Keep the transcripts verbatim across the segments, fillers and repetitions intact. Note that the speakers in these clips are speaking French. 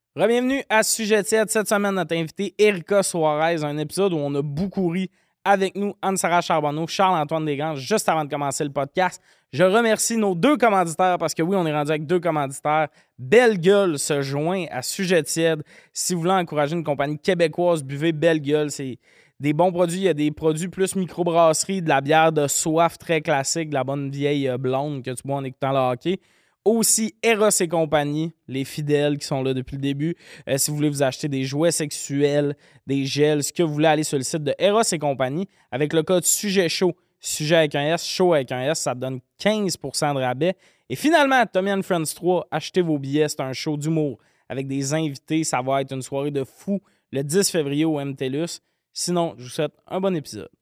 Bienvenue à Sujet tiède. Cette semaine, notre invité Erika Suarez, un épisode où on a beaucoup ri avec nous, Anne-Sara Charbonneau, Charles-Antoine Desgranges, juste avant de commencer le podcast. Je remercie nos deux commanditaires parce que oui, on est rendu avec deux commanditaires. Belle Gueule se joint à Sujet tiède. Si vous voulez encourager une compagnie québécoise, buvez Belle Gueule. C'est des bons produits. Il y a des produits plus microbrasserie, de la bière de soif très classique, de la bonne vieille blonde que tu bois en écoutant le hockey. Aussi, Eros et compagnie, les fidèles qui sont là depuis le début. Euh, si vous voulez vous acheter des jouets sexuels, des gels, ce que vous voulez, aller sur le site de Eros et compagnie avec le code Sujet Chaud, Sujet avec un S, Chaud avec un S, ça te donne quinze pour cent de rabais. Et finalement, Tommy and Friends trois, achetez vos billets, c'est un show d'humour avec des invités. Ça va être une soirée de fou le dix février au M T L U S. Sinon, je vous souhaite un bon épisode.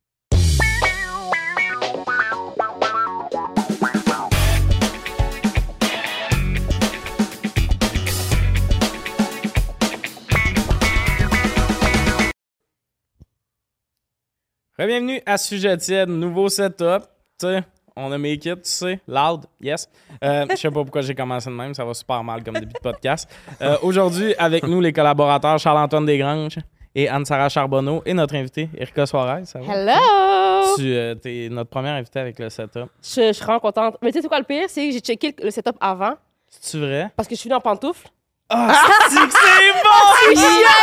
Bienvenue à Sujet tiède, nouveau setup. Tu sais, on a make it, tu sais, loud, yes. Euh, je sais pas pourquoi j'ai commencé de même, ça va super mal comme début de podcast. Euh, aujourd'hui, avec nous, les collaborateurs Charles-Antoine Desgranges et Anne-Sara Charbonneau et notre invité, Erika Suarez. Ça va? Hello! Tu euh, es notre première invitée avec le setup. Je, je suis vraiment contente. Mais tu sais, c'est quoi le pire? C'est que j'ai checké le, le setup avant C'est-tu vrai? parce que je suis venue en pantoufles. Ah, c'est que c'est bon!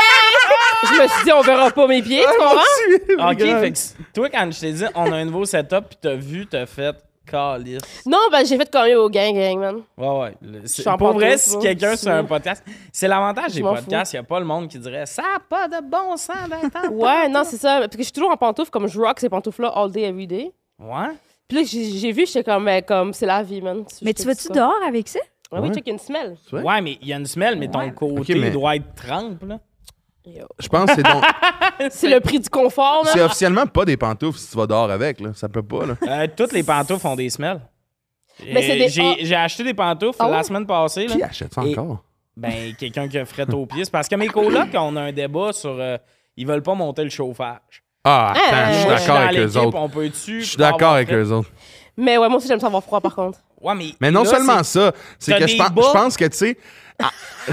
Je me suis dit, on verra pas mes pieds, tu comprends? OK, fait que toi, quand je t'ai dit, on a un nouveau setup, puis t'as vu, t'as fait calice. Non, ben j'ai fait comme au gang, gang, man. Ouais, ouais. Le- c'est- suis en pour vrai, pantoufles, si moi. quelqu'un Je sur un suis- podcast, c'est l'avantage des Je m'en podcasts, il n'y a pas le monde qui dirait ça n'a pas de bon sens d'être en Ouais, non, c'est ça. Parce que je suis toujours en pantoufles, comme je rock ces pantoufles-là all day, every day. Ouais? Puis là, j'ai j'ai vu, j'étais comme, ben, comme c'est la vie, man. Mais tu vas-tu dehors avec ça? Ouais, oui, Ouais. check une semelle. Ouais. Ouais, mais il y a une semelle, mais ton Ouais. côté Ok, mais- doit être trempe, là. Yo. Je pense que c'est donc. C'est le prix du confort, C'est là. officiellement pas des pantoufles si tu vas dehors avec, là. Ça peut pas, là. Euh, toutes les pantoufles ont des semelles. Mais c'est des- J'ai ah. j'ai acheté des pantoufles Ah la ouais? semaine passée. Qui Là. achète ça Et- encore? Ben, quelqu'un qui a fret aux pieds. C'est parce que mes colocs, on a un débat sur... euh, ils veulent pas monter le chauffage. Ah, attends, Ah, je suis ouais. Moi, je suis d'accord dans avec eux l'équipe, autres. on peut-tu... Je suis d'accord avec eux autres. Mais ouais, moi aussi, j'aime ça avoir froid, par contre. Ouais, mais... Mais non là, seulement c'est- ça, c'est t'as que je des pense, bas. je pense que, tu sais. ah,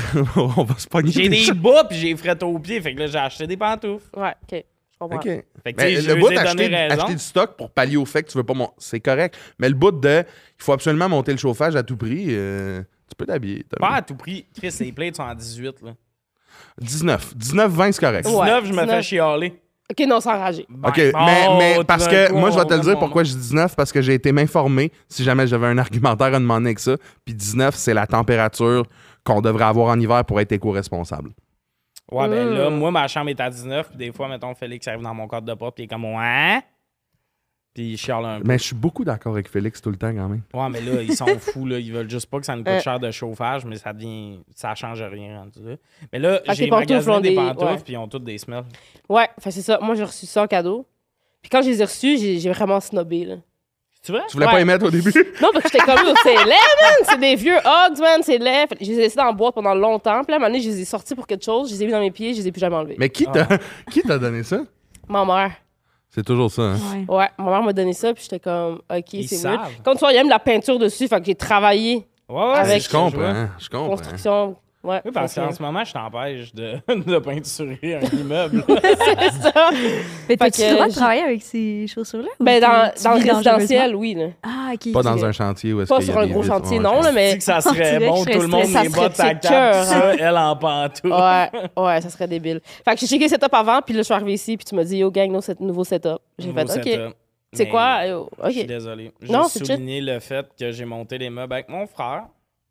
on va se pogner. J'ai des des choses. bas, puis j'ai fret aux pieds. Fait que là, j'ai acheté des pantoufles. Ouais, OK. Je comprends. OK. Fait que, Mais tu sais, je le lui bout ai donné d'acheter raison. acheter du stock pour pallier au fait que tu veux pas monter, c'est correct. Mais le bout de, il faut absolument monter le chauffage à tout prix, euh, tu peux t'habiller. Tommy. Pas à tout prix. Chris, les plates sont à dix-huit, là. dix-neuf. dix-neuf, vingt, c'est correct. Ouais. dix-neuf, je me fais dix-neuf. chialer. OK, non, sans rager. Ben, OK, bon, mais, mais tout parce d'un que coup, moi, je vais te on le dire donne pourquoi mon je dis dix-neuf, parce que j'ai été m'informer si jamais j'avais un argumentaire à demander avec ça. Puis dix-neuf, c'est la température qu'on devrait avoir en hiver pour être éco-responsable. nom. Ouais, ben là, Mm. moi, ma chambre est à dix-neuf. Puis des fois, mettons, Félix arrive dans mon cadre de porte, puis il est comme, ouais. Puis il chiale un peu. Mais je suis beaucoup d'accord avec Félix tout le temps quand même. Ouais, mais là, ils sont fous, là. Ils veulent juste pas que ça nous coûte Euh. cher de chauffage, mais ça devient. Ça change rien rendu là. Mais là, Fait que j'ai les pantoufles magasiné ont des des- pantoufles, ouais. puis ils ont toutes des semelles. Ouais, enfin c'est ça. Moi, j'ai reçu ça en cadeau. Puis quand je les ai reçus, j'ai j'ai vraiment snobé, là. Tu vois? Tu voulais Ouais. pas y mettre au début? Non, parce que j'étais comme, oh, c'est laid, man! C'est des vieux Hugs, man! C'est laid! Fait que je les ai laissés dans la boîte pendant longtemps. Puis là, à un moment donné, je les ai sortis pour quelque chose. Je les ai mis dans mes pieds. Je les ai plus jamais enlevés. Mais qui t'a qui t'a donné ça? Ma mère. C'est toujours ça, hein? Ouais. Ouais, ma mère m'a donné ça. Puis j'étais comme, OK, Ils c'est savent. mieux. Comme tu vois, il y a même de la peinture dessus. Fait que j'ai travaillé. Ouais, ouais, Avec- c'est Je comprends, ça, je vois. hein, je comprends. Construction. Ouais. Oui, parce qu'en fonctionne. ce moment, je t'empêche de, de peinturer un immeuble. C'est ça. Mais t'as-tu que le droit de j'ai- travailler avec ces chaussures-là? ou Ben, tu- dans, tu dans le vis dangereusement? résidentiel, oui, là. Ah, OK. Pas ok. dans un chantier où est-ce Pas qu'il y a sur un des gros vis- chantier, ouais, non, je- là, mais. Dis que ça On serait dirait que bon, je tout le serais monde, stressée. les Ça bottes serait à cap, écœurant. ça, elle en pantoufle. Ouais, ouais, ça serait débile. Fait que j'ai checké le setup avant, puis là, je suis arrivée ici, puis tu m'as dit, yo, gang, no, c'est nouveau setup. J'ai Nouveau fait, OK. setup. C'est Mais quoi? Yo, Je suis OK. désolé. Non, Juste c'est souligner le fait que j'ai monté les meubles avec mon frère.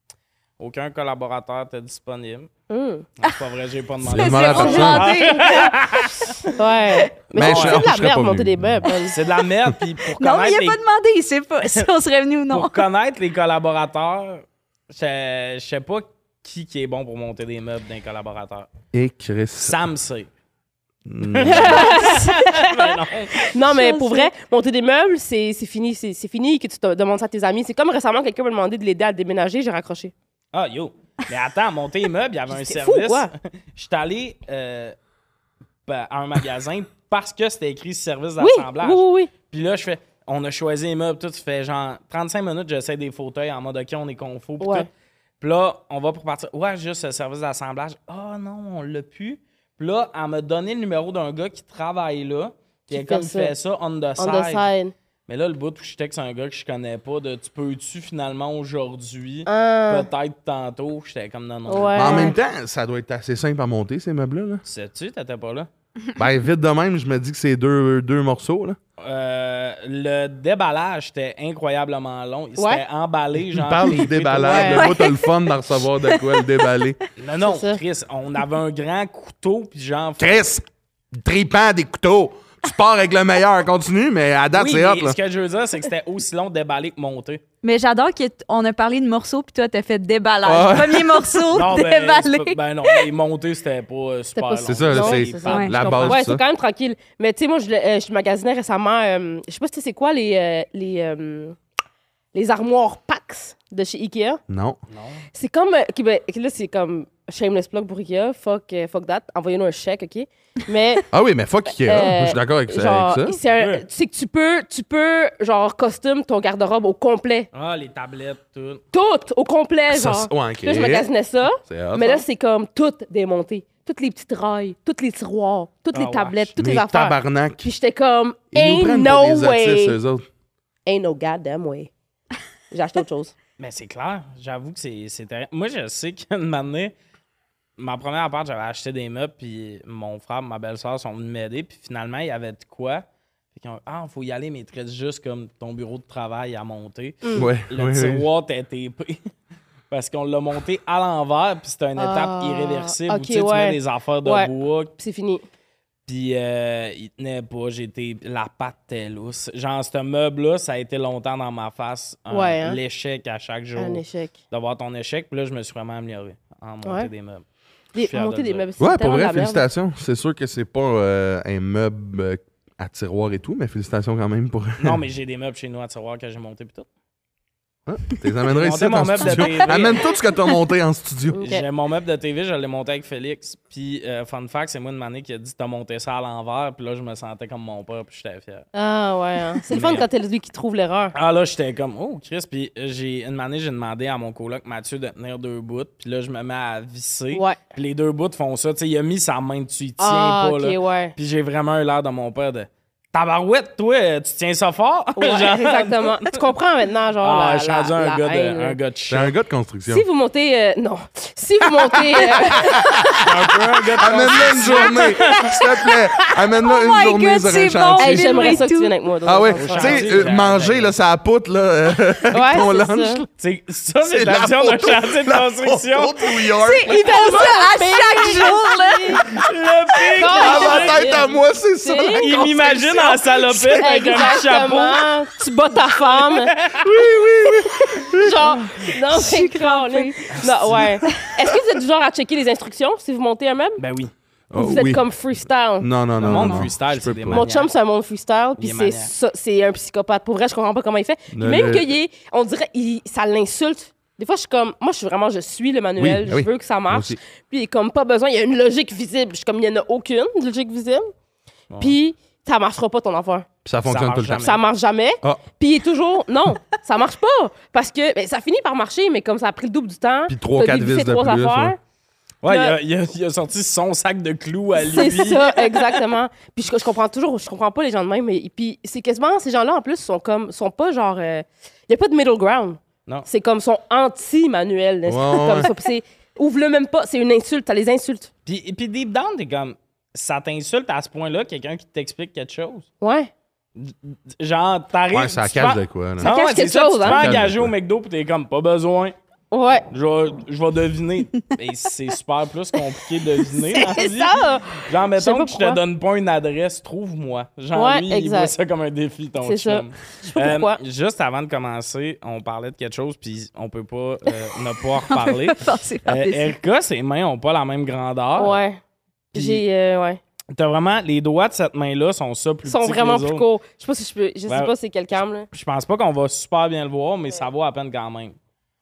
Aucun collaborateur était disponible. Hum. Non, c'est pas vrai, j'ai pas demandé. C'est demandé à C'est personne. demandé. Ouais. Mais, Mais c'est je- c'est de je la serais merde, pas monter venu. des meubles. man. C'est de la merde, puis pour Non, mais il connaître, a les, pas demandé. Il sait pas si on serait venu ou non. pour connaître les collaborateurs, je je sais pas qui, qui est bon pour monter des meubles d'un collaborateur. Et Chris. Sam sait. Mm. Mais non. Non, mais Je pour sais. vrai, monter des meubles, c'est c'est fini. C'est c'est fini que tu te demandes ça à tes amis. C'est comme récemment, quelqu'un m'a demandé de l'aider à déménager, j'ai raccroché. Ah, yo. Mais attends, monter les meubles, il y avait un C'est fou, service. quoi. Je suis allé euh, ben, à un magasin parce que c'était écrit service Oui, d'assemblage. oui, oui, oui. Puis là, je fais, on a choisi les meubles, tout. Ça fait genre trente-cinq minutes, j'essaie des fauteuils en mode OK, on est confo. Puis Ouais. tout. Puis là, on va pour partir. Ouais, juste le service d'assemblage. Ah non, on l'a plus. Puis là, elle m'a donné le numéro d'un gars qui travaille là. Qui est comme il fait ça on the side. On the side. Mais là, le bout où je texte un gars que je connais pas, de tu peux-tu finalement aujourd'hui, Ah. peut-être tantôt, j'étais comme non, non. Ouais. Mais en même temps, ça doit être assez simple à monter, ces meubles-là. Là. Sais-tu, t'étais pas là? Ben, vite de même, je me dis que c'est deux, deux morceaux. Là. Euh, le déballage était incroyablement long. Il Ouais. s'était emballé. Il Genre, parle les- du déballage. Ouais. Le bout, t'as le fun d'en recevoir de quoi, le déballer. Non, non, C'est ça. Chris, on avait un grand couteau, puis genre. Chris, tripant des couteaux. Tu pars avec le meilleur, continue, mais à date, Oui, c'est hot. mais Là. ce que je veux dire, c'est que c'était aussi long de déballer que monter. Mais j'adore qu'on a parlé de morceaux, puis toi, t'as fait déballage. Ouais. Premier morceau, Non, ben, c'est déballé. pas- ben non, les montées, c'était pas euh, super pas- long. C'est ça, Non, c'est c'est ça. Ouais. la Je base. Ouais, de c'est ça. quand même tranquille. Mais tu sais, moi, je, le- euh, je magasinais récemment, euh, je sais pas si tu sais c'est quoi les, euh, les, euh, les armoires Pax de chez Ikea. Non. Non. C'est comme, euh, ok, ben, là, c'est comme shameless plug pour Ikea, fuck, euh, fuck that, envoyez-nous un chèque, OK? Mais, Ah oui, mais fuck Ikea. Euh, Je suis d'accord avec, ça- genre, avec ça. c'est un- Ouais. tu sais que tu peux, tu peux, genre, costume ton garde-robe au complet. Ah, les tablettes, tout. Tout, au complet, Ça, genre. c'est- ouais, ok. Là, je magasinais ça, C'est hot, mais là, ça. c'est comme tout démonté. Toutes les petites rails, toutes les tiroirs, toutes Ah, les ouais. tablettes, toutes Mais les affaires. tabarnak. Puis j'étais comme, Ils nous ain't prennent pour no des way. autistes, eux autres. Ain't no goddamn way. J'ai acheté autre chose. Mais c'est clair, j'avoue que c'est c'est terrible. Moi, je sais qu'une année, ma première appart, j'avais acheté des meubles, puis mon frère et ma belle-sœur sont venus m'aider, puis finalement, il y avait de quoi. Fait qu'ils ont dit, ah, il faut y aller, mais il te reste juste comme ton bureau de travail à monter. Ouais, Le ouais, ouais. tiroir était tapé. Parce qu'on l'a monté à l'envers, puis c'était une Ah, étape irréversible où ok, tu sais, tu ouais. mets des affaires de Ouais. bois, Puis c'est fini. puis euh, il tenait pas. J'étais. La patte était lousse. Genre, ce meuble-là, ça a été longtemps dans ma face. un- Ouais, hein? L'échec à chaque jour. Un échec. D'avoir ton échec. Puis là, je me suis vraiment amélioré en monter Ouais. des meubles. Des, suis fier de monter le des dire. meubles. c'est Ouais, pour tellement de vrai, la merde. félicitations. C'est sûr que c'est pas euh, un meuble euh, à tiroir et tout, mais félicitations quand même pour. Non, mais j'ai des meubles chez nous à tiroir que j'ai monté puis tout. Hein? T'es amènerais J'ai ici monté mon en meuble de studio. T V. Amène tout ce que t'as monté en studio. Ok. J'ai mon meuble de T V, je l'ai monté avec Félix. Puis, euh, fun fact, c'est moi de année qui a dit t'as monté ça à l'envers. Puis là, je me sentais comme mon père, puis j'étais fier. Ah ouais, hein. C'est le fun Mais- quand t'es lui qui trouve l'erreur. Ah là, j'étais comme, oh, Chris. Puis euh, j'ai, une année, j'ai demandé à mon coloc Mathieu de tenir deux bouts. Puis là, je me mets à visser. Ouais. Puis les deux bouts font ça. Tu sais, il a mis sa main dessus, il tient Ah, pas. ok, Là. ouais. Puis j'ai vraiment eu l'air de mon père de tabarouette, toi, tu tiens ça fort? Ouais, Genre- exactement. Tu comprends maintenant, genre. Ah, la- je suis rendu la- un, la gars de, haine, là. un gars de C'est chat. un gars de construction. Si vous montez. euh, non. Si vous montez. euh, Un peu un gars de Amène-le une journée, s'il te plaît. Amène-le Oh une my journée God, sur un c'est bon. chantier. hey, j'aimerais Filmer ça que tu tout. viennes avec moi. Ah ouais, Au tu chantier, sais, euh, j'ai- manger, j'ai- là, ça poutre, là, euh, Ouais, ton c'est lunch. ça. là. C'est, ça, c'est, C'est la version d'un chantier de la construction. photo de New York. Ils font ça à chaque jour, là. Le pire, Ah, Dans ma tête à moi, c'est ça. la il m'imagine construction. en salopette avec un petit chapeau. Exactement. Tu bats ta femme. oui, oui, oui. Genre, non, c'est crampé. Non, ouais. Est-ce que vous êtes du genre à checker les instructions si vous montez un meuble? Ben oui. Oh, Ou vous êtes oui. comme freestyle? Non, non, Le non. monde non, freestyle, je c'est peux des pas. maniaques. Mon chum, c'est un monde freestyle, puis Il est c'est maniaque. ça, c'est un psychopathe. Pour vrai, je comprends pas comment il fait. Puis Le- même le- qu'il est, on dirait, il, ça l'insulte. Des fois, je suis comme, moi, je suis vraiment, je suis le manuel, Oui, je oui. veux que ça Moi marche. aussi. Puis il est comme, pas besoin, il y a une logique visible. Je suis comme, il y en a aucune logique visible. Puis ça marchera pas ton affaire. Puis ça fonctionne marche tout le temps. jamais. Ça marche jamais. Ah. Puis il est toujours, non, ça marche pas. Parce que ben, ça finit par marcher, mais comme ça a pris le double du temps. Puis trois, t'as quatre dévissé vis de trois plus, affaires. ouais. Ouais, il Là- a, il, a, il a sorti son sac de clous à lui. C'est ça, exactement. Puis je, je comprends toujours, je comprends pas les gens de même. Mais puis c'est quasiment, ces gens-là en plus sont comme, sont pas genre, il y a pas de middle ground. Non. C'est comme sont anti-manuel. Ouais, comme ouais. ça. Puis c'est, ouvre-le même pas, c'est une insulte, ça les insulte. Puis, puis deep down, t'es comme, ça t'insulte à ce point-là, quelqu'un qui t'explique quelque chose. Ouais. Genre, t'arrives. Ouais, ça tu cache fais- de quoi, là. Non, cache ouais, c'est quelque ça, chose, tu te hein. fais Ça cache engager de au quoi. McDo, puis t'es comme, pas besoin. Ouais. Je vais, je vais deviner. Mais c'est super plus compliqué de deviner. dans la C'est vie. ça. Genre, Je sais mettons pas que je te pourquoi. donne pas une adresse, trouve-moi. Genre, Ouais, lui, il exact. voit ça comme un défi, ton C'est ça. chum. Je sais pas pourquoi. juste avant de commencer, on parlait de quelque chose, puis on peut pas euh, ne pas en reparler. Pensez pas Euh, dessus. Erika, ses mains ont pas la même grandeur. Ouais. Puis- J'ai, euh, ouais. T'as vraiment, les doigts de cette main-là sont ça plus Ils sont petits que vraiment les plus autres. courts. Je sais pas si je peux, je sais Ouais. pas si c'est quel cam, là. Je pense pas qu'on va super bien le voir, mais ça vaut à peine quand même.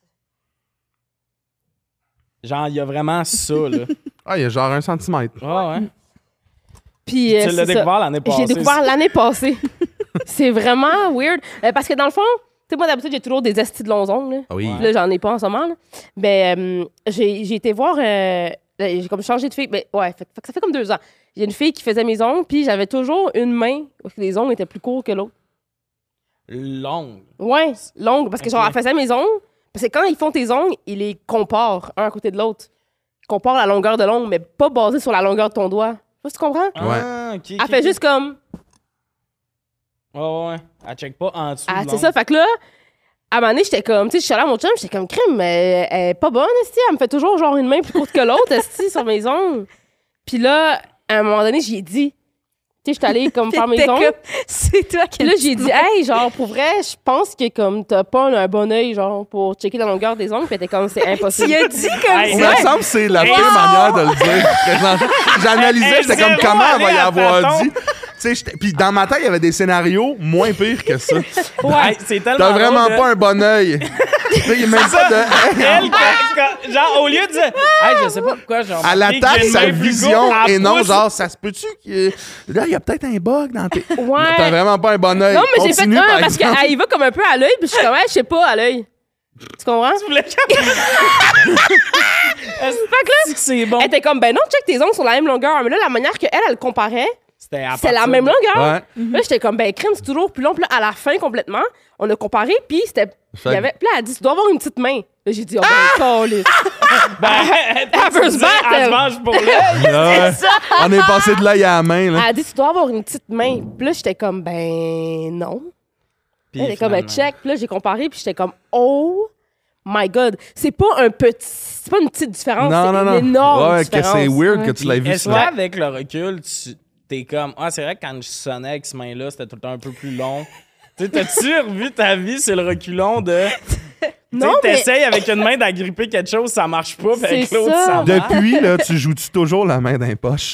Genre, il y a vraiment ça, là. Ah, il y a genre un centimètre. Ah ouais. Puis, euh, Tu l'as c'est ça. découvert l'année passée. J'ai découvert l'année passée. C'est vraiment weird. Euh, parce que dans le fond, sais, moi, d'habitude, j'ai toujours des estis de longs ongles. Là. Ah oui. Puis là, j'en ai pas en ce moment. Là. Ben, euh, j'ai, j'ai été voir... Euh, j'ai comme changé de fille. Ben, ouais, fait, fait que ça fait comme deux ans. J'ai une fille qui faisait mes ongles, puis j'avais toujours une main où les ongles étaient plus courts que l'autre. Longue. Ouais, longue. Parce que Ok. genre, elle faisait mes ongles. Parce que quand ils font tes ongles, ils les comparent un à côté de l'autre. Ils comparent la longueur de l'ongle, mais pas basé sur la longueur de ton doigt. Je sais pas si tu comprends? Ah, ok. Elle fait juste comme... Ouais, ouais, ouais. Elle check pas en dessous. Ah, de c'est ça. Fait que là, à un moment donné, j'étais comme, tu sais, je suis allée à mon chum, j'étais comme, crime, mais elle est pas bonne, esti. Elle me fait toujours genre une main plus courte que l'autre, esti, sur mes ongles. Puis là, à un moment donné, j'y ai dit, tu sais, j'étais allée comme faire mes T'étais ongles. comme, c'est toi qui Puis là, j'ai dit, hey, genre, pour vrai, je pense que comme t'as pas un bon œil, genre, pour checker la longueur des ongles. Puis elle était comme, c'est impossible. Tu as dit comme Hey, On ça. me semble que c'est la Hey, pire wow! manière de le dire. présentement. J'analysais, j'étais comme zéro comment elle va allée y à avoir tâtons. dit. Tu sais, j'étais- puis dans ma tête, il y avait des scénarios moins pires que ça. Ouais, c'est tellement. T'as vraiment drôle de- pas un bon œil. Tu sais, il y a même pas de. Elle, quand- quand- genre, au lieu de dire, hey, je sais pas pourquoi, genre. Elle remarqué que attaque j'ai une sa main plus vision courte, elle et non, pousse- genre, ça se peut-tu que. Là, il y a peut-être un bug dans tes. Ouais. T'as vraiment pas un bon œil. Non, mais j'ai fait Continue, un par parce exemple. qu'elle y va comme un peu à l'œil, puis je suis comme, hey, je sais pas, à l'œil. Tu comprends? Tu voulais que- Est-ce que c'est bon? Elle était comme, ben non, check tes ongles sur la même longueur. Mais là, la manière qu'elle, elle comparait, C'était à c'est la partir même de- longueur. Ouais. Là, j'étais comme, ben, crime, c'est toujours plus long. Puis là, à la fin, complètement, on a comparé, puis c'était. Fait Il y avait, puis là, elle a dit, tu dois avoir une petite main. Là, j'ai dit, oh, ben, câlisse. Ben, Elle veut se battre, Elle se elle. mange pour l'œil. Ouais. On est passé de l'œil à la main, là. Elle a dit, tu dois avoir une petite main. Puis là, j'étais comme, ben, non. Puis Elle était comme, ben, finalement. check. Puis là, j'ai comparé, puis j'étais comme, oh my God. C'est pas un petit. C'est pas une petite différence. Non, c'est non, une non. énorme Ouais, que différence. c'est weird Ouais. que tu l'aies vu Est-ce ça. qu'avec le recul, tu t'es comme, ah, c'est vrai que quand je sonnais avec ce main-là, c'était tout le temps un peu plus long. Tu sais, t'as-tu revu ta vie sur le reculon de. Non, Tu sais, mais- t'essayes avec une main d'agripper quelque chose, ça marche pas, puis avec C'est l'autre, ça. ça marche. Depuis, là, tu joues-tu toujours la main dans les poches?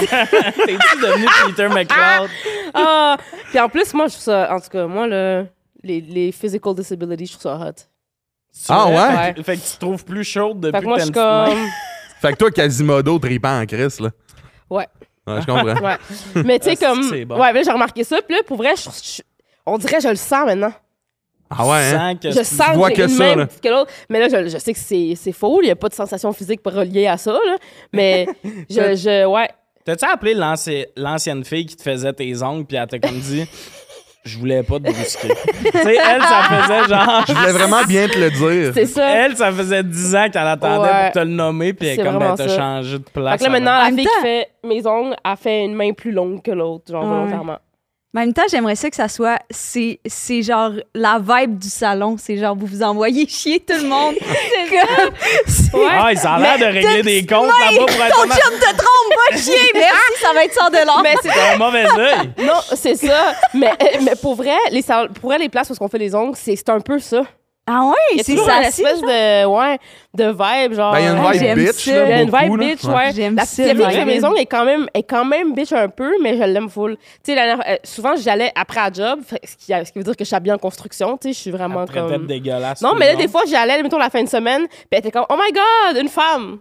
T'es-tu devenu Peter McLeod? Ah! Puis en plus, moi, je trouve ça. En tout cas, moi, le, les, les physical disabilities, je trouve ça hot. C'est Ah vrai? ouais? Fait que- Fait que tu te trouves plus chaude depuis Fait que moi, que je t'as suis une petite main. comme. Fait que toi, Quasimodo, tripant en crise, là. Ouais. Ouais, je comprends. Ouais. Mais tu sais, Ah, c'est- comme. c'est bon. Ouais, mais là, j'ai remarqué ça. Puis là, pour vrai, je, je- on dirait que je le sens maintenant. Ah ouais, Tu hein? sens que Je c'est- sens vois que j'ai que une ça, main là. plus que l'autre. Mais là, je, je sais que c'est, c'est faux. Il n'y a pas de sensation physique reliée à ça. Là. Mais je, je. Ouais. T'as-tu appelé l'anci- l'ancienne fille qui te faisait tes ongles, puis elle t'a comme dit, je voulais pas te brusquer. Tu sais, elle, ça faisait genre. Je voulais vraiment bien te le dire. C'est ça. Elle, ça faisait dix ans qu'elle attendait Ouais. pour te le nommer, puis elle C'est est comme, ben, vraiment t'as ça. changé de Fait place. que là, maintenant, En la même fille temps- qui fait mes ongles, a fait une main plus longue que l'autre, genre Ouais. volontairement. Mais en même temps, j'aimerais ça que ça soit. C'est, c'est genre la vibe du salon. C'est genre, vous vous envoyez chier tout le monde. c'est comme. c'est- Ouais. Ah, ça a l'air de régler des comptes là-bas pour être Ton honnête. chum te trompe, va chier. Merci, ça va être cent dollars. Mais c'est T'as un mauvais œil. Non, c'est ça. mais, euh, mais pour vrai, les salons- pour vrai, les places où on fait les ongles, c'est, c'est un peu ça. Ah Il y ouais, a c'est toujours ça. une espèce de, ouais, de vibe, genre. Ben, il y a une Ah, vibe j'aime bitch, ça. là, Il y a une beaucoup, vibe là. bitch, ouais. J'aime La ça, petite fille qui le fait mes vibe. ongles est quand même, est quand même bitch un peu, mais je l'aime full. Tu sais, la dernière- euh, souvent, j'allais après à job, fait- ce qui, ce qui veut dire que je suis habillée en construction, tu sais, je suis vraiment Elle traitait de comme... dégueulasse. Non, tout mais le là, des monde. fois, j'y allais, mettons, la fin de semaine, puis elle était comme, oh my God, une femme!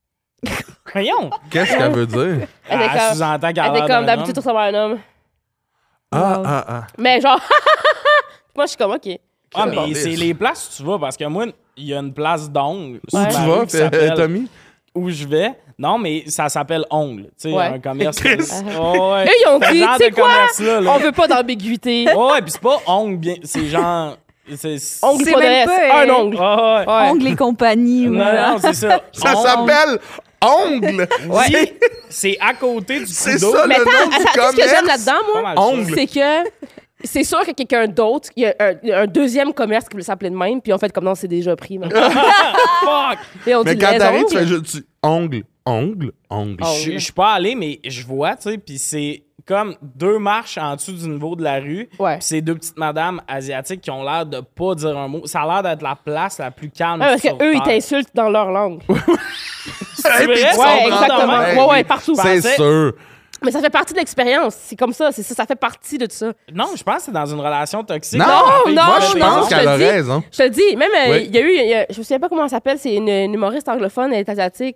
Voyons. Qu'est-ce qu'elle veut dire? Elle était Elle comme, sous-entend qu'elle a elle était l'air comme, d'un d'habitude, tu homme. ressembles à un homme. Ah, Wow. ah, ah. Mais genre, moi, je suis comme, OK. Ah, Quel mais c'est bordel. les places où tu vas, parce que moi, il y a une place d'ongles. Où sur tu ma vas, rue qui s'appelle- Tommy? Où je vais. Non, mais ça s'appelle Ongle. Tu sais, Ouais. un commerce. Chris. Oh, ouais. Eux, ils ont Ce dit, genre tu sais de quoi? commerce-là, là. On veut pas d'ambiguïté. Ouais, ouais, pis c'est pas ongle bien. C'est genre. C'est. Ongle C'est pas de même S, pas, un euh, ongle. Ah, ouais. Ouais. Ongles et compagnie. Non, voilà. non, c'est ça. Ça Ongle. s'appelle Ongle! Oui, c'est à côté du C'est couteau. ça, Mais le attends, nom du attends, qu'est-ce que j'aime commerce. là-dedans, Pas moi? mal ça. Ongle. C'est que c'est sûr que quelqu'un d'autre, il y a un, il y a un deuxième commerce qui voulait s'appeler de même, puis en fait, comme non, c'est déjà pris. man. Fuck! Et on Mais dit quand les t'arrives, ongles. tu fais juste tu- ongle, ongle, ongle. Oh. Je je suis pas allé, mais je vois, tu sais, puis c'est comme deux marches en dessous du niveau de la rue. Ouais. Puis c'est deux petites madames asiatiques qui ont l'air de pas dire un mot. Ça a l'air d'être la place la plus calme. Ouais, parce sur qu'eux, ils Terre. t'insultent dans leur langue. C'est Hey, puis vrai? tu Ouais, comprends exactement. pas. Ouais, ouais, partout. C'est pensais- sûr. Mais ça fait partie de l'expérience. C'est comme ça. C'est ça. Ça fait partie de tout ça. Non, je pense que c'est dans une relation toxique. Non, La fille non, qui Moi, fait je des non, pense ongles. je qu'elle te a dis. raison. Je te le dis, même, euh, il Oui. y a eu, il y a- je me souviens pas comment elle s'appelle, c'est une, une humoriste anglophone, elle est asiatique.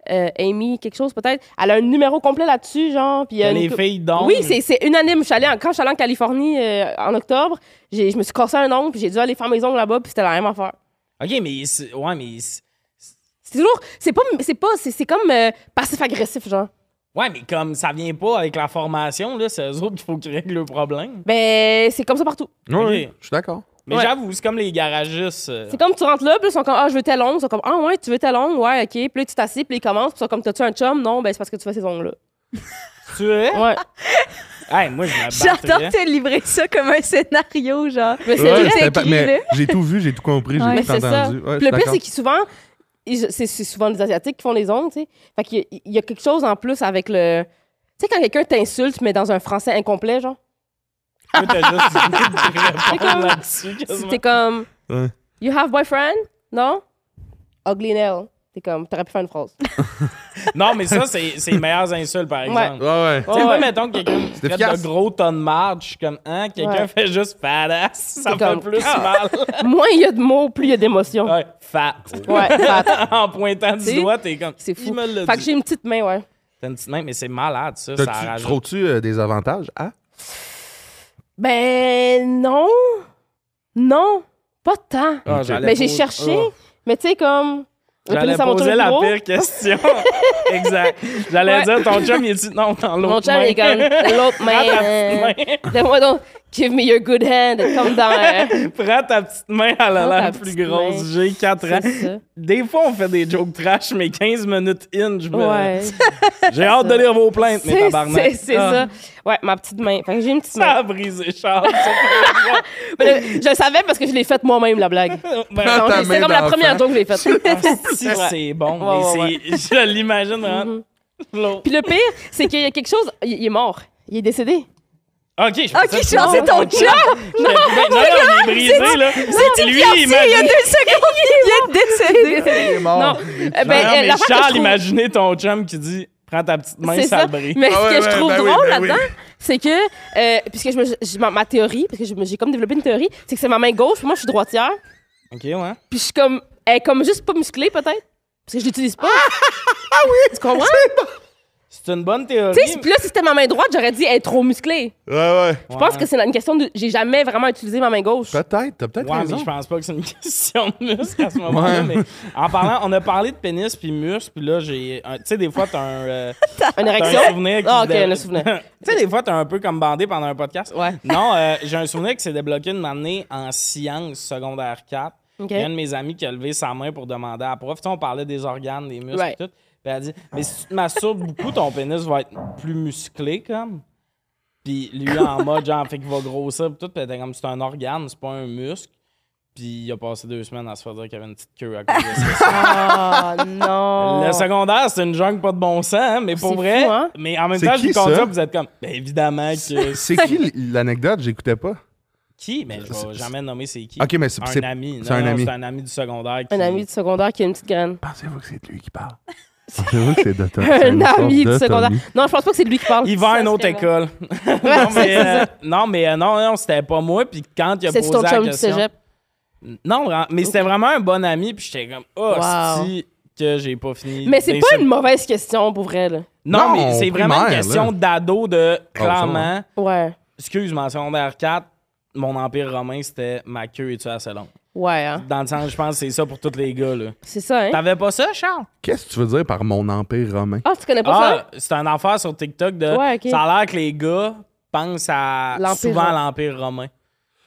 euh, Amy, quelque chose peut-être. Elle a un numéro complet là-dessus, genre. Puis, Que euh, les une cou- filles donnent. Oui, c'est, c'est unanime. Je suis allée en- quand je suis allée en Californie euh, en octobre, j'ai, je me suis cassé un ongle, puis j'ai dû aller faire mes ongles là-bas, puis c'était la même affaire. OK, mais... c'est- Ouais, mais... c'est- C'est toujours. C'est pas. C'est, pas, c'est, c'est comme euh, passif-agressif, genre. Ouais, mais comme ça vient pas avec la formation, là, c'est eux autres qu'il faut qu'ils règlent le problème. Ben, c'est comme ça partout. Oui, Ok. oui, je suis d'accord. Mais Ouais. j'avoue, c'est comme les garagistes. euh, C'est comme tu rentres là, puis ils sont comme ah, je veux tel ongle. Ils sont comme ah, ouais, tu veux tel ongle, ouais, ok. Puis là, tu t'assieds, puis ils commencent, puis ils sont comme t'as-tu un chum? Non, ben, c'est parce que tu fais ces ongles-là. Tu es? Ouais. Hey, moi, je me J'adore battrais. te livrer ça comme un scénario, genre. Mais c'est Ouais, vrai. c'était pas- écrit, mais là. j'ai tout vu, j'ai tout compris, Ouais. j'ai Mais tout c'est ça. entendu. Ouais, je Puis suis le pire, d'accord. c'est qu'ils souvent, ils- c'est, c'est souvent les Asiatiques qui font les ongles, tu sais. Fait qu'il y a, il y a quelque chose en plus avec le. Tu sais, quand quelqu'un t'insulte, mais dans un français incomplet, genre. Moi, t'as juste C'est répondre comme- là-dessus. quasiment. C'était comme. Ouais. You have boyfriend? Non? Ugly nail. T'es comme, t'aurais pu faire une phrase. Non, mais ça, c'est c'est les meilleures insultes, par exemple. Ouais, ouais. Tu sais, Ouais, moi, ouais. mettons que quelqu'un C'est traite efficace. de gros tas de marde, je suis comme, hein, quelqu'un Ouais. fait juste fat ass, ça me C'est fait comme, plus ah. mal. Moins il y a de mots, plus il y a d'émotions. Ouais, fat. Ouais, fat. En pointant du C'est- doigt, t'es comme, C'est fou. il me l'a Fait que dit. j'ai une petite main, ouais. T'as une petite main, mais c'est malade, ça, ça T'as-tu- rajoute. Trouves-tu euh, des avantages? Ah? Ben, non. Non. Pas tant. Ah, j'allais Mais j'ai poser- cherché. Ah. Mais tu sais, comme. le J'allais pénis à mon chum poser est la plus gros. pire question. Exact. J'allais Ouais. dire, ton chum, il est non, dans l'autre Mon chum main. est comme l'autre Prends ta main. petite main. Donne-moi donc, give me your good hand. Comme dans. euh, Prends ta petite main, elle a Prends l'air ta plus petite grosse. main. J'ai quatre ans. c'est ça. Des fois, on fait des jokes trash, mais quinze minutes in, je me... Ouais. J'ai hâte de lire vos plaintes, mes C'est, tabarnak. c'est, c'est Ah, ça. Ouais, ma petite main. Fait que j'ai une petite Ça main. a brisé Charles. ça fait Mais là, je le savais parce que je l'ai faite moi-même, la blague. longtemps. Ben, Prends ta Donc, main c'est comme la d'enfant. première joke que je l'ai faite. si Ouais. c'est bon, Ouais, mais c'est... Je l'imagine vraiment. Mhm. L'autre. Puis le pire, c'est qu'il y a quelque chose. Il, il est mort. Il est décédé. OK, je Ok, pensais que Charles, c'est ton chum! Je me disais, non, non, il est brisé, là. C'est lui, Il y a imagine... deux secondes, il vient de décéder. Il est mort. Non. Il est Euh, Non, ben, non, euh, mais l'affaire que je Charles, trouve- imaginez ton chum qui dit « Prends ta petite main, C'est ça ça. le brise. Mais Ah ce ouais, que je ouais, trouve ben oui, drôle ben oui. là-dedans, c'est que, euh, puisque je me, je- ma, ma théorie, parce que je me- j'ai comme développé une théorie, c'est que c'est ma main gauche, puis moi je suis droitière, » OK, ouais. puis je suis comme, elle est comme juste pas musclée peut-être, parce que je l'utilise pas. Ah oui! Tu comprends? C'est une bonne théorie. Tu sais, puis là, si c'était ma main droite, j'aurais dit elle est trop musclée. Ouais, ouais. Je pense que c'est une question de. J'ai jamais vraiment utilisé ma main gauche. Peut-être, t'as peut-être Ouais, raison. mais je pense pas que c'est une question de muscle à ce moment-là. Ouais. Mais en parlant, on a parlé de pénis puis muscle, puis là, j'ai. un- Tu sais, des fois, t'as un. euh, Une t'as érection? un souvenir qui Ah, se ok, dé- un souvenir. Tu sais, des fois, t'es un peu comme bandé pendant un podcast. Ouais. Non, euh, j'ai un souvenir qui s'est débloqué une année en sciences secondaire quatre. OK. Il y a un de mes amis qui a levé sa main pour demander à la prof. Tu sais, on parlait des organes, des muscles Ouais. et tout. Puis elle a dit, mais si tu te masturbes beaucoup, ton pénis va être plus musclé, comme. Puis lui, en mode, genre, fait qu'il va grossir, puis tout. Puis elle était comme, c'est un organe, c'est pas un muscle. Puis il a passé deux semaines à se faire dire qu'il y avait une petite queue à cause de ça. Ah, non. Le secondaire, c'est une jungle pas de bon sens, hein, mais pour C'est vrai. fou, hein? Mais en même C'est temps, je qui, vous compte ça? ça, puis vous êtes comme, ben évidemment que. C'est qui l'anecdote? J'écoutais pas. Qui? Mais je C'est- vais jamais nommer c'est qui. Ok, mais c'est- un c'est- ami. c'est Non, un non, ami. C'est un ami du secondaire. Qui... Un ami du secondaire qui a une petite graine. Pensez-vous que c'est de lui qui parle? Pensez-vous que c'est de Tommy? Un ami du secondaire. Non, je pense pas que c'est lui qui parle. Il va à Ça une autre serait école. Ouais, non, c'est mais, euh, ça. non, mais euh, non, non, c'était pas moi. Puis quand il a C'est posé ton la chum du question... cégep. Non, vraiment, mais c'était vraiment un bon ami. Puis j'étais comme, oh, Wow. si que j'ai pas fini. Mais c'est pas d'insulter. une mauvaise question pour vrai, là. Non, Non, mais c'est vraiment une primaire, question là. d'ado de, ça va. clairement... Ouais. Excuse-moi, en secondaire quatre, mon empire romain, c'était ma queue est-tu assez longue. Ouais, hein. Dans le sens, je pense que c'est ça pour tous les gars, là. C'est ça, hein. T'avais pas ça, Charles? Qu'est-ce que tu veux dire par mon empire romain? Ah, tu connais pas Ah, c'est un affaire sur TikTok de. Ouais, ok. Ça a l'air que les gars pensent à L'Empire souvent romain. à l'Empire romain. ça?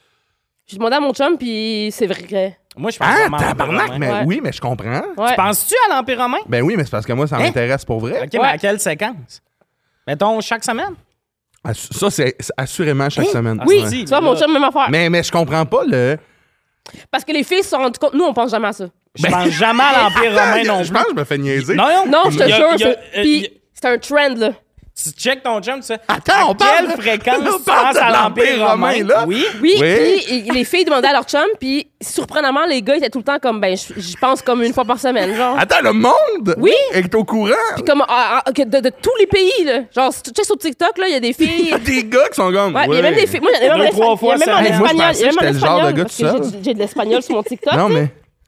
J'ai demandé à mon chum, puis c'est vrai. Moi, je pense Ah, vraiment à l'Empire tabarnak! romain. Mais Ouais. oui, mais je comprends. Ouais. Penses-tu à l'Empire romain? Ben oui, mais c'est parce que moi, ça Hein? m'intéresse pour vrai. OK, mais à quelle séquence? Mettons, chaque semaine? Assu- Ça, c'est c'est assurément chaque semaine. Ah, Oui, Ouais. tu vois, mon chum, même affaire. Mais, mais je comprends pas le. Parce que les filles se sont rendues compte. Nous, on pense jamais à ça. Je pense jamais à l'Empire romain non Je plus. pense que je me fais niaiser. Non, non. Non, je te Il y a- jure. il y a- c'est- euh, Puis il y a- c'est un trend, là. Tu checkes ton chum, tu sais. Attends, on à parle quelle de- fréquence on tu parle penses de à l'Empire l'Empire romain? romain, là? Oui. Oui, Oui. puis et- les filles demandaient à leur chum, puis surprenamment, les gars étaient tout le temps comme, ben, je je pense comme une fois par semaine, genre. Attends, le monde Oui. est au courant. Puis comme, ah, ah, que de, de tous les pays, là. Genre, si tu checkes sur TikTok, là, il y a des Il filles. y a des gars qui sont comme. Ouais, il y a même des filles. Moi, il y a même Deux, en trois espagnol. fois Il y a même en semaine. Hey, moi, je espagnol. pensais Il y a que même en j'étais le genre de espagnol, gars parce que tout j'ai- J'ai de l'espagnol sur mon TikTok. Non, tu sais. mais.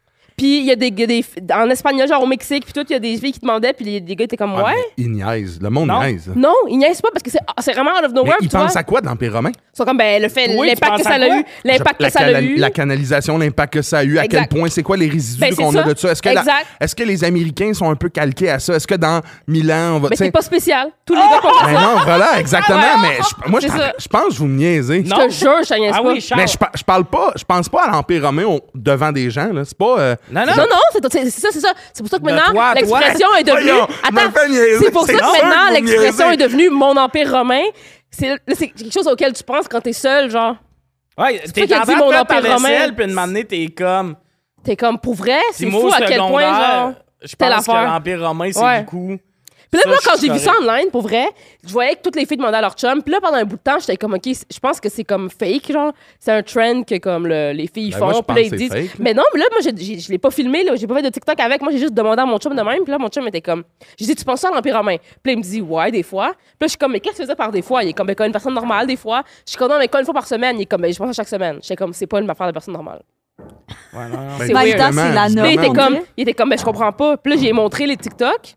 Puis il y a des, y a des en espagnol, genre au Mexique, puis tout, il y a des filles qui demandaient, puis les, les gars étaient comme Ah, ouais. mais ils niaisent. Le monde Non. niaise. Non, ils niaisent pas parce que c'est, c'est vraiment out of Mais nowhere. ils tu vois. pensent à quoi de l'Empire romain? Ils sont comme, ben, le fait, Oui, tu l'impact penses que à ça a quoi? eu. L'impact la, que ça a cana- eu. la canalisation, l'impact que ça a eu, à Exact. quel point, c'est quoi les résidus Ben, c'est qu'on a ça. de ça? Est-ce que, la- Exact. est-ce que les Américains sont un peu calqués à ça? Est-ce que dans Milan, on va. Mais t'sais- c'est pas spécial. Tous les gars font Ben ça. non, voilà, exactement. Mais je- moi, je C'est t'en- ça. je pense que vous me niaisez. Non. Je te jure, je te niaise Ah pas. oui, Charles. Mais je, pa- je parle pas, je pense pas à l'Empire romain au- devant des gens, là. C'est pas. euh, Non, non. Non, non, c'est, c'est, c'est ça, c'est ça. C'est pour ça que De maintenant, toi à toi. l'expression est devenue. Voyons, me Attends, fais niaiser, c'est pour ça c'est que sûr maintenant, que vous me l'expression niaisez. est devenue mon empire romain. C'est, c'est quelque chose auquel tu penses quand t'es seul, genre. Ouais, toi t'es qui as en dit train mon de faire ta empire romain. vaisselle, puis une matinée, t'es comme... T'es comme, pour vrai, c'est Timo fou à quel point, secondaire, genre. je telle pense que affaire. l'Empire romain, c'est Ouais. du coup... Puis là, Ça, moi, je quand suis j'ai vu ça correct. online, pour vrai, je voyais que toutes les filles demandaient à leur chum. Puis là, pendant un bout de temps, j'étais comme, OK, je pense que c'est comme fake, genre. C'est un trend que comme le- les filles Ben, font. moi, je Puis là, pense ils que disent. c'est fake, là. Mais non, mais là, moi, j'ai- j'ai- je l'ai pas filmé, là. J'ai pas fait de TikTok avec. Moi, j'ai juste demandé à mon chum de même. Puis là, mon chum était comme, j'ai dit, tu penses ça à l'Empire romain? Puis là, il me dit, ouais, des fois. Puis là, je suis comme, mais qu'est-ce que tu faisais par des fois? Il est comme, ben, comme une personne normale, des fois. Je suis comme, non, mais comme une fois par semaine. Il est comme, ben, je pense à chaque semaine. J'étais comme, c'est pas une affaire de personne normale. Ouais, non, non. Ben, C'est Dans le weird. temps, c'est la Évidemment, Puis là, il norme. était on comme, dirait. il était comme, ben, je comprends pas. Puis là, j'ai montré les TikTok.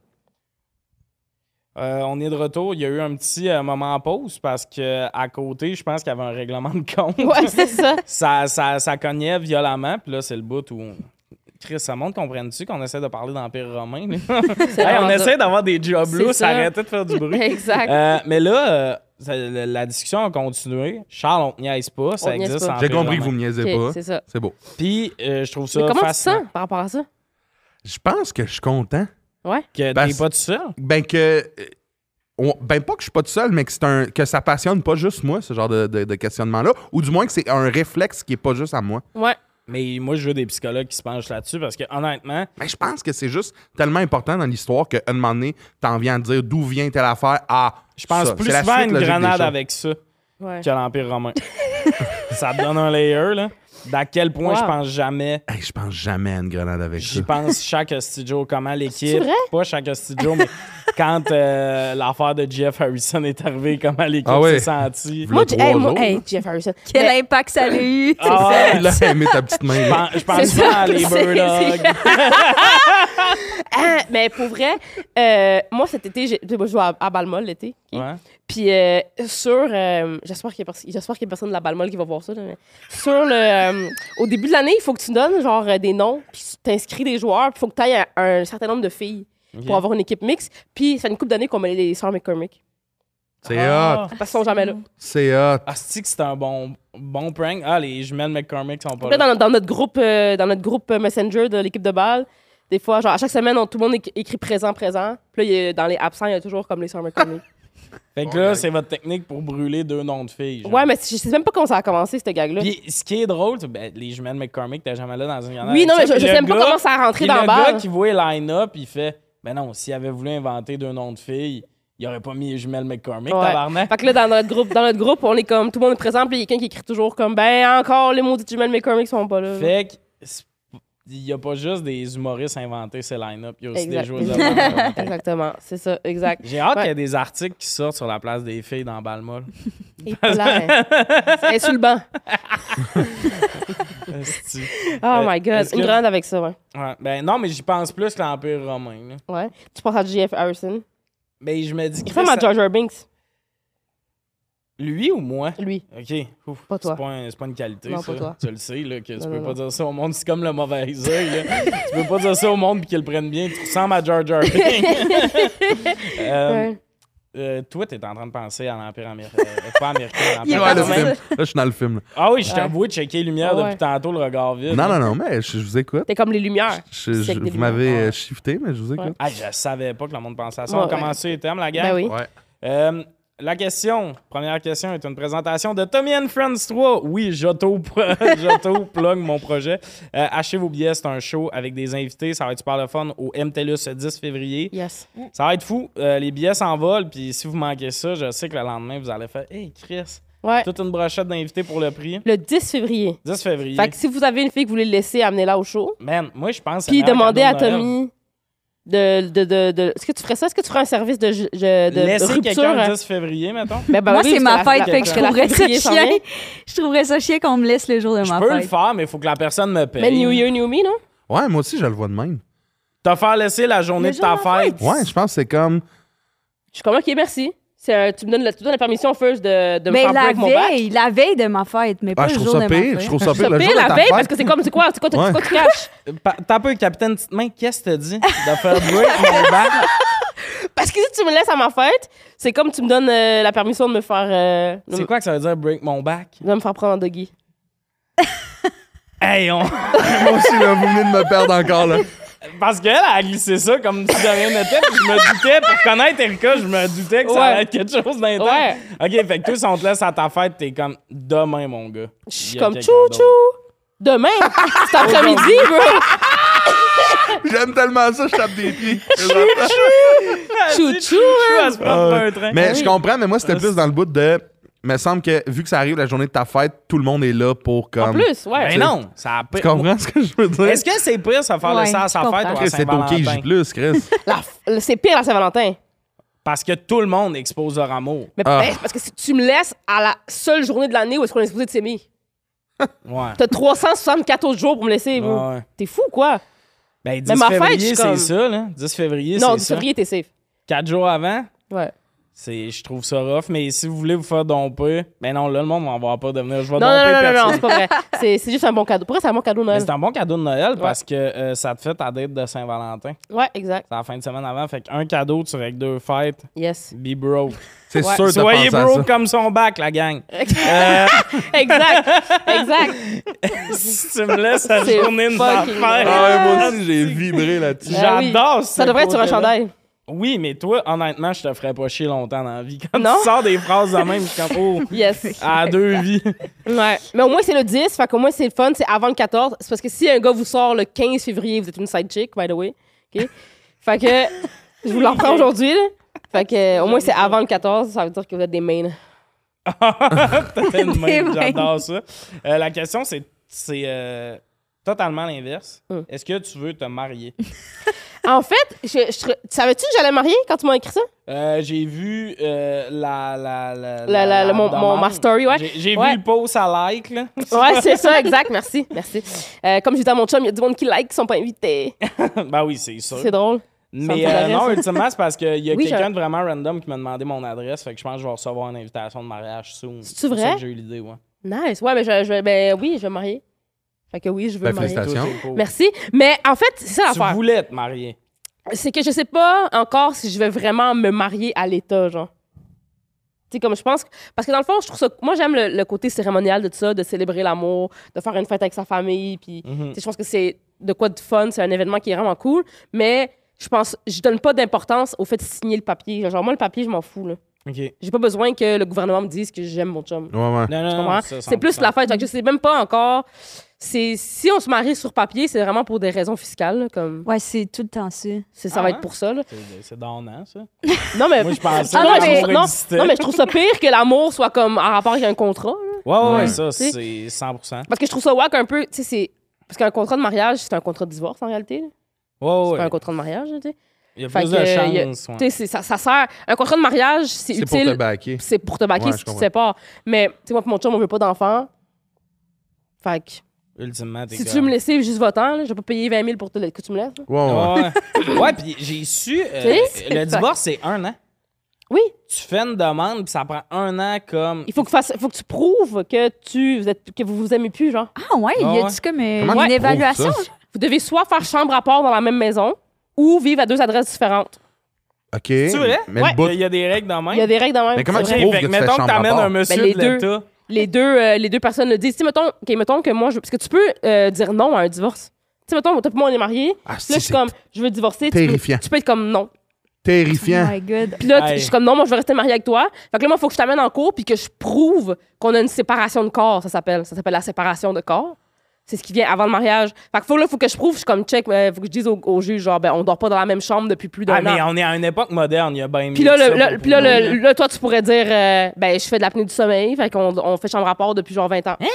Euh, on est de retour. Il y a eu un petit euh, moment en pause parce que à côté, je pense qu'il y avait un règlement de compte. Ouais, c'est ça. ça, ça, ça cognait violemment. Puis là, c'est le bout où... Chris, ça montre, comprends-tu qu'on essaie de parler d'Empire romain? là? C'est Hey, on vraiment ça. essaie d'avoir des jobs C'est là, ça ça. arrêtait de faire du bruit. Exact. Euh, mais là, euh, ça- la, la discussion a continué. Charles, on te niaise pas, ça On te niaise existe. pas. J'ai Empire compris que vous romain. me niaisez OK, pas. c'est ça. C'est beau. Puis, euh, je trouve ça Mais comment tu te fascinant. sens par rapport à ça? Je pense que je suis content. Ouais. Que Ben, t'es pas tout seul. Ben que. euh, on- ben pas que je suis pas tout seul, mais que c'est un que ça passionne pas juste moi, ce genre de, de- de questionnement-là. Ou du moins que c'est un réflexe qui est pas juste à moi. Ouais. Mais moi, je veux des psychologues qui se penchent là-dessus parce que, honnêtement, Mais je pense que c'est juste tellement important dans l'histoire qu'à un moment donné, t'en viens à dire d'où vient telle affaire. Ah, je pense ça. plus C'est la souvent à suite une logique des grenade choses. avec ça Ouais. que l'Empire romain. Ça te donne un layer, là. D'à quel point Wow. je pense jamais. Hey, je pense jamais à une grenade avec ça. J'y pense chaque studio, comment l'équipe. C'est vrai? Pas chaque studio, mais quand euh, l'affaire de Jeff Harrison est arrivée, comment l'équipe Ah ouais. s'est sentie. V'là Moi, trois hey, moi, jours, hey, là. Jeff Harrison. Quel Mais- impact ça a eu. Ah ouais, Là, aimé ta petite main. je là. pense- je pense C'est pas ça, à les c'est- Bird Ah, mais pour vrai, euh, moi, cet été, j'ai, moi, je joue à, à Balmol l'été. ok? Ouais. Puis euh, sur... euh, j'espère qu'il y a pers- j'espère qu'il y a personne de la Balmol qui va voir ça. là, mais sur le... euh, au début de l'année, il faut que tu donnes genre euh, des noms, puis tu t'inscris des joueurs, puis il faut que tu ailles un, un certain nombre de filles Ok. pour avoir une équipe mixte. Puis ça fait une couple d'années qu'on met les sœurs McCormick. C'est Ah. hot. Parce qu'ils sont jamais là. C'est hot. Ah, c'est que c'est un bon, bon prank. Ah, les jumelles McCormick sont pas Là, là. dans, dans notre groupe, euh, dans notre groupe euh, Messenger de l'équipe de balle, des fois, genre à chaque semaine, on- tout le monde éc- écrit présent, présent. Puis là, il y a- dans les absents, il y a toujours comme les sœurs McCormick. Fait que là, c'est votre technique pour brûler deux noms de filles. genre. Ouais, mais je sais même pas comment ça a commencé, cette gag-là. Puis ce qui est drôle, c'est ben, les jumelles McCormick, t'es jamais là dans une grenade. Oui, avec non, ça. mais je, Puis je le sais même pas gars- comment ça a rentré puis dans le le gars bar. qui voit les line-up, il fait ben non, s'il avait voulu inventer deux noms de filles, il aurait pas mis les jumelles McCormick, Ouais. tabarnak. Fait que là, dans notre groupe, dans notre groupe, on est comme, tout le monde est présent, puis il y a quelqu'un qui écrit toujours comme, ben encore, les maudites jumelles McCormick sont pas là. Fait que c'est- il y a pas juste des humoristes inventés ces line-up, il y a aussi Exact. des joueuses de balle. Exactement, c'est ça, exact. J'ai hâte Ouais. qu'il y ait des articles qui sortent sur la place des filles dans Balmol. Et là, elle est sur le banc. Esti. Oh Euh, my god, est-ce une que- grande avec ça, ouais. Ouais, ben non, mais j'y pense plus que l'Empire romain. là. Ouais. Tu penses à J F Harrison? Ben je me dis Il que ressemble à Jar Jar Binks, lui ou moi? lui. OK. Ouf, Pas toi. C'est pas, un- c'est pas une qualité, Non, ça. pas toi. Tu le sais, là, que tu Non, peux non, pas non. dire ça au monde. C'est comme le mauvais œil, là. Tu peux pas dire ça au monde puis qu'ils le prennent bien. Tu ressembles à Jar Jar Binks. Euh, Ouais. euh, toi, t'es en train de penser à l'Empire américain. Euh, pas américain, l'Empire Il est Ouais, le parti. romain. film. Là, je suis dans le film. là. Ah oui, je Ouais. t'avoue de checker les lumières Ah ouais. depuis tantôt, le regard vide. Non, non, non, mais je, je vous écoute. T'es comme les lumières. Je- C'est je- avec des vous m'avez lumières. euh, shifté, mais je vous écoute. Ah, je savais pas que le monde pensait à ça. Ouais, On commence les thèmes, la gang? Ben oui. Ouais. Euh, la question, première question, est une présentation de Tommy and Friends trois. Oui, j'auto- j'auto-plug mon projet. Euh, achetez vos billets, c'est un show avec des invités. Ça va être super le fun au M T L U S le dix février. Yes. Ça va être fou. Euh, les billets s'envolent. Puis si vous manquez ça, je sais que le lendemain, vous allez faire « Hey, Chris, Ouais. toute une brochette d'invités pour le prix. Le dix février. » dix février. Fait que si vous avez une fille que vous voulez laisser, amenez-la au show. Man, moi, je pense que c'est Puis le meilleur demandez à cadeau de Noël. Tommy de, de, de, de- Est-ce que tu ferais ça? Est-ce que tu ferais un service de, je- je- de, de Laissez rupture? quelqu'un hein? le dix février, mettons. Ben, ben Moi, oui, c'est parce ma que la- fête, la- fait que je que la trouverais ça février s'en chiant. vient. Je trouverais ça chiant qu'on me laisse le jour de Je ma peux le fête. faire, mais il faut que la personne me paye. Mais New Year, New Me, non? Ouais, moi aussi, je le vois de même. Te faire laisser la journée Le de ta jour de la fête. Ouais, je pense que c'est comme... Je suis comme, OK, merci. C'est un- tu, me donnes la, tu me donnes la permission first de, de me Mais faire la break mon back. veille, la veille de ma fête, mais Ah, pas je le trouve jour ça de ma pire. fête. Je trouve ça Je pire. suis Le jour pire de la ta veille fête. parce que c'est comme, c'est quoi, c'est quoi, Ouais. c'est quoi tu caches? Pa- T'as un peu, capitaine petite main, qu'est-ce que t'as dit? De faire break mon back? Parce que si tu me laisses à ma fête, c'est comme tu me donnes euh, la permission de me faire... euh, de, C'est me- quoi que ça veut dire break mon back? de me faire prendre en doggy. Hey, on... Moi aussi, là, vous venez de me perdre encore, là. Parce qu'elle a glissé ça comme si de rien n'était, puis je me doutais, pour connaître Erika, je me doutais que ça Ouais. allait être quelque chose d'intense. Ouais. OK, fait que toi, si on te laisse à ta fête, t'es comme demain, mon gars. Je Il suis y a comme quelqu'un tchou d'autre. tchou. Demain, cet après-midi, bro. J'aime tellement ça, je tape des pieds. Chou C'est chou, à se prendre pour un train. Mais Ah je oui. comprends, mais moi, c'était plus dans le bout de... Il me semble que, vu que ça arrive la journée de ta fête, tout le monde est là pour comme... En plus, ouais. Ben non, ça a Tu comprends ce que je veux dire? Est-ce que c'est pire se faire Ouais, laisser à je sa comprends. fête ou à Chris, c'est au Saint-Valentin? K J plus, Chris. La f- c'est pire la Saint-Valentin. Parce que tout le monde expose leur amour. Mais Ah. ben, parce que si tu me laisses à la seule journée de l'année où est-ce qu'on est supposé de s'aimer. Ouais. T'as trois cent soixante-quatre autres jours pour me laisser, bro. Ouais. T'es fou, quoi? Ben, dix Mais ma fête, février, je suis c'est comme- ça, là. dix février, Non, c'est dix ça. février, t'es safe. Quatre jours avant, Ouais. c'est, je trouve ça rough. Mais si vous voulez vous faire domper, ben non, là, le monde m'en va pas devenir. Je vais Non, non, domper non, non, non, personne. c'est pas vrai. C'est c'est juste un bon cadeau. Pourquoi c'est un bon cadeau de Mais Noël? c'est un bon cadeau de Noël parce que euh, ça te fait ta date de Saint-Valentin. Ouais, exact. C'est la fin de semaine avant. Fait qu'un cadeau, tu règles deux fêtes. Yes. Be broke. C'est Ouais. sûr de Soyez penser à broke ça. comme son bac, la gang. Euh, exact. Exact. si tu me laisses la C'est journée de ma fucking fête. vrai. Ah ouais, moi aussi, j'ai vibré là-dessus. Ah oui. J'adore Ça devrait être sur un chandail. Oui, mais toi, honnêtement, je te ferais pas chier longtemps dans la vie. Quand Non? tu sors des phrases de même, je suis comme, oh, Yes. à deux vies. Ouais. Mais au moins, c'est le dix. Fait qu'au moins, c'est le fun. C'est avant le quatorze. C'est parce que si un gars vous sort le quinze février, vous êtes une side chick, by the way. OK? Fait que je vous l'en prends aujourd'hui, là. Fait que au moins, c'est avant le quatorze. Ça veut dire que vous êtes des mains. T'as une main, Des mains. j'adore ça. Euh, la question, c'est, c'est euh, totalement l'inverse. Mm. Est-ce que tu veux te marier? En fait, je, je- savais-tu que j'allais marier quand tu m'as écrit ça? Euh, j'ai vu euh, la, la, la, La- la- le- mon- demande. mon- ma story, ouais. J'ai, j'ai Ouais. vu le post à like, là. Ouais, c'est ça, exact. Merci. Merci. Euh, comme je disais à mon chum, il y a du monde qui like qui sont pas invités. Ben oui, c'est sûr. C'est drôle. Ça me Mais fait euh, rire, non, ça. ultimement, c'est parce qu'il y a Oui, quelqu'un j'ai- de vraiment random qui m'a demandé mon adresse. Fait que je pense que je vais recevoir une invitation de mariage soon. C'est-tu pour ça vrai? que j'ai eu l'idée, ouais. Nice. Ouais, mais je, je, ben oui, je vais me marier. Fait que oui, je veux Ben, me marier. félicitations. Toi, t'es pauvre. Merci. Mais en fait, c'est ça Tu l'affaire. voulais te marier. C'est que je sais pas encore si je vais vraiment me marier à l'état, genre. Tu sais, comme je pense. que- Parce que dans le fond, je trouve ça. Moi, j'aime le, le côté cérémonial de ça, de célébrer l'amour, de faire une fête avec sa famille. Puis, Mhm. tu sais, je pense que c'est de quoi de fun. C'est un événement qui est vraiment cool. Mais je pense. Je donne pas d'importance au fait de signer le papier. Genre, moi, le papier, je m'en fous, là. OK. J'ai pas besoin que le gouvernement me dise que j'aime mon chum. Ouais, ouais. Non, non, Tu non, comprends? ça, C'est plus cent la pour cent. fête. Fait que je sais même pas encore. C'est si on se marie sur papier, c'est vraiment pour des raisons fiscales, là, comme Ouais, c'est tout le temps ça. c'est ça Ah va ouais? être pour ça. Là. C'est, c'est donnant, ça. Non mais Moi, je pensais Ah, que non, la mais, chose non, existait. non, mais je trouve ça pire que l'amour soit comme en rapport avec un contrat. là. Ouais, ouais, Ouais. ça, Tu sais. c'est cent pour cent. Parce que je trouve ça wack un peu. Tu sais, c'est. Parce qu'un contrat de mariage, c'est un contrat de divorce en réalité. là. Ouais, C'est ouais. pas un contrat de mariage, là, tu sais. Il y a Fait plus que, de euh, il y a- chance. ouais. Tu sais, c'est- ça, ça sert. Un contrat de mariage, c'est C'est pour utile. te backer. C'est pour te baquer Ouais, si je tu te comprends. sépares. Mais, tu sais, moi, pour mon chum, on veut pas d'enfant. Fait que, Ultimement, t'es si tu comme- veux me laisser juste votant, là, je vais pas payer vingt mille pour te, que tu me laisses. là. Ouais, ouais. Ouais, ouais puis j'ai su. euh, Tu sais, le c'est- divorce, c'est un an. Oui, Tu fais une demande, puis ça prend un an comme. il faut que, fasse, faut que tu prouves que, tu, vous êtes, que vous vous aimez plus, genre. Ah ouais, il y Ah a-tu comme euh, Comment une tu prouves évaluation? ça? Vous devez soit faire chambre à part dans la même maison ou vivre à deux adresses différentes. OK. C'est vrai? Mais Ouais. le bout... Il y a des règles dans même. Il y y a des règles dans même. Mais comment c'est tu vrai. prouves Fait que que tu fais mettons que chambre à t'amènes part? un monsieur Ben, les de deux. l'État. Les deux, euh, les deux personnes le disent. Tu sais, mettons, OK, mettons que moi, je... parce que tu peux euh, dire non à un divorce. Tu sais, mettons, toi et moi, on est mariés. Ah, Puis si, là, je suis c'est comme, je veux divorcer. Tu peux, terrifiant. tu peux être comme non. terrifiant. Oh my God. Puis là, tu- Hey. je suis comme non, moi, je veux rester mariée avec toi. Fait que là, moi, il faut que je t'amène en cours puis que je prouve qu'on a une séparation de corps, ça s'appelle. Ça s'appelle la séparation de corps. C'est ce qui vient avant le mariage. Fait que faut, là, faut que je prouve, je suis comme check, il faut que je dise au, au juge, genre, ben, on dort pas dans la même chambre depuis plus d'un Ah, mais an. on est à une époque moderne, il y a bien mieux Puis là, que ça le, le- pour puis là, prouver, le- là, toi, tu pourrais dire, euh, ben, je fais de l'apnée du sommeil, fait qu'on on fait chambre à part depuis genre vingt ans. Hein?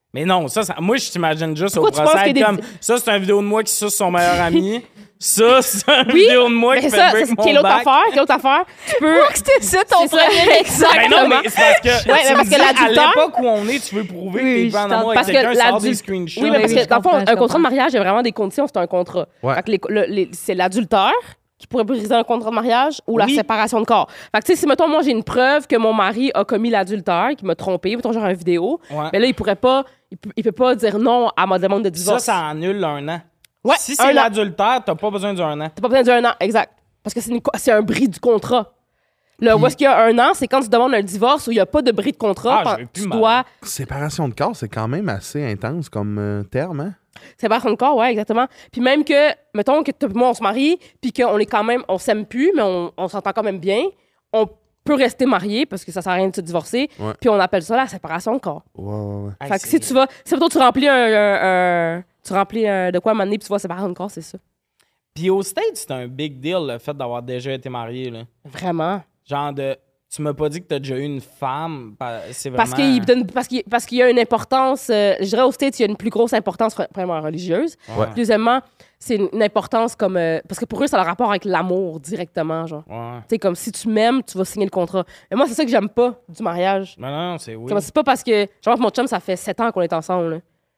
Mais non, ça, ça moi, je t'imagine juste Pourquoi au tu penses procès qu'il y a comme des- ça, c'est une vidéo de moi qui suce son meilleur ami. Ça, c'est une Oui, vidéo de moi mais qui ça, fait ça, break c'est mon quelle autre back. affaire? Quelle autre affaire? Tu peux. C'était ça ton C'est ça, problème. Ben exactement. non, mais c'est parce que, Ouais, mais tu me parce que dis, l'adultère- à l'époque où on est, tu veux prouver Oui, que t'es je pas en t'en- amour avec Parce que quelqu'un, sort des l'adulte- screenshots. Oui, mais parce Oui, que je dans le fond, comprends, je un contrat de comprends. mariage, il y a vraiment des conditions, c'est un contrat. Ouais. Fait que les- le- les- c'est l'adultère qui pourrait briser un contrat de mariage ou la Oui. séparation de corps. Fait que, tu sais, si, mettons, moi, j'ai une preuve que mon mari a commis l'adultère, qu'il m'a trompé, mettons, genre une vidéo, Ouais. mais là, il pourrait pas, il, peut, il peut pas dire non à ma demande de Ça, divorce. ça annule un an. Ouais, Si un c'est an. l'adultère, t'as pas besoin d'un an. T'as pas besoin d'un an, exact. Parce que c'est, une co- c'est un bris du contrat. Là, où est-ce qu'il y a un an, c'est quand tu demandes un divorce où il n'y a pas de bris de contrat. Ah, quand je vais plus tu mal. dois. Séparation de corps, c'est quand même assez intense comme euh, terme, hein? Séparation de corps, ouais, exactement. Puis même que, mettons que toi et moi, on se marie, puis qu'on est quand même, on s'aime plus, mais on, on s'entend quand même bien, on peut rester mariés parce que ça sert à rien de se divorcer, Ouais. puis on appelle ça la séparation de corps. Ouais, ouais, ouais. Hey, fait que c'est- si tu vas, si mettons, tu remplis un, un- un- tu remplis un- de quoi à un moment donné, puis tu vois séparation de corps, c'est ça. Puis au States, c'est un big deal le fait d'avoir déjà été marié. Là. Vraiment. Genre de. Tu m'as pas dit que t'as déjà eu une femme. pa- C'est vraiment. Parce qu'il donne, parce qu'il, parce qu'il y a une importance, euh, je dirais au States, il y a une plus grosse importance vra- vraiment religieuse. Ouais. Deuxièmement, c'est une, une importance comme, euh, parce que pour eux, ça a le rapport avec l'amour directement, genre. Ouais. Tu sais, comme si tu m'aimes, tu vas signer le contrat. Mais moi, c'est ça que j'aime pas du mariage. Mais non, non, c'est oui. Comme, c'est pas parce que, genre, mon chum, ça fait sept ans qu'on est ensemble, là.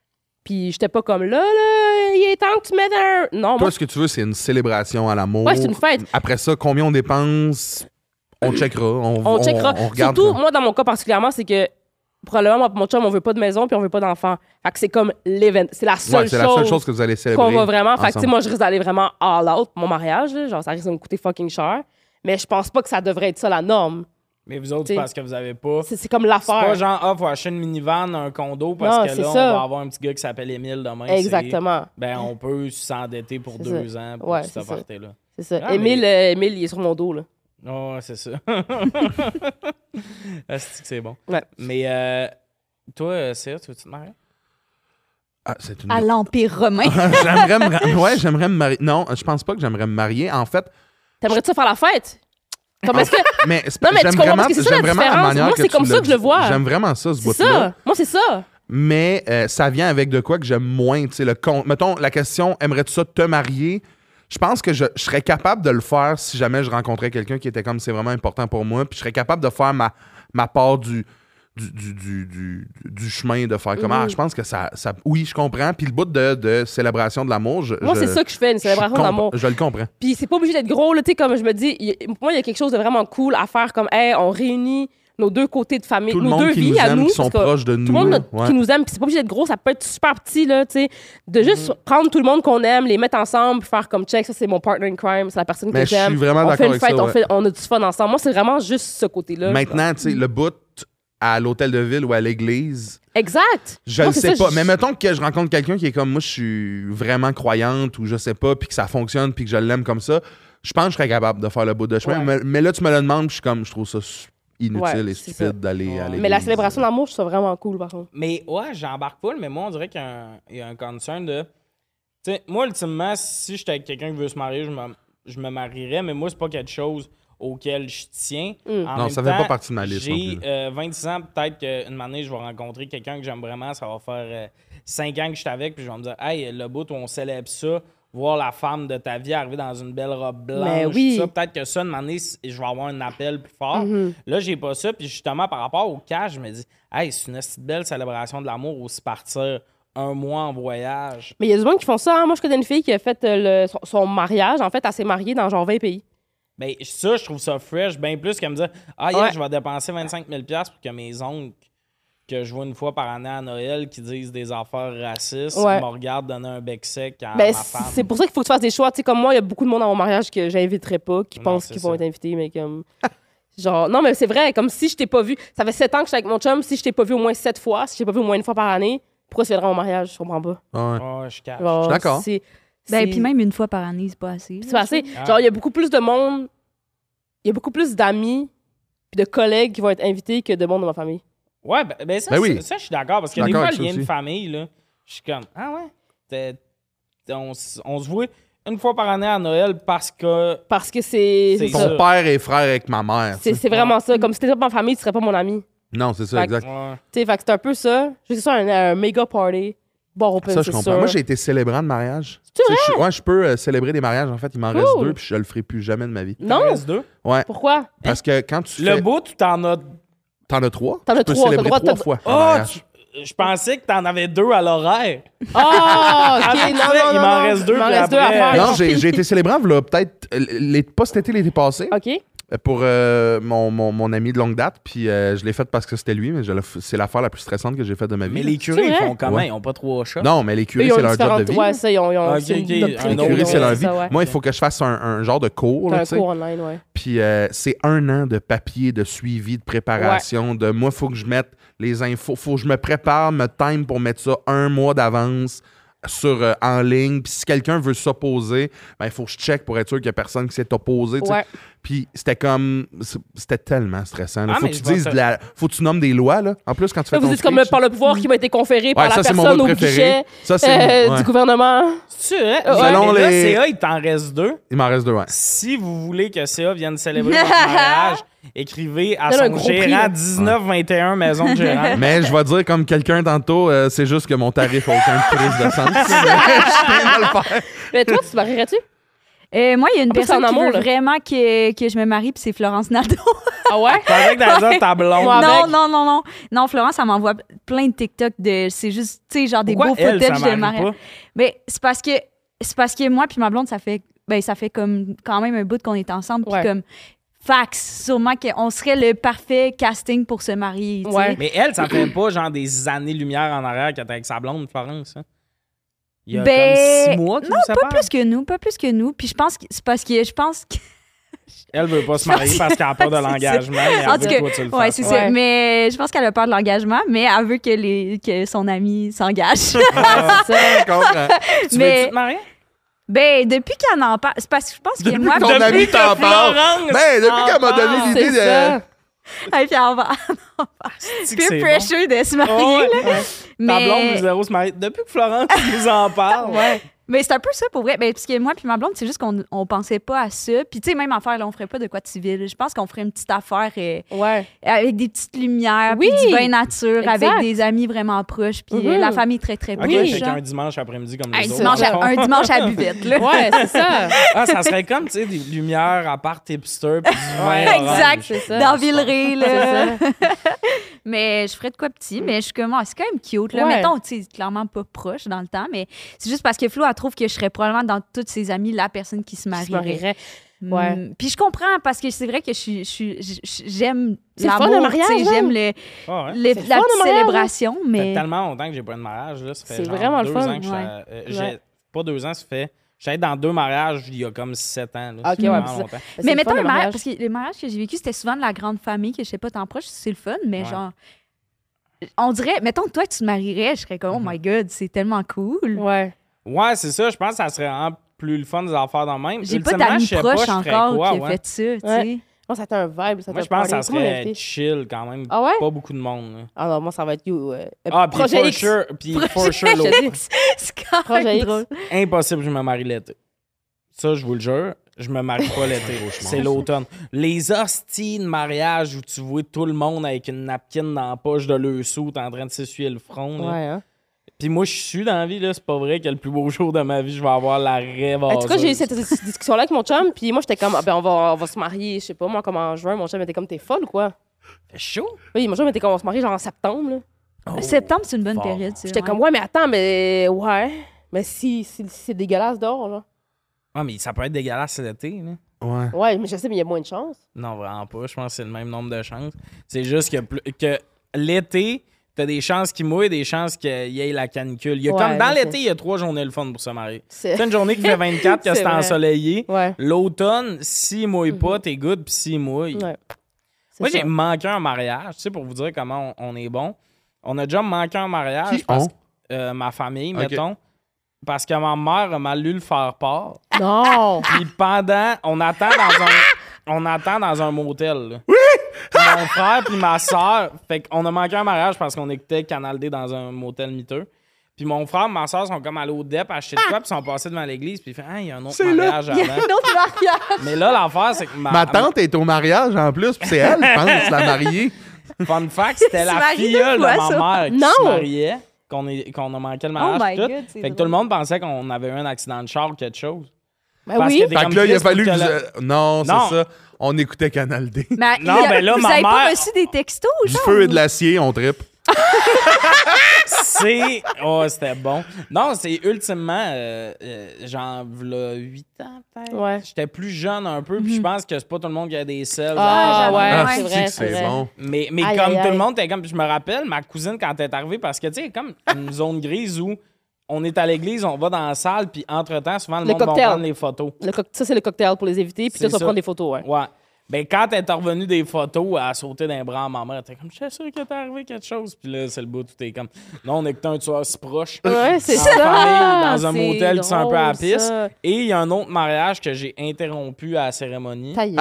Puis j'étais pas comme, là, là, il est temps que tu mettes un... Non, moi, Toi, ce que tu veux, c'est une célébration à l'amour. Ouais, c'est une fête. Après ça, combien on dépense, on checkera. On, on checkera. on regarde. Surtout, moi, dans mon cas particulièrement, c'est que probablement, moi, mon chum, on veut pas de maison puis on veut pas d'enfant. Fait que c'est comme l'événement. C'est la seule Ouais, c'est chose, la seule chose que vous allez célébrer. qu'on va vraiment. Fait que, tu sais, ensemble. moi, je risque d'aller vraiment all out pour mon mariage, là. Genre, ça risque de me coûter fucking cher. Mais je pense pas que ça devrait être ça la norme. Mais vous autres, T'sais, c'est parce que vous avez pas. C'est, c'est comme C'est l'affaire. pas genre, ah, faut acheter une minivan, un condo, parce Non, que c'est là, ça. on va avoir un petit gars qui s'appelle Émile demain. c'est- Exactement. Ben, on peut s'endetter pour C'est deux ça. ans pour Ouais, cette c'est ça. aparté-là. C'est ça. Ah, Émile, mais- euh, Émile, il est sur mon dos, là. Ouais, c'est ça. Est-ce que c'est bon? Ouais. Mais euh, toi, euh, Cyr, tu veux-tu te marier? Ah, c'est une... À l'Empire romain. j'aimerais me... ra- Ouais, j'aimerais me marier. Non, je pense pas que j'aimerais me marier. En fait, T'aimerais-tu ça faire la fête? Comme est-ce que. mais, c'est Non, pas- mais tu j'aime comprends, vraiment, parce que c'est ça j'aime la vraiment la différence. manière Moi, que c'est tu comme ça l'as que je le dit. vois. J'aime vraiment ça, ce C'est bout-là. ça. Moi, c'est ça. Mais euh, ça vient avec de quoi que j'aime moins. Tu sais, le con... Mettons, la question, aimerais-tu ça te marier? Je pense que je, je serais capable de le faire si jamais je rencontrais quelqu'un qui était comme c'est vraiment important pour moi. Puis je serais capable de faire ma, ma part du, du, du, du, du, du chemin, de faire comme Mhm. ah, je pense que ça, ça. Oui, je comprends. Puis le bout de, de célébration de l'amour, je. Moi, je- c'est ça que je fais, une je célébration comp- d'amour. Je le comprends. Puis c'est pas obligé d'être gros, là, tu sais, comme je me dis, il y a- pour moi, il y a quelque chose de vraiment cool à faire, comme, hey, on réunit nos deux côtés de famille, Tout le nos monde deux qui vies nous à aime, nous. qui sont parce que proches de nous. Tout le monde là. notre- Ouais. qui nous aime, puis c'est pas obligé d'être gros, ça peut être super petit, là, tu sais, de juste Mm-hmm. prendre tout le monde qu'on aime, les mettre ensemble, puis faire comme, check, ça, c'est mon partner in crime, c'est la personne Mais que je suis j'aime. vraiment On d'accord fait une avec fête, ça, on, ouais. fait, on a du fun ensemble. Moi, c'est vraiment juste ce côté-là. Maintenant, tu sais, le bout à l'hôtel de ville ou à l'église, Exact. je Moi, le c'est sais ça, pas. je- Mais mettons que je rencontre quelqu'un qui est comme moi, je suis vraiment croyante ou je sais pas, puis que ça fonctionne, puis que je l'aime comme ça, je pense que je serais capable de faire le bout de chemin. Ouais. Mais, mais là, tu me le demandes, puis je suis comme, je trouve ça su- inutile Ouais, et c'est stupide ça. d'aller Ouais. à l'église. Mais la célébration d'amour, je trouve ça vraiment cool, par contre. Mais ouais, j'embarque full, mais moi, on dirait qu'il y a un, il y a un concern de. Tu sais, moi, ultimement, si j'étais avec quelqu'un qui veut se marier, je me, je me marierais, mais moi, c'est pas quelque chose auquel je tiens. Mm. En Non, même ça fait temps, pas partie de ma liste non J'ai plus. euh, vingt-six ans, peut-être qu'une année, je vais rencontrer quelqu'un que j'aime vraiment. Ça va faire euh, cinq ans que je suis avec, puis je vais me dire, hey, le bout où on célèbre ça, voir la femme de ta vie arriver dans une belle robe blanche. Mais oui. tout ça, peut-être que ça, une année, je vais avoir un appel plus fort. Mm-hmm. Là, j'ai pas ça, puis justement, par rapport au cash, je me dis, hey, c'est une petite belle célébration de l'amour aussi partir un mois en voyage. Mais il y a du monde qui font ça. Hein. Moi, je connais une fille qui a fait euh, le- son, son mariage. En fait, elle s'est mariée dans genre vingt pays. Ben, ça, je trouve ça fresh, bien plus qu'à me dire, ah, yeah, Ouais. je vais dépenser vingt-cinq mille dollars pour que mes oncles, que je vois une fois par année à Noël, qui disent des affaires racistes, Ouais. me regardent donner un bec sec à Ben, ma femme. c'est pour ça qu'il faut que tu fasses des choix. Tu sais, comme moi, il y a beaucoup de monde à mon mariage que j'inviterai pas, qui Non, pensent c'est qu'ils ça. vont être invités, mais comme. Genre, non, mais c'est vrai, comme si je t'ai pas vu. Ça fait sept ans que je suis avec mon chum, si je t'ai pas vu au moins sept fois, si je t'ai pas vu au moins une fois par année, pourquoi tu viendrais à mon mariage? Je comprends pas. Ouais. Ouais, je cache. Genre, Je suis d'accord. c'est- Ben, c'est- puis même une fois par année, c'est pas assez. C'est pas assez. Ah. Genre, il y a beaucoup plus de monde, il y a beaucoup plus d'amis puis de collègues qui vont être invités que de monde de ma famille. Ouais, ben, ben ça, Ben oui. c'est- ça, je suis d'accord. Parce que Je suis des d'accord fois, avec le ça lien de aussi. famille, là, je suis comme, ah ouais, t'es- t'es- on, s- on se voit une fois par année à Noël parce que. Parce que c'est. C'est c'est ça. ça. Ton père est frère avec ma mère. C'est tu sais. c'est vraiment ça. Comme si t'étais pas ma famille, tu serais pas mon ami. Non, c'est ça, Fait- exact. Ouais. Tu sais, fait que c'est un peu ça. J'ai ça, un, un méga party. Bon, open, Ça, je c'est comprends. sûr. Moi, j'ai été célébrant de mariage. C'est Tu sais, je, ouais, je peux euh, célébrer des mariages. En fait, il m'en reste Cool. deux, puis je le ferai plus jamais de ma vie. Il Non? en reste deux. Ouais. Pourquoi? Parce que quand tu Le fais... bout, tu t'en as. T'en as trois? T'en as Tu peux trois, t'as célébrer droit, trois t'as- fois en Oh, mariage. tu- je pensais que t'en avais deux à l'horaire. Oh, ok, Ah, non, tu non, sais, non, il m'en non. reste deux, Il m'en puis reste deux à après- faire. Non, j'ai j'ai été célébrant, là, peut-être, euh, les- pas cet été, l'été passé, OK. pour euh, mon, mon, mon ami de longue date, puis euh, je l'ai fait parce que c'était lui, mais je l'ai f- c'est l'affaire la plus stressante que j'ai faite de ma vie. Mais là. les curés, ils C'est font vrai? comment? Ouais. Ils ont pas trois chats? Non, mais les Eux, curés, ils ont c'est une leur job de différente- vie. Ouais, ça, ils ont, ils ont Ok, c'est une ok, doctrine. un Les autre, curés, ouais, c'est leur c'est vie. ça, ouais. Moi, il faut que je fasse un, un genre de cours, T'as là, un tu sais. cours online, ouais. Puis euh, c'est un an de papier, de suivi, de préparation. De moi, il faut que je mette les infos. Faut que je me prépare, me time pour mettre ça un mois d'avance sur euh, en ligne. Puis si quelqu'un veut s'opposer, ben, il faut que je check pour être sûr qu'il n'y a personne qui s'est opposé. tu sais. Ouais. Puis c'était comme... C'était tellement stressant. là. Ah, Faut mais que je tu vais dises te- de la... Faut que tu nommes des lois, là. En plus, quand tu fais Là, vous ton dites comme speech- par le pouvoir qui m'a été conféré par Ouais, la ça, c'est mon personne bout au préféré. guichet Ça, c'est... euh, ouais. du gouvernement. C'est vrai? Ouais. Selon Mais là, les- C A, il t'en reste deux. Il m'en reste deux, ouais. Si vous voulez que C A vienne célébrer votre mariage, écrivez à Donne un son gros prix, gérant là. dix-neuf vingt et un Maison de Gérant. Mais je vais dire comme quelqu'un tantôt, euh, c'est juste que mon tarif a aucun prise de sens. Mais je suis prêt à le faire. Mais toi, tu te marierais-tu? Euh, moi, il y a une En plus, personne en qui amour, veut là. vraiment que, que je me marie, puis c'est Florence Nadeau. Ah ouais? Je pensais que t'allais dire ta blonde. Moi, non, avec. non, non, non. Non, Florence, elle m'envoie plein de TikTok de. C'est juste, tu sais, genre des Pourquoi beaux elle, ça footage de marie mariage. pas? Mais c'est parce que c'est parce que moi puis ma blonde, ça fait ben ça fait comme quand même un bout qu'on est ensemble, puis Ouais. comme fax, sûrement qu'on serait le parfait casting pour se marier. tu sais. Ouais. Mais elle, ça fait pas genre des années-lumière en arrière qu'elle était avec sa blonde, Florence. hein? Il y a Ben, comme six mois qu'ils non, vous pas séparent. plus que nous, pas plus que nous. Puis je pense que c'est parce que je pense que Elle veut pas se marier parce qu'elle a peur de C'est ça. l'engagement, mais elle En veut tout que cas, toi, tu le ouais, fasses. c'est Ouais. ça. Mais je pense qu'elle a peur de l'engagement, mais elle veut que les que son ami s'engage. Ah, C'est ça. Je comprends. tu mais- veux-tu te marier? Ben depuis qu'elle en parle, c'est parce que je pense que Depuis moi ton puis- ami t'en parle. Florence Ben, depuis en qu'elle m'a donné parle. l'idée C'est de... ça. Hey, puis on va C'est que peer c'est bon. pressure de se marier. Oh, ouais. là. Ta Mais- blonde veut zéro se marier. Depuis que Florence nous en parle, Ouais. Mais c'est un peu ça pour vrai. Ben, parce que moi puis ma blonde, c'est juste qu'on on pensait pas à ça. Puis tu sais, même affaire, là, on ferait pas de quoi de civil. Je pense qu'on ferait une petite affaire euh, Ouais. avec des petites lumières, Oui! puis du bain nature, Exact. avec des amis vraiment proches, puis euh, Mhm. la famille très très Ok, proche. fait genre. qu'un dimanche après-midi comme Un les autres. dimanche, à, dans le un fond. dimanche à buvette, là. Ouais, c'est ça. Ah, ça serait comme, tu sais, des lumières à part hipster puis du vin Ouais, orange. exact. C'est ça. Dans Villeray, là. C'est ça. Mais je ferais de quoi petit, mais je suis comme, ah, c'est quand même cute, là. Ouais. Mettons, tu sais, clairement pas proche dans le temps, mais c'est juste parce que Flo, elle trouve que je serais probablement dans toutes ses amies la personne qui se Je me marierait. marierais. Mm. Ouais. Puis je comprends, parce que c'est vrai que je suis, je suis, je- je- j'aime C'est le fun, l'amour, un mariage, tu sais, hein? j'aime le, Ah ouais. le- C'est le la fun, petite un mariage, célébration, Ça fait mais... tellement longtemps que j'ai pas eu de mariage. Là. Ça fait C'est genre vraiment le deux fun. ans que j'étais- Ouais. euh, j'ai- Ouais. Pas deux ans, ça fait... J'étais dans deux mariages il y a comme sept ans. Là. Ok, C'est ouais, vraiment puis ça- longtemps. C'est Mais le mettons fun, un un mariage, parce que les mariages que j'ai vécu, c'était souvent de la grande famille, que je sais pas tant proche, c'est le fun, mais Ouais. genre... On dirait, mettons que toi, tu te marierais, je serais comme, oh my God, c'est tellement cool. Ouais. Ouais, c'est ça. Je pense que ça serait vraiment plus le fun des affaires dans le même. J'ai pas Ultimement, d'amis je sais proches pas, je ferais encore quoi, qui a ouais. fait ça, tu Ouais. sais. Moi, ça a été un vibe. Ça Moi, a je été un pense que ça party. Tout le monde est serait invité. chill quand même. Ah ouais? Pas beaucoup de monde. là. Ah non, moi, ça va être you. euh, Ah, puis Projet for X. sure, puis for Projet sure, Je l'autre. te dis. C'est quand Projet même X. drôle. Impossible que je me marie l'été. Ça, je vous le jure, je me marie pas l'été. C'est l'automne. Les hosties de mariage où tu vois tout le monde avec une napkin dans la poche de leur soute en train de s'essuyer le front. là. Ouais, hein. Puis moi, je suis dans la vie, là. C'est pas vrai que le plus beau jour de ma vie, je vais avoir la rêve. En tout cas, j'ai eu cette cette discussion-là avec mon chum, puis moi, j'étais comme, ah, ben, on va, on va se marier, je sais pas, moi, comme en juin. Mon chum était comme, t'es folle ou quoi? Fait chaud. Oui, mon chum était comme, on va se marier genre en septembre, là. Oh. Septembre, c'est une bonne Fort. période. c'est J'étais vrai. comme, ouais, mais attends, mais ouais. Mais si, si, si c'est dégueulasse dehors, là. Ah, mais ça peut être dégueulasse cet été, là. Ouais. Ouais, mais je sais, mais il y a moins de chance. Non, vraiment pas. Je pense que c'est le même nombre de chances. C'est juste que, plus- que l'été, t'as des chances qu'il mouille, des chances qu'il y ait la canicule. Il y a Ouais, comme dans je sais. l'été, il y a trois journées le fun pour se marier. C'est... C'est une journée qui fait vingt-quatre, que C'est c'est vrai. ensoleillé. Ouais. L'automne, s'il mouille pas, t'es good, puis s'il mouille. Ouais. C'est Moi, ça. j'ai manqué un mariage, tu sais, pour vous dire comment on, on est bon. On a déjà manqué un mariage. Qui parce on? que, euh, ma famille, Ok. mettons. Parce que ma mère a mal lu le faire part. Non! Puis pendant, on attend dans un, on attend dans un motel. Là. Oui! Mon frère puis ma soeur, fait qu'on a manqué un mariage parce qu'on écoutait Canal D dans un motel miteux. Puis mon frère et ma soeur sont comme allés au D E P acheter de quoi, puis sont passés devant l'église, puis ils font, ah, il y a un autre C'est là. mariage Il y a avant. un autre mariage. Mais là, l'affaire, c'est que ma, Ma tante est au mariage en plus, puis c'est elle, je pense, la mariée. Fun fact, c'était Tu la maries deux filleule de fois, ma ça. mère qui Non. se mariait, qu'on, est, qu'on a manqué le Oh mariage. my et tout. God, c'est Fait que tout drôle. le monde pensait qu'on avait eu un accident de char ou quelque chose. Ben Parce oui. que t'es Fait comme que là, il a Chris, fallu faut que que vous... la- euh, Non, Non. c'est ça. On écoutait Canal D. Mais Non, il y a- ben là, vous ma avez pas mère- reçu des textos, Du genre? feu et de l'acier, on trippe. C'est. Oh, c'était bon. Non, c'est ultimement. Euh, euh, genre, v'là huit ans, peut-être. Ouais. J'étais plus jeune un peu, puis je pense que c'est pas tout le monde qui a des selles. Ah, j'avoue, ouais, ouais. c'est Ah, vrai, c'est c'est vrai. bon. Mais, mais Aïe, comme aïe, tout aïe. le monde, t'es comme. Je me rappelle, ma cousine, quand elle est arrivée, parce que, tu sais, comme une zone grise où on est à l'église, on va dans la salle, puis entre-temps, souvent, le, Le monde va cocktail. prendre les photos. Le cock- ça, c'est le cocktail pour les éviter, puis C'est toi, tu vas ça. prendre des photos, ouais. Ouais. Ben, quand elle est revenue des photos, elle a sauté d'un bras à ma mère. Elle était comme, je suis sûr qu'il t'est arrivé quelque chose. Puis là, c'est le bout, tout est comme, non, on écoutait un tueur si proche. Ouais, c'est En ça. famille, dans un C'est motel qui sent un peu à la drôle, piste. ça. Et il y a un autre mariage que j'ai interrompu à la cérémonie. Ta gueule.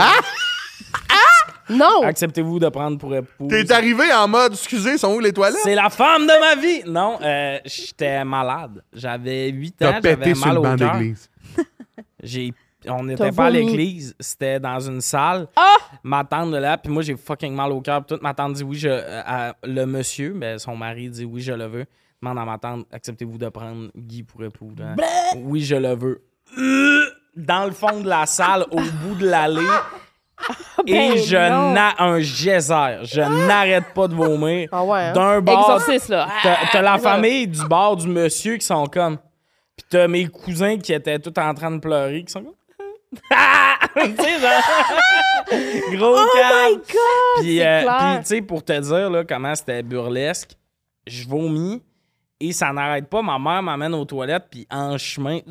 Non! Acceptez-vous de prendre pour épouse? T'es arrivé en mode, excusez, sont où les toilettes? C'est la femme de ma vie! Non, euh, j'étais malade. J'avais huit ans, T'as pété j'avais sur mal le au banc cœur. d'église. J'ai... On n'était T'as pas à vomi. l'église, c'était dans une salle. Ah! Ma tante de là, puis moi j'ai fucking mal au cœur. Puis toute ma tante dit oui, je, euh, à- le monsieur, ben, son mari dit oui, je le veux. Demande à ma tante, acceptez-vous de prendre Guy pour époux? Hein? Oui, je le veux. Euh, Dans le fond de la salle, au bout de l'allée, et Ben je non. n'ai un geyser. Je n'arrête pas de vomir. Ah ouais, hein? D'un bord, Exorciste, là. t'as, t'as la famille du bord du monsieur qui sont comme. Puis t'as mes cousins qui étaient tous en train de pleurer, qui sont comme. Ah! Tu sais, genre. Gros Oh my calme. God! Puis, c'est euh, clair. puis, tu sais, pour te dire là, comment c'était burlesque, je vomis et ça n'arrête pas. Ma mère m'amène aux toilettes, puis en chemin,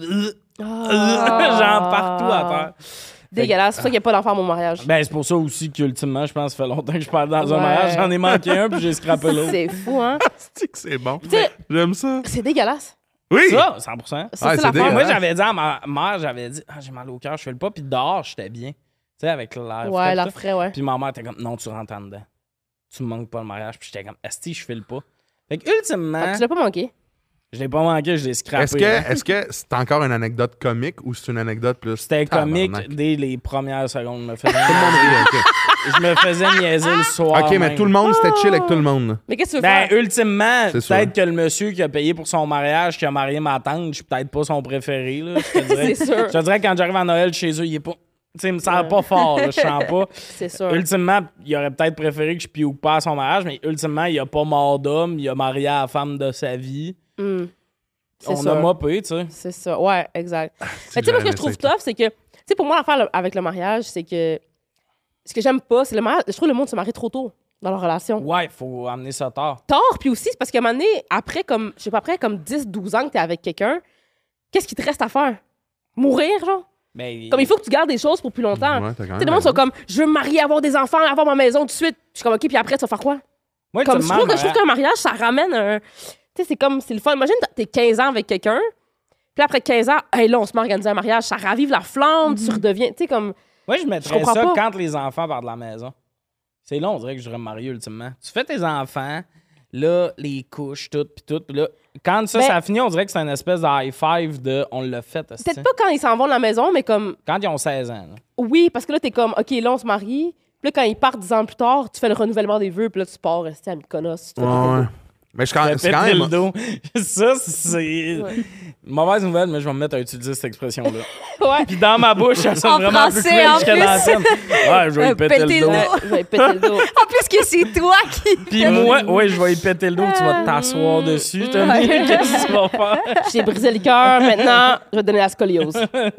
Ah. genre partout à terre. Dégueulasse. C'est pour ça qu'il n'y a pas d'enfant à mon mariage. Ben, c'est pour ça aussi qu'ultimement, je pense que ça fait longtemps que je parle dans un Ouais. mariage. J'en ai manqué un, puis j'ai scrappé l'autre. C'est fou, hein? C'est que c'est bon. Tu sais, J'aime ça. c'est dégueulasse. Oui! Ça, cent pour cent. Ça, Ouais, c'est c'est l'affaire. dégueulasse. Moi, j'avais dit à ma mère, j'avais dit, ah, j'ai mal au cœur, je fais le pas, puis dehors, j'étais bien. Tu sais, avec l'air. Ouais, frais, la tout. frais, ouais. Puis ma mère était comme, non, tu rentres en dedans. Tu me manques pas le mariage. Puis j'étais comme, esti, je fais le pas. Fait que ultimement, Fait que tu l'as pas manqué. je l'ai pas manqué, je l'ai scrappé. Est-ce que hein. est-ce que c'est encore une anecdote comique ou c'est une anecdote plus. C'était comique Tabarnak. dès les premières secondes. Je me faisais, Tout le monde rit, ok. je me faisais niaiser le soir. Ok, mais même. tout le monde, c'était chill avec tout le monde. Mais qu'est-ce que tu veux Ben, faire? ultimement, C'est peut-être sûr. que le monsieur qui a payé pour son mariage, qui a marié ma tante, je suis peut-être pas son préféré. Là, je te dirais. C'est sûr. Je te dirais que quand j'arrive à Noël chez eux, il est pas. Tu sais, il me sent pas fort, là, je sens pas. C'est sûr. Ultimement, il aurait peut-être préféré que je pioque pas à son mariage, mais ultimement, il a pas mort d'homme, il a marié à la femme de sa vie. Hmm. C'est On sûr. a mopé, tu sais. C'est ça. Ouais, exact. Si Mais tu sais, moi, ce que j'aurais je trouve aimé ça. tough, c'est que, tu sais, pour moi, l'affaire le- avec le mariage, c'est que ce que j'aime pas, c'est le mariage. Je trouve que le monde se marie trop tôt dans leur relation. Ouais, faut amener ça tard. Tort, puis aussi, c'est parce qu'à un moment donné, après, comme, je sais pas, après, comme dix douze ans que t'es avec quelqu'un, qu'est-ce qui te reste à faire? Mourir, genre? Mais Comme il faut que tu gardes des choses pour plus longtemps. Ouais, t'as quand Tu même sais, le monde raison. sont comme, je veux me marier, avoir des enfants, avoir ma maison tout de suite. Je suis comme, OK, puis après, tu vas faire quoi? moi, Comme, je ultimement, trouve, que, je trouve mariage- qu'un mariage, ça ramène un. Tu sais, c'est comme, c'est le fun. Imagine, t'es quinze ans avec quelqu'un, puis après quinze ans, hey, là, on se met à organiser un mariage, ça ravive la flamme, tu redeviens. Tu sais, comme. Moi, je Je mettrais comprends ça pas. quand les enfants partent de la maison. C'est là, on dirait que je voudrais me marier ultimement. Tu fais tes enfants, là, les couches, tout, puis tout. Puis là, quand ça, Ben- ça finit, on dirait que c'est une espèce de high five de on l'a fait. esti. Peut-être pas quand ils s'en vont de la maison, mais comme. Quand ils ont seize ans. là. Oui, parce que là, t'es comme, OK, là, on se marie. Puis là, quand ils partent dix ans plus tard, tu fais le renouvellement des vœux, puis là, tu pars rester à Mykonos. Tu fais Ouais, ouais. Mais je quand, c'est quand Péter même. le dos. Ça, c'est Ouais. une mauvaise nouvelle, mais je vais me mettre à utiliser cette expression-là. Ouais. Puis dans ma bouche, ça sonne En vraiment français, plus cringe en que dans la plus. scène. Ouais, je vais Euh, lui péter péter le dos. le Ouais, je vais péter le dos. En plus que c'est toi qui. Puis moi, ouais, je vais lui péter le dos, tu vas t'asseoir dessus. Tommy, qu'est-ce que tu vas faire? J'ai brisé le cœur, maintenant, je vais te donner la scoliose.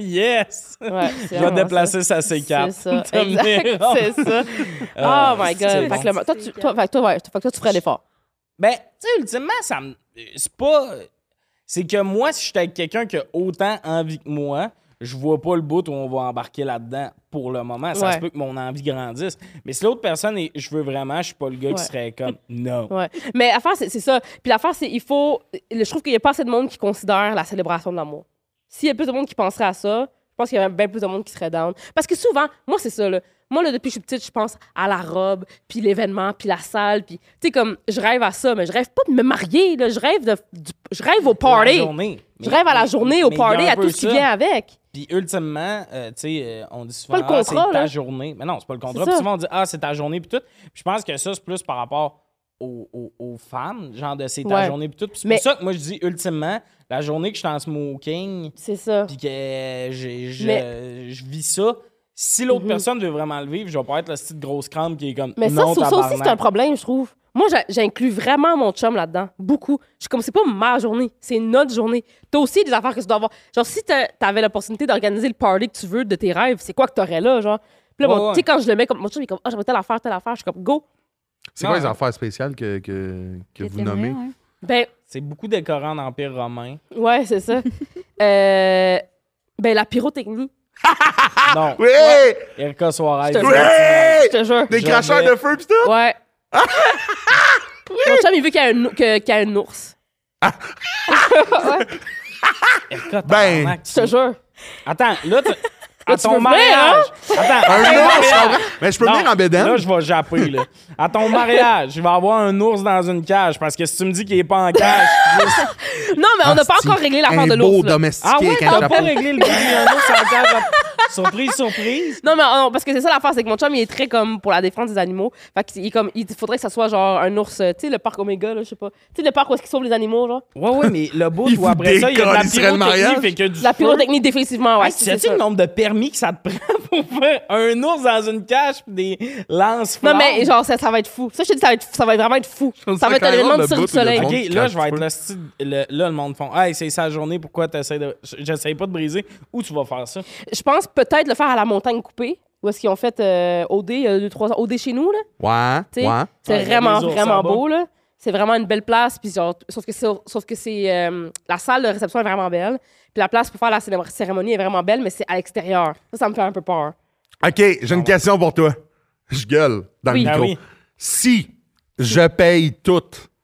Yes! Ouais, c'est Je vais vraiment déplacer sa C quatre. C'est ça, Tommy exact, Rome. c'est ça. Ah, Oh my God. c'est Fait que le- toi, tu, toi, fait que toi, ouais, fait que toi, tu ferais l'effort. Ben, tu sais, ultimement, ça me. C'est pas. C'est que moi, si j'étais avec quelqu'un qui a autant envie que moi, je vois pas le bout où on va embarquer là-dedans pour le moment. Ça Ouais. se peut que mon envie grandisse. Mais si l'autre personne est je veux vraiment, je suis pas le gars Ouais. qui serait comme non. Ouais. Mais l'affaire, c'est c'est ça. Puis l'affaire, c'est il faut. Je trouve qu'il n'y a pas assez de monde qui considère la célébration de l'amour. S'il y a plus de monde qui penserait à ça, je pense qu'il y aurait bien plus de monde qui serait down. Parce que souvent, moi, c'est ça, là. Moi, là, depuis que je suis petite, je pense à la robe, puis l'événement, puis la salle, puis... Tu sais, comme, je rêve à ça, mais je rêve pas de me marier, là. Je rêve de... du- je rêve au La party. journée. Je rêve à la journée, au mais il y a party, un à peu tout ce qui ça. vient avec. Puis ultimement, euh, tu sais, euh, on dit souvent, Pas le ah, contrat, c'est ta là. journée. Mais non, c'est pas le contrat. C'est Puis ça. souvent, on dit, ah, c'est ta journée, puis tout. Puis je pense que ça, c'est plus par rapport aux, aux, aux femmes, genre de c'est ta Ouais. journée, puis tout. Puis c'est Mais- pour ça que moi, je dis, ultimement, la journée que je suis en smoking, C'est ça. puis que j'ai- je Mais- je vis ça, si l'autre Mhm. personne veut vraiment le vivre, je vais pas être la petite grosse crâne qui est comme, Mais ça, non, ça, ça aussi, c'est tabarnak. un problème, je trouve. Moi, j'a- j'inclus vraiment mon chum là-dedans. Beaucoup. Je suis comme, c'est pas ma journée, c'est notre journée. T'as aussi des affaires que tu dois avoir. Genre, si t'a- t'avais l'opportunité d'organiser le party que tu veux de tes rêves, c'est quoi que t'aurais là, genre? Puis là, Ouais, mon- ouais. tu sais, quand je le mets comme. Mon chum, il est comme, ah, j'aimerais telle affaire, telle affaire. Je suis comme, go. C'est quoi Non. les affaires spéciales que, que, que vous t'aimerais, nommez? ouais. Ben, C'est beaucoup décorant en Empire romain. ouais, c'est ça. euh, ben, la pyrotechnie. Non. Oui! Erika Suarez. Je te Oui! Je te jure. Des Je cracheurs vais- de feu pis tout? Ouais. Mon chum, il veut qu'il y ait un, que- qu'il y ait un ours. Erika, Ben, tabarnak, Je te jure. Attends, là, tu- à tu ton veux venir, mariage. Attends, à Un ton ours, mariage. je comprends. Mais je peux Non, venir en bédaine? Là, je vais japper, là. À ton mariage, il va y avoir un ours dans une cage. Parce que si tu me dis qu'il n'est pas en cage, juste- Non, mais on n'a pas Asti, encore réglé l'affaire de Un beau l'ours. là. domestiqué ah ouais, avec un t'as chapeau. pas réglé le prix d'un ours en cage. Surprise, surprise. Non, mais non, parce que c'est ça l'affaire, c'est que mon chum, il est très comme pour la défense des animaux. Fait qu'il est comme, il faudrait que ça soit genre un ours, tu sais, le parc Omega, là, je sais pas. Tu sais, le parc où est-ce qu'ils sauvent les animaux, genre. Ouais, ouais, mais le bout Il où vous après ça, il y a de la décalisserait le pyrotechnie, mariage. fait que du La feu. pyrotechnie, définitivement, ouais. Hey, c'est sais-tu ça. le nombre de permis que ça te prend pour faire un ours dans une cage pis des lances Non, mais genre, ça, ça va être fou. Ça, je te dis, ça va être, ça va être vraiment être fou. trouve Ça ça va être quand un même élément de le Cirque bout du où il y a Soleil. du OK, monde qui là, crache je vais être feu. le style. le- Là, le monde font hey, c'est sa journée, pourquoi t'essaies de. J'essaye pas de briser. Où tu vas faire ça? Je pense peut-être le faire à la montagne coupée, où est-ce qu'ils ont fait euh, O D, il y a deux, trois ans. O D chez nous, là. Ouais, Tu sais, ouais. C'est Ouais, il y a vraiment, des ours vraiment là-bas. beau, là. C'est vraiment une belle place. Puis genre, sauf que c'est, sauf que c'est euh, la salle de réception est vraiment belle. Puis la place pour faire la célé- cérémonie est vraiment belle, mais c'est à l'extérieur. Ça, ça me fait un peu peur. OK, j'ai une question pour toi. Je gueule dans Oui. le Ah micro. oui. Si je paye tout,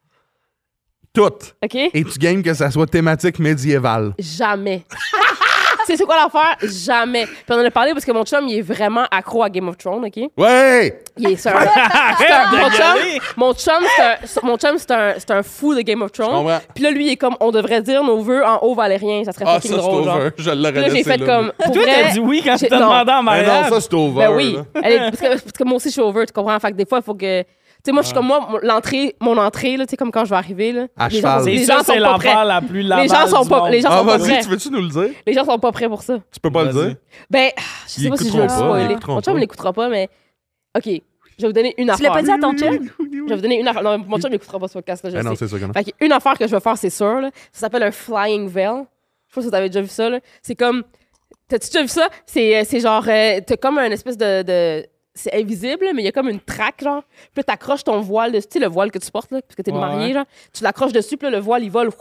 tout, OK? et tu gagnes que ça soit thématique médiévale. Jamais. C'est c'est quoi l'affaire? Jamais. Puis on en a parlé parce que mon chum, il est vraiment accro à Game of Thrones, OK? Ouais! Il est c'est un- c'est un- de mon, gueuler. chum, mon chum, c'est un, mon chum, c'est un, c'est un fou de Game of Je Thrones. comprends. Puis là, lui, il est comme, on devrait dire nos vœux en haut valérien. Ça serait Ah, ça, fucking c'est drôle, genre. over. Je l'aurais Puis là, j'ai laissé fait là. comme, pour Toi, vrai, t'as dit oui quand je j'ai- t'ai non. demandé en Mais mariage. non, ça, c'est over. Ben oui. là. Elle est- parce, que, parce que moi aussi, je suis over, tu comprends? Fait que des fois, il faut que. Tu sais, moi, je suis comme moi, mon- l'entrée, mon entrée, là, tu sais, comme quand je vais arriver, là. À les cheval. gens, C'est les ça, gens c'est sont pas prêts. l'affaire la plus Les lavale gens sont du pas, monde. les gens Ah, sont pas vas-y, prêts. tu veux-tu nous le dire? Les gens sont pas prêts pour ça. Tu peux pas le Vas-y. dire? Ben, je sais Ils pas si je écouteront vais le pas, ils spoiler. écouteront Mon chum pas. ne l'écoutera pas, mais. OK. Je vais vous donner une Tu affaire. l'as pas dit à ton chum? Je vais vous donner une affaire. Non, mon chum n'écoutera pas ce podcast-là, je Eh non, sais. c'est ça que non. Fait qu'une affaire que je vais faire, c'est sûr, là. Ça s'appelle un flying veil. Je sais pas si vous avez déjà vu ça, là. C'est comme. T'as-tu déjà vu ça? C'est, c'est genre. euh, t'as comme un espèce de. de... C'est invisible, mais il y a comme une traque, genre. Puis là, t'accroches ton voile, tu sais, le voile que tu portes, là, parce que t'es Ouais, marié, ouais. genre. Tu l'accroches dessus, puis là, le voile, il vole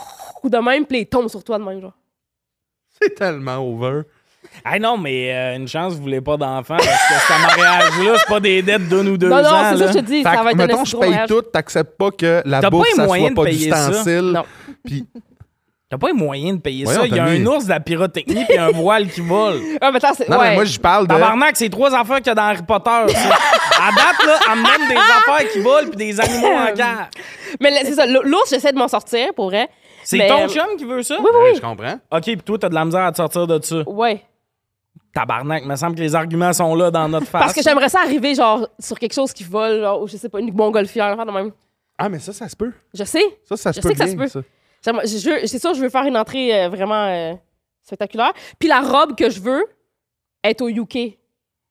de même, puis il tombe sur toi de même, genre. C'est tellement over. Ah non, mais euh, une chance, vous voulez pas d'enfants parce que ce mariage-là, c'est pas des dettes d'une ou deux Non, ans. non, c'est ça là. que je te dis. Fait Ça va que, être un mettons, esti je gros paye mariage. tout, t'acceptes pas que la T'as pas bouffe, les ça moyens soit de pas payer ça? d'ustensile. Non. Puis, T'as pas les moyens de payer Voyons, ça. Il y a Tommy. un ours de la pyrotechnie puis un voile qui vole. Ah, mais attends, c'est. non, ouais. mais moi, je parle de... Tabarnak, c'est trois affaires qu'il y a dans Harry Potter. Ça. À date, là, elle me donne des affaires qui volent puis des animaux en cage. Mais là, c'est ça. L'ours, j'essaie de m'en sortir, pour vrai. C'est Mais, ton euh, chum qui veut ça? Oui, oui, Ouais, oui. je comprends. OK, puis toi, t'as de la misère à te sortir de ça. Ouais. Tabarnak, il me semble que les arguments sont là dans notre face. Parce que j'aimerais ça arriver, genre, sur quelque chose qui vole, genre, ou je sais pas, une montgolfière, enfin, de même. Ah, mais ça, ça se peut. Je sais. Ça, ça se Je peut sais que ça bien, se peut. ça. J'aimerais- je- je- C'est sûr, je veux faire une entrée euh, vraiment euh, spectaculaire. Puis la robe que je veux est au U K.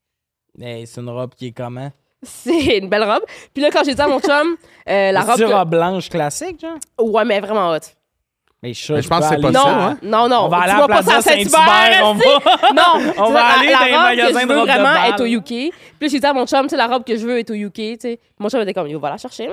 Hey, c'est une robe qui est comment? C'est une belle robe. Puis là, quand j'ai dit à mon chum, euh, la robe. C'est une que- robe blanche classique, genre? Ouais, mais vraiment hot. Mais je, Mais je pense que c'est peux pas aller- ça, Non, hein? non, non. On va Tu aller à vois pas Plaza ça à Saint-Hubert, on Saint-Hubert, va... Non, On c'est va la- aller la dans les robe magasins que je de veux robes de vraiment bal. est au U K. Puis là, j'ai dit à mon chum, tu sais, la robe que je veux est au U K, tu sais. Mon chum était comme, yo, va la chercher, man.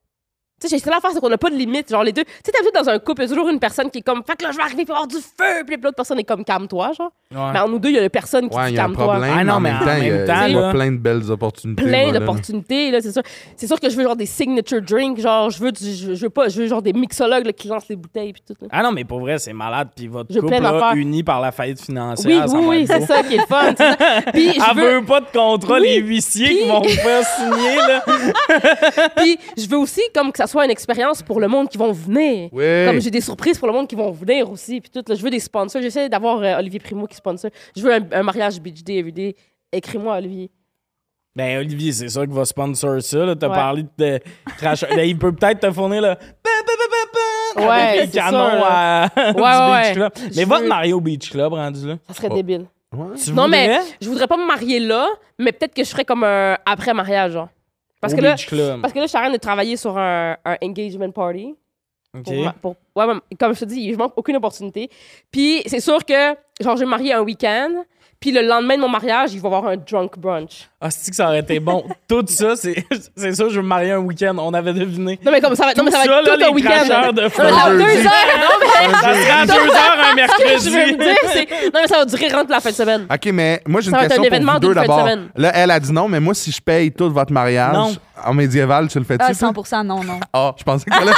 Tu sais, j'ai l'affaire, c'est qu'on n'a pas de limite. Genre, les deux. Tu sais, t'as vu dans un couple, il y a toujours une personne qui est comme, fait que là, je vais arriver, il va y avoir du feu. Puis l'autre personne est comme, calme-toi, genre. Ouais. Mais en nous deux, il y a personne qui Ouais, dit, il y a un calme-toi. problème. Ah non, en mais même en temps, il y même a, temps, il y a là, plein de belles opportunités. Plein voilà. d'opportunités, là, c'est sûr. C'est sûr que je veux genre des signature drinks, genre, je veux, du, je, je veux pas, je veux genre des mixologues là, qui lancent les bouteilles puis tout. Là. Ah non, mais pour vrai, c'est malade. Puis votre J'ai couple, plein là, d'affaires. uni par la faillite financière, Oui, ça oui, va oui, être c'est beau. ça qui est le fun. c'est ça. Puis je Elle veux, veut pas de contrat, Oui. les huissiers Puis- qui vont vous faire signer, là. puis je veux aussi comme que ça ça soit une expérience pour le monde qui vont venir. Oui. Comme j'ai des surprises pour le monde qui vont venir aussi. Puis tout, là, je veux des sponsors. J'essaie d'avoir euh, Olivier Primo qui sponsor. Je veux un, un mariage Beach Day Everyday. Écris-moi, Olivier. Ben, Olivier, c'est ça qui va sponsor ça. Là. T'as Ouais. parlé de crash. Ben, il peut peut-être te fournir le. Ouais, avec les c'est ça, canons là. à... du Ouais, ouais, Beach ouais. Club. Mais Je va te veux- marier au Beach Club, rendu là. Ça serait Oh. débile. Ouais. Tu Non, voudrais? mais je voudrais pas me marier là, mais peut-être que je ferais comme un après-mariage, genre. Parce au que, là, Beach Club. parce que là, je suis en train de travailler sur un, un engagement party. OK. Pour ma- pour- ouais, ouais, comme je te dis, je manque aucune opportunité. Puis c'est sûr que, genre, je vais me marier un week-end, puis le lendemain de mon mariage, il va y avoir un drunk brunch. Ah, c'est que ça aurait été bon. Tout ça, c'est c'est ça, je veux me marier un week-end. On avait deviné. Non, mais comme ça va, non, mais ça va Tout ça, être là, tout un les week-end. cracheurs de Non, mais feu. ça va Un deux jeudi. heures. Non, mais Ça serait à deux heures un mercredi. je veux me dire, c'est. Non, mais ça va durer rentre la fin de semaine. OK, mais moi, j'ai une Ça va être question un pour événement vous deux d'une fin de d'abord. semaine. Là, elle a dit non, mais moi, si je paye tout votre mariage Non. en médiéval, tu le fais-tu? Ah, toi? cent pour cent non, non. Ah, je pensais que t'allais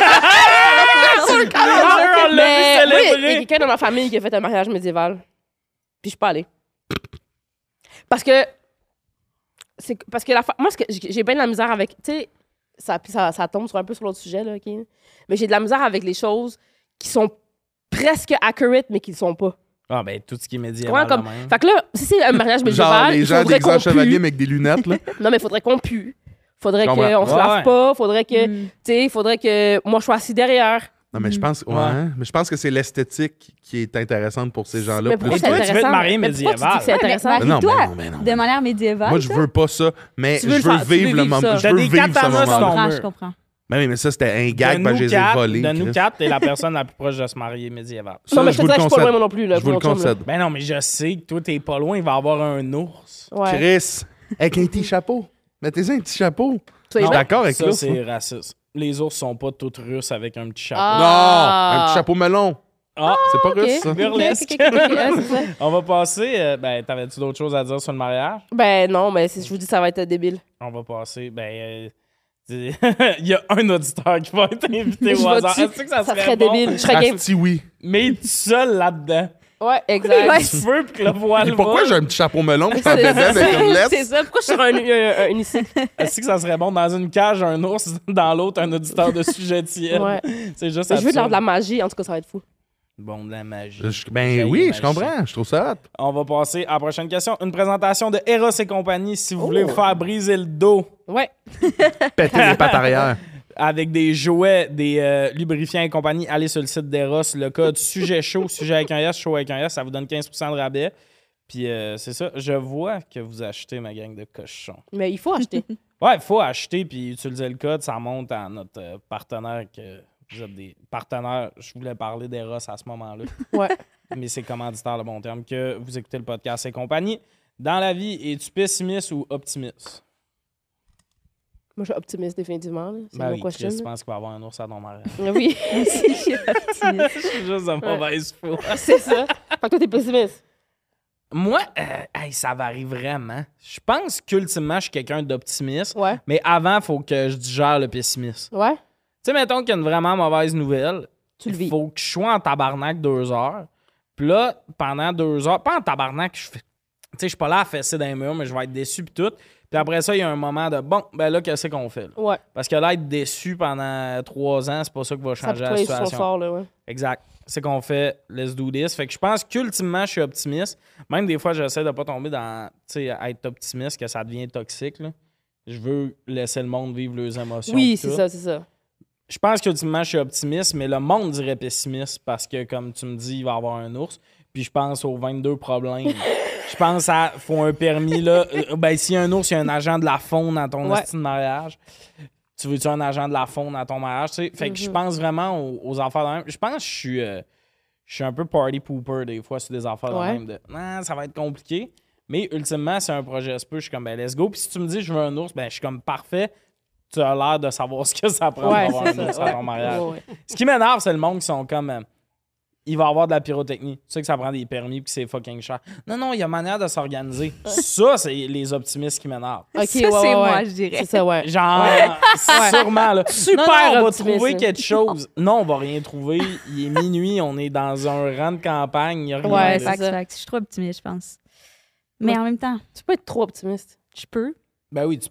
Ah, on l'a Mais vu moi, il y a célébrer. quelqu'un dans ma famille qui a fait un mariage médiéval. Puis je suis pas allée. Parce que. C'est parce que la fa- moi, ce que j'ai j'ai bien de la misère avec. Tu sais, ça, puis ça, ça tombe sur un peu sur l'autre sujet, là, OK? Mais j'ai de la misère avec les choses qui sont presque accurate, mais qui ne sont pas. Ah, ben, tout ce qui est médiéval. Ouais, comme- de même. Fait que là, si c'est un mariage Genre médiéval, les il gens faudrait des qu'on grands chevaliers, pue. mais avec des lunettes, là. Non, mais il faudrait qu'on pue. Faudrait Je comprends. qu'on se Ouais, lave ouais. pas. Faudrait que. Mm. Tu sais, il faudrait que moi, je sois assis derrière. Non, mais je pense, ouais, Ouais. mais je pense que c'est l'esthétique qui est intéressante pour ces gens-là. Mais plus pourquoi Et c'est toi, tu que- veux te intéressant? marier Mais pourquoi tu dis que c'est médiéval? intéressant? Ouais, Mais non, Toi, mais non, mais non. De manière médiévale. Moi, je veux pas ça, mais Tu je veux le veux faire- tu veux vivre le vivre moment. ça. Je T'as veux des vivre ce katanas sur Je ton moment. comprends, mur. je comprends. Mais oui, mais ça, c'était un gag, de ben, nous je les ai quatre, volés. de nous Chris. quatre, t'es la personne la plus proche de se marier médiéval. Ça, Non, mais je je te vous dirais le que je suis pas loin, concède. moi non plus. Là, Je vous le mon chum, là. concède. Ben non, mais je sais que toi, t'es pas loin, il va y avoir un ours. Ouais. Chris, avec un petit chapeau. Mettez-y un petit chapeau. Tu es Je suis bien? d'accord avec Ça, ça. c'est raciste. Les ours sont pas tous russes avec un petit chapeau. Ah. Non, un petit chapeau melon. Ah, C'est pas Ok. russe, ça. burlesque. Ok, ok, ok, ok, ouais, c'est ça. On va passer. euh, ben, t'avais-tu d'autres choses à dire sur le mariage? Ben non, mais c'est- je vous dis, ça va être débile. On va passer. Ben, euh, il y a un auditeur qui va être invité Je au hasard. vais-tu- Est-ce que ça ça serait serait bon? débile. Je serais game. Asti, oui. Mais il est tout seul là-dedans. Ouais, exact. Tu veux puis que le voile Et pourquoi va. j'ai un petit chapeau melon? Je suis en C'est bébé avec une c'est laisse. ça. Pourquoi je suis sur un, un, un, un ici? Est-ce que ça serait bon dans une cage, un ours, dans l'autre, un auditeur de sujet tiède? Ouais. C'est juste Mais je veux de la, absurde. de la magie. En tout cas, ça va être fou. Bon, de la magie. Je- Ben J'ai oui, la je magie. comprends. Je trouve ça hot. On va passer à la prochaine question. Une présentation de Eros et compagnie si vous voulez Oh. vous faire briser le dos Ouais. Péter les pattes arrière. avec des jouets, des euh, lubrifiants et compagnie. Allez sur le site d'Eros. Le code sujet chaud, sujet avec un S, chaud avec un S, ça vous donne quinze pour cent de rabais. Puis euh, c'est ça. Je vois que vous achetez ma gang de cochons. Mais il faut acheter. Ouais, il faut acheter puis utiliser le code. Ça monte à notre euh, partenaire que vous êtes des partenaires. Je voulais parler d'Eros à ce moment-là. Ouais. Mais c'est commanditaire le bon terme, que vous écoutez le podcast et compagnie. Dans la vie, es-tu pessimiste ou optimiste? Moi, je suis optimiste, définitivement. là. C'est Ben mon oui, question. Chris, tu là. penses qu'il va y avoir un ours à ton mariage. Oui, Si, je suis optimiste. Je suis juste de mauvaise foi. c'est ça. Fait que toi, t'es pessimiste. Moi, euh, hey, ça varie vraiment. Je pense qu'ultimement, je suis quelqu'un d'optimiste. Ouais. Mais avant, il faut que je digère le pessimisme. Ouais. Tu sais, mettons qu'il y a une vraiment mauvaise nouvelle. Tu le Il vis. faut que je sois en tabarnak deux heures. Puis là, pendant deux heures, pas en tabarnak, je fais. Tu sais, je suis pas là à fesser dans les murs, mais je vais être déçu puis tout. Puis après ça, il y a un moment de bon, ben là, qu'est-ce qu'on fait? Là? Ouais. Parce que là, être déçu pendant trois ans, c'est pas ça qui va Ça changer peut la travailler sur son situation. sort, là, ouais. Exact. C'est qu'on fait let's do this. Fait que je pense qu'ultimement, je suis optimiste. Même des fois, j'essaie de pas tomber dans, tu sais, être optimiste, que ça devient toxique. Là. Je veux laisser le monde vivre leurs émotions. Oui, pis c'est tout. ça, c'est ça. Je pense qu'ultimement, je suis optimiste, mais le monde dirait pessimiste parce que, comme tu me dis, il va y avoir un ours. Puis je pense aux vingt-deux problèmes. Je pense à faut un permis, là. Euh, Ben, s'il y a un ours, il y a un agent de la faune dans ton Ouais. esti de mariage. Tu veux-tu un agent de la faune dans ton mariage? Tu sais? Fait que je Mhm. pense vraiment aux, aux affaires de même. Je pense que je suis, euh, je suis un peu party pooper des fois sur des affaires Ouais. de même. De, ah, ça va être compliqué. Mais ultimement, c'est un projet S P. Je suis comme, ben, let's go. Puis si tu me dis, je veux un ours, ben, je suis comme, parfait. Tu as l'air de savoir ce que ça prend Ouais, pour avoir c'est un ça. ours à Ouais. ton mariage. Ouais, ouais. Ce qui m'énerve, c'est le monde qui sont comme. euh, il va avoir de la pyrotechnie. Tu sais que ça prend des permis et que c'est fucking cher. Non, non, il y a manière de s'organiser. Ça, c'est les optimistes qui m'énervent. Ok, Ça, ouais, c'est ouais, moi, ouais. je dirais. C'est ça, ouais. Genre, sûrement, là. Super non, non, on va optimiste, trouver hein. quelque chose. Non, on va rien trouver. Il est minuit, on est dans un rang de campagne, il n'y a rien. Ouais, là. c'est Facts, ça. facts. Je suis trop optimiste, je pense. Mais Ouais. en même temps, Tu peux être trop optimiste. je peux. Ben oui, tu peux.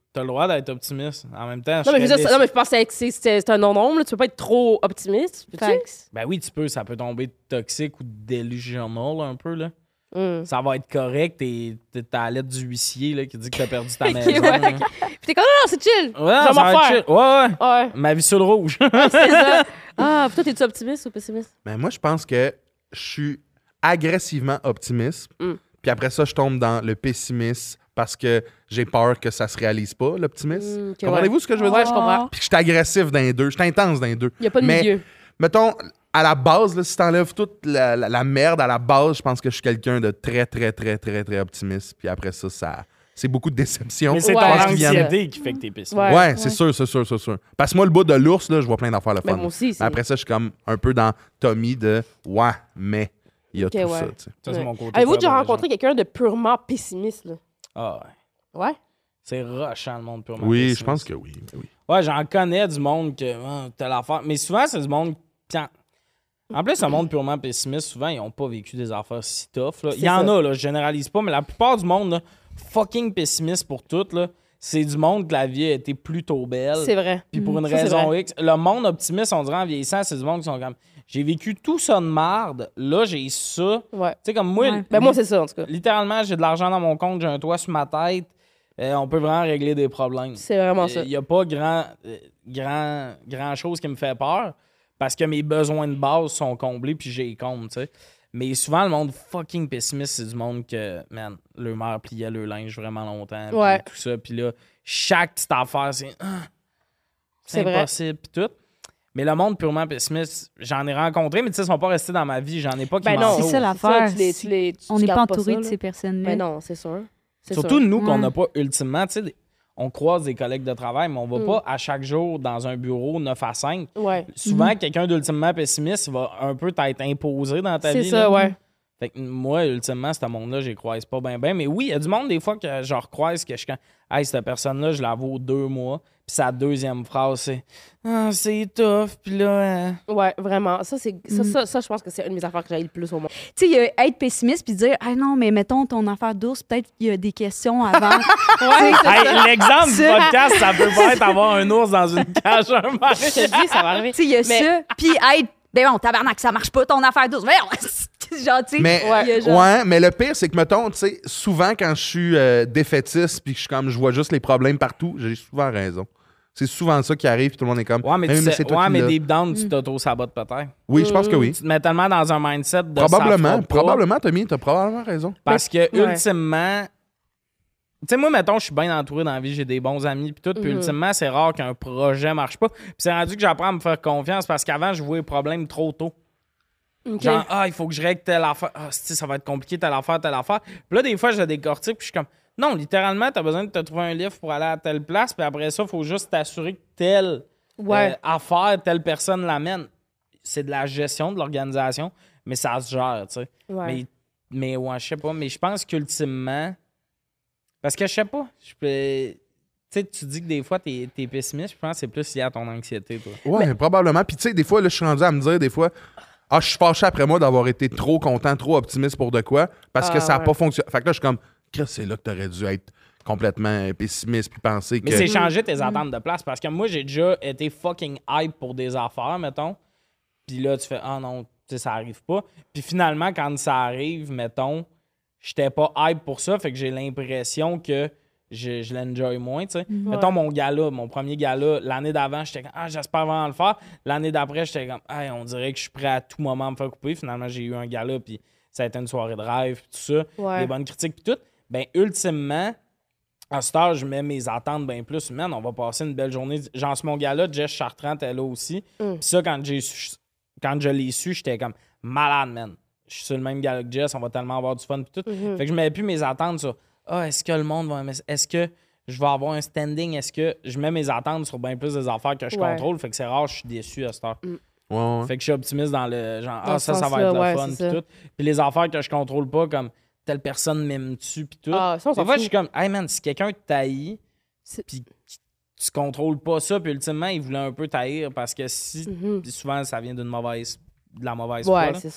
T'as le droit d'être optimiste. En même temps, Non, mais, je, serais veux dire, déçu. non, mais je pense que c'est, c'est, c'est un non-nombre. Là. Tu peux pas être trop optimiste. Peux-tu? Facts. Ben oui, tu peux. Ça peut tomber toxique ou delusional un peu, là. Mm. Ça va être correct. T'es, t'es à la lettre du huissier là, qui dit que t'as perdu ta Ok, maison. ouais, là. ok. Puis t'es comme, non, non, c'est chill. Ouais, Je vais ça m'en va être faire. chill. Ouais, ouais. Ouais, Ma vie sur le rouge. c'est ça. Ah, puis toi, t'es-tu optimiste ou pessimiste? Ben, moi, je pense que je suis agressivement optimiste. Mm. Puis après ça, je tombe dans le pessimisme parce que j'ai peur que ça se réalise pas, l'optimisme. Mm, ok, Comprenez-vous ce que je veux Ouais, dire? je comprends. Puis que je suis agressif dans les deux. Je suis intense dans les deux. Il n'y a pas de Mais, milieu. mettons, à la base, là, si t'enlèves toute la, la, la merde à la base, je pense que je suis quelqu'un de très, très, très, très, très optimiste. Puis après ça, ça c'est beaucoup de déception. Mais c'est Ouais. ton Je pense qu'ils viennent- anxiété qui fait que t'es pessimiste. Ouais. Ouais, c'est sûr, c'est sûr, c'est sûr. Parce que moi, le bout de l'ours, là, je vois plein d'affaires le Mais fun. moi aussi, c'est... Mais après ça, je suis comme un peu dans Tommy de ouais, mais il y a Ok, tout ouais. ça. Tu sais. Ça, c'est Ouais. mon côté. Avez-vous déjà peur de rencontré quelqu'un de purement pessimiste, là? gens. Ah, ouais. Ouais? C'est rushant, le monde purement Oui, pessimiste. je pense que oui. oui. Ouais, j'en connais du monde que ah, telle affaire. Mais souvent, c'est du monde. Tiens. En plus, le monde purement pessimiste, souvent, ils n'ont pas vécu des affaires si tough. Là. Il y C'est en ça. a, là, je généralise pas, mais la plupart du monde, là, fucking pessimiste pour tout, là, c'est du monde que la vie a été plutôt belle. C'est vrai. Puis pour une Ça, c'est raison vrai. X. Le monde optimiste, on dirait en vieillissant, c'est du monde qui sont comme j'ai vécu tout ça de marde, là, j'ai ça. Tu Ouais. sais, comme moi, Ouais. Ben moi, c'est ça, en tout cas. littéralement, j'ai de l'argent dans mon compte, j'ai un toit sur ma tête. Euh, on peut vraiment régler des problèmes. C'est vraiment ça. Il n'y a pas grand, euh, grand, grand chose qui me fait peur parce que mes besoins de base sont comblés puis j'ai les comble, tu sais. Mais souvent, le monde fucking pessimiste, c'est du monde que, man, leur mère pliait leur linge vraiment longtemps. puis Ouais. tout ça. Puis là, chaque petite affaire, c'est ah, c'est C'est vrai. impossible puis tout. Mais le monde purement pessimiste, j'en ai rencontré, mais tu sais, ils sont pas restés dans ma vie. J'en ai pas qui Ben non. m'entourent. C'est ça l'affaire. tu les- tu les- tu- On tu n'est pas gardes entouré ça, de là. ces personnes-là. Ben non, c'est sûr. C'est Surtout sûr. nous qu'on Ouais. n'a pas ultimement, tu sais, des- on croise des collègues de travail, mais on va Mm. pas à chaque jour dans un bureau neuf à cinq. Ouais. Souvent, quelqu'un d'ultimement pessimiste va un peu t'être imposé dans ta C'est vie. ça, là. ouais. Fait que moi, ultimement, ce monde-là, je les croise pas bien, bien. Mais oui, il y a du monde, des fois, que je recroise, que je suis comme, hey, cette personne-là, je la vaux deux mois. Puis sa deuxième phrase, c'est, ah, c'est tough. Puis là, euh, Ouais, vraiment. Ça, c'est, ça, Mm. ça, ça, je pense que c'est une de mes affaires que j'ai le plus au monde. Tu sais, il y a être pessimiste puis dire ah non, mais mettons ton affaire d'ours, peut-être qu'il y a des questions avant. Ouais, c'est Hey, ça. l'exemple du Ça- podcast, ça peut pas être avoir un ours dans une cage un matin. Je te dis, ça va arriver. Tu sais, il y a Mais- ça. Puis être ben bon, tabarnak, ça marche pas ton affaire d'ours. Voyons, genre, tu sais. Mais, Ouais. il y a genre- ouais, mais le pire, c'est que, mettons, tu sais, souvent quand je suis euh, défaitiste puis que je suis comme, je vois juste les problèmes partout, j'ai souvent raison. C'est souvent ça qui arrive, puis tout le monde est comme, Ouais, mais, mais tu oui, mais sais- c'est toi ouais, qui mais l'as. deep down, tu t'auto-sabotes peut-être. Oui, je pense que oui. Tu te mets tellement dans un mindset de ça Probablement, fera pas. probablement, Tommy, t'as probablement raison. Parce que, Ouais. ultimement, tu sais, moi, mettons, je suis bien entouré dans la vie, j'ai des bons amis, puis tout, puis Mhm. ultimement, c'est rare qu'un projet marche pas. Puis c'est rendu que j'apprends à me faire confiance parce qu'avant, je voyais les problèmes trop tôt. OK. Genre, ah, il faut que je règle telle affaire. Ah, si, ça va être compliqué, telle affaire, telle affaire. Puis là, des fois, je décortique, puis je suis comme, non, littéralement, t'as besoin de te trouver un livre pour aller à telle place, puis après ça, il faut juste t'assurer que telle Ouais. euh, affaire, telle personne l'amène. C'est de la gestion de l'organisation, mais ça se gère, tu sais. Ouais. Mais, mais ouais, je sais pas. Mais je pense qu'ultimement. Parce que je sais pas. Je peux. Tu sais, tu dis que des fois, t'es es pessimiste. Je pense que c'est plus lié à ton anxiété, toi. Ouais, probablement. Puis tu sais, des fois, là, je suis rendu à me dire, des fois, ah, je suis fâché après moi d'avoir été trop content, trop optimiste pour de quoi, parce que Ah, ça n'a ouais. pas fonctionné. Fait que là, je suis comme, Chris, c'est là que t'aurais dû être complètement pessimiste puis penser Mais que. c'est changer tes attentes de place. Parce que moi, j'ai déjà été fucking hype pour des affaires, mettons. Puis là, tu fais, ah non, tu sais, ça arrive pas. Puis finalement, quand ça arrive, mettons, j'étais pas hype pour ça. Fait que j'ai l'impression que je, je l'enjoy moins, tu sais. Mettons mon gala, mon premier gala, l'année d'avant, j'étais comme, ah, j'espère vraiment le faire. L'année d'après, j'étais comme, hey, on dirait que je suis prêt à tout moment à me faire couper. Finalement, j'ai eu un gala, puis ça a été une soirée de rêve, puis tout ça. Ouais. Des bonnes critiques, puis tout. Ben, ultimement, à cette heure, je mets mes attentes bien plus. Man, on va passer une belle journée. Genre, ce mon gars-là, Jess Chartrand était là aussi. Mm. Puis ça, quand, j'ai su- quand je l'ai su, j'étais comme malade, man. Je suis sur le même gars que Jess, on va tellement avoir du fun, puis tout. Mhm. Fait que je mets plus mes attentes sur ah, est-ce que le monde va aimer ça? Est-ce que je vais avoir un standing? Est-ce que je mets mes attentes sur bien plus des affaires que je Ouais. contrôle? Fait que c'est rare, je suis déçu à cette heure. Ouais, ouais. Fait que je suis optimiste dans le genre, Dans ah, ce ça, ça va sens-là, être le ouais, fun, c'est puis ça. tout. Puis les affaires que je contrôle pas, comme telle personne m'aime-tu, puis tout. Ah, ça, on Des s'en fois, fout. je suis comme, hey man, si quelqu'un te taillit, C'est- puis tu contrôles pas ça, puis ultimement, il voulait un peu taillir parce que si, Mhm. puis souvent, ça vient d'une mauvaise, de la mauvaise Ouais, foi, là. c'est sûr.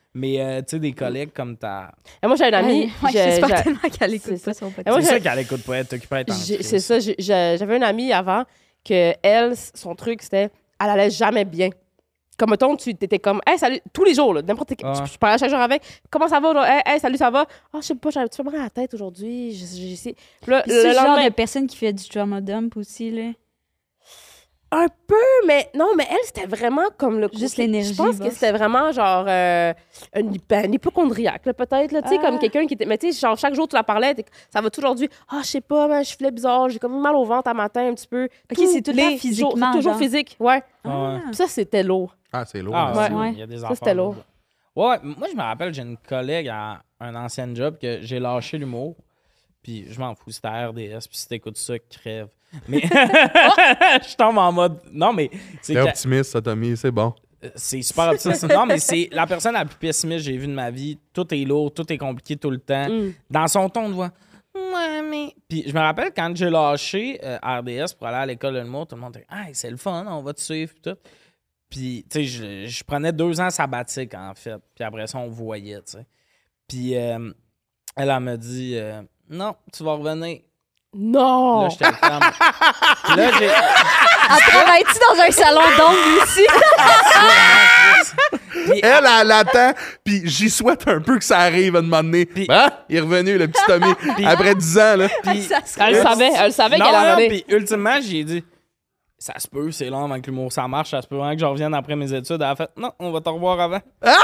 Mais, euh, tu sais, des collègues comme ta... Et moi, j'ai un ami... Ouais, ouais, j'ai- j'espère j'ai- tellement qu'elle écoute c'est pas ça. son Et podcast. moi, C'est j'ai- ça qu'elle écoute pas, elle t'occupe à être en J'ai- crise. C'est ça, j'ai- j'ai- j'avais une amie avant que elle, son truc, c'était elle allait jamais bien. Comme mettons, tu étais comme, hey, salut, tous les jours, là, n'importe qui. Ah. Je, je parlais chaque jour avec, comment ça va, là? Hey, hey, salut, ça va? Ah, je sais pas, j'ai un petit peu mal à la tête aujourd'hui. J'ai j'ai essayé. Puis là, Puis le c'est le genre lendemain, de personne qui fait du trauma dump aussi, là. un peu, mais non, mais elle, c'était vraiment comme le Juste côté- l'énergie, Je pense que boss. c'était vraiment genre euh, un, hyp- un hypochondriaque, là, peut-être, là, tu sais, Ah. comme quelqu'un qui était. Mais tu sais, genre, chaque jour, tu la parlais, t'es- ça va tout aujourd'hui. Ah, je sais pas, mais je filais bizarre, j'ai comme mal au ventre à matin un petit peu. Ok, Tous c'est tout le temps les physiquement, jours, c'est toujours genre. physique, ouais. Ah ouais. Puis ça, c'était lourd. Ah, c'est lourd. Ah, hein. ouais, Ouais. il y a des Ça, affaires. c'était lourd. Ouais, moi, je me rappelle, j'ai une collègue à un ancien job que j'ai lâché l'humour. Puis je m'en fous, c'était à R D S. Puis si t'écoutes ça, crève. Mais je tombe en mode. Non, mais c'est T'es que- optimiste, ça, Tommy, c'est bon. c'est super optimiste. Non, mais c'est la personne la plus pessimiste que j'ai vue de ma vie. Tout est lourd, tout est compliqué tout le temps. Mm. Dans son ton de voix. Ouais, mais. Puis je me rappelle quand j'ai lâché euh, R D S pour aller à l'école de l'humour, tout le monde était hey, c'est le fun, on va te suivre. Puis tout. Puis, tu sais, je, je prenais deux ans sabbatiques, en fait. Puis après ça, on voyait, tu sais. Puis euh, elle, elle me dit euh, non, tu vas revenir. Non! Là, j'étais comme. Puis là, j'ai. Elle travaille-tu dans un salon d'ongles aussi? Puis, Elle, elle attend, puis j'y souhaite un peu que ça arrive à un moment donné. Puis- Ah, il est revenu, le petit Tommy, après dix ans, là. puis- Ça serait- Elle le savait, elle le savait non, qu'elle en non, avait. puis ultimement, j'ai dit ça se peut, c'est long avant que l'humour ça marche, ça se peut vraiment que je revienne après mes études. Elle a fait non, on va te revoir avant.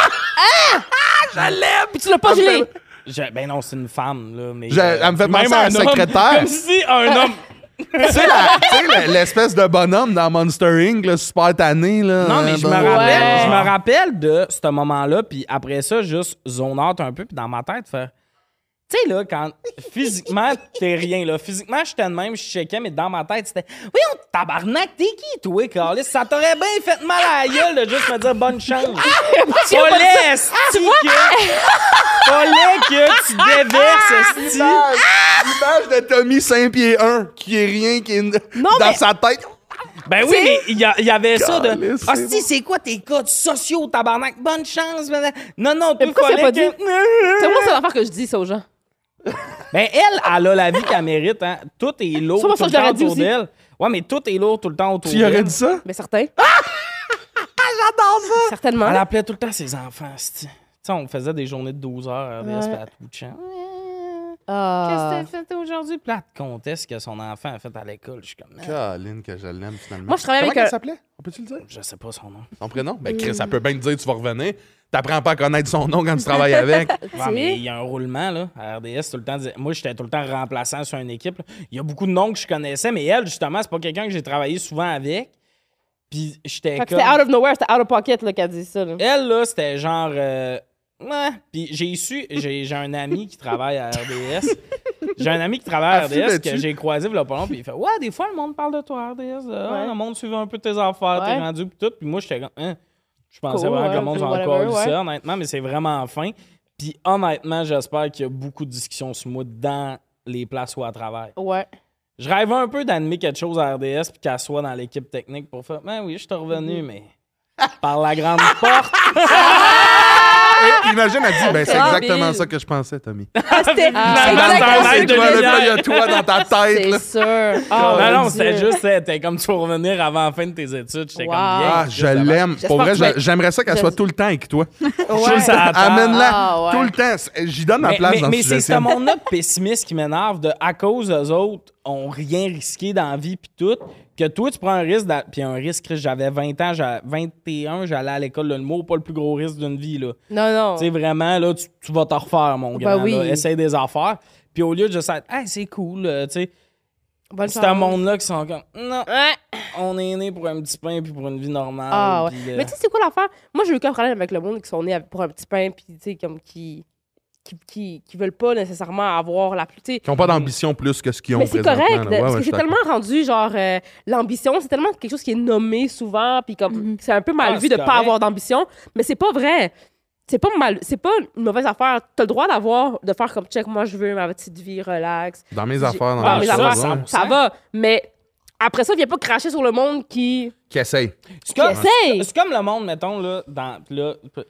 Puis tu l'as pas gelé! Je- ben non, c'est une femme, là. Mais, Je- elle me fait même penser à un un homme, secrétaire. Comme si un homme. Tu sais, la- tu sais, la- l'espèce de bonhomme dans Monster Incorporated, là, super tanné, là. Non, mais hein, je me bon. rappelle, Ouais. je me rappelle de ce moment-là, puis après ça, juste zone out un peu, puis dans ma tête, faire. Tu sais, là, quand physiquement, t'es rien, là. Physiquement, j'étais de même, je checkais, mais dans ma tête, c'était. Oui, on tabarnak, t'es qui, toi, Carlis? Ça t'aurait bien fait mal à la gueule de juste me dire bonne chance. Fallait, esti, que. Fallait que tu déverses, esti. L'image, l'image de Tommy cinq pieds un, qui est rien, qui est Non, dans mais- sa tête. Ben oui, mais il y, a- il y avait ça de. Calisse, Ah, c'est si, c'est quoi tes codes sociaux, tabarnak? Bonne chance. blablabla. Non, non, tu pourquoi fallait c'est pas que. C'est moi, c'est l'affaire que je dis, ça aux gens. Ben, elle, elle a la vie qu'elle mérite, hein. Tout est lourd Ça, moi, tout ça, le je l'aurais temps dit autour aussi. d'elle. Ouais, mais tout est lourd tout le temps autour Tu d'elle. y aurais dit ça? Mais certain. J'adore ça! Certainement. Elle appelait tout le temps ses enfants, esti. Tu sais, on faisait des journées de douze heures à R D S, Ouais. puis à tout bout de champ. Ah. Qu'est-ce que t'as fait aujourd'hui? Puis là, elle te contait ce que son enfant a fait à l'école. Je suis comme, man, Caroline, que je l'aime, finalement. Moi, je travaille Comment avec elle un- s'appelait? On peut-tu le dire? je sais pas son nom. Son prénom? Ben, Chris, ça peut bien te dire tu vas revenir. T'apprends pas à connaître son nom quand tu travailles avec. Ouais, mais il y a un roulement, là, à R D S, tout le temps. Moi, j'étais tout le temps remplaçant sur une équipe. là. Il y a beaucoup de noms que je connaissais, mais elle, justement, c'est pas quelqu'un que j'ai travaillé souvent avec. Puis j'étais Fait que comme... c'était out of nowhere, c'était out of pocket, là, qu'elle dit ça, là. Elle, là, c'était genre... euh, Ouais. Puis j'ai su... J'ai j'ai un ami qui travaille à R D S. J'ai un ami qui travaille à R D S que Affilais-tu? j'ai croisé il y a pas longtemps, puis il fait « Ouais, des fois, le monde parle de toi à R D S. là. Ouais. Le monde suivait un peu tes affaires, t'es Ouais. rendu, puis tout. » Puis moi, j'étais comme... Hein? Je pensais Cool, vraiment que ouais, le monde s'en whatever, encore ouais. ça, honnêtement, mais c'est vraiment fin. Puis honnêtement, j'espère qu'il y a beaucoup de discussions sur moi dans les places où elle travaille. Ouais. Je rêve un peu d'animer quelque chose à R D S puis qu'elle soit dans l'équipe technique pour faire « Ben oui, je suis revenu, Mm-hmm. mais... » Par la grande porte. Et imagine, elle dit, ben, c'est Ah, exactement Bill. ça que je pensais, Tommy. Ah, c'était Ah, Finalement, exactement c'est un ça. mec de Toi, là, lumière. il y a toi dans ta tête, là. C'est sûr. Oh, non, non, mon c'était Dieu. juste, t'es comme tu vas revenir avant la fin de tes études. J'étais Wow. comme bien. Ah, je l'aime. Pour vrai, que tu vas- je- j'aimerais ça qu'elle je- soit tout le temps avec toi. Ouais. ça attend. Amène-la Ah, ouais. tout le temps. C'est- J'y donne ma Mais, place mais- dans mais ce c'est ce sujet. monde-là pessimiste qui m'énerve de à cause d'eux autres ont rien risqué dans la vie puis tout que toi tu prends un risque d'a- puis un risque j'avais vingt ans j'avais vingt et un j'allais à l'école de l'humour pas le plus gros risque d'une vie là Non, non. tu sais vraiment là tu, tu vas te refaire mon Ben grand oui. là. Essaye des affaires puis au lieu de juste être hey c'est cool euh, tu sais Bonne c'est chance. un monde-là qui sont comme non Ouais. on est né pour un petit pain puis pour une vie normale Ah, ouais. puis, euh, Mais tu sais, c'est quoi l'affaire? Moi, j'ai eu aucun problème avec le monde qui sont nés avec- pour un petit pain, puis tu sais, comme qui. Qui, qui, qui veulent pas nécessairement avoir la plus. tu sais. Qui n'ont pas d'ambition plus que ce qu'ils ont Mais c'est présentement. correct, là. de- Ouais, parce ouais, que je c'est suis tellement rendu, genre, euh, l'ambition, c'est tellement quelque chose qui est nommé souvent, puis comme, Mhm. c'est un peu mal Ah, vu c'est de pas correct. avoir d'ambition, mais c'est pas vrai. C'est pas mal, c'est pas une mauvaise affaire. T'as le droit d'avoir, de faire comme check, moi je veux ma petite vie relax. d'accord. Dans mes J'ai- affaires, dans Ah, Ah, mes mes ça, affaires, ça- ouais. ça va, mais après ça, viens pas cracher sur le monde qui, Qui essaye. c'est qui comme, essaye. c'est comme le monde mettons là dans là p-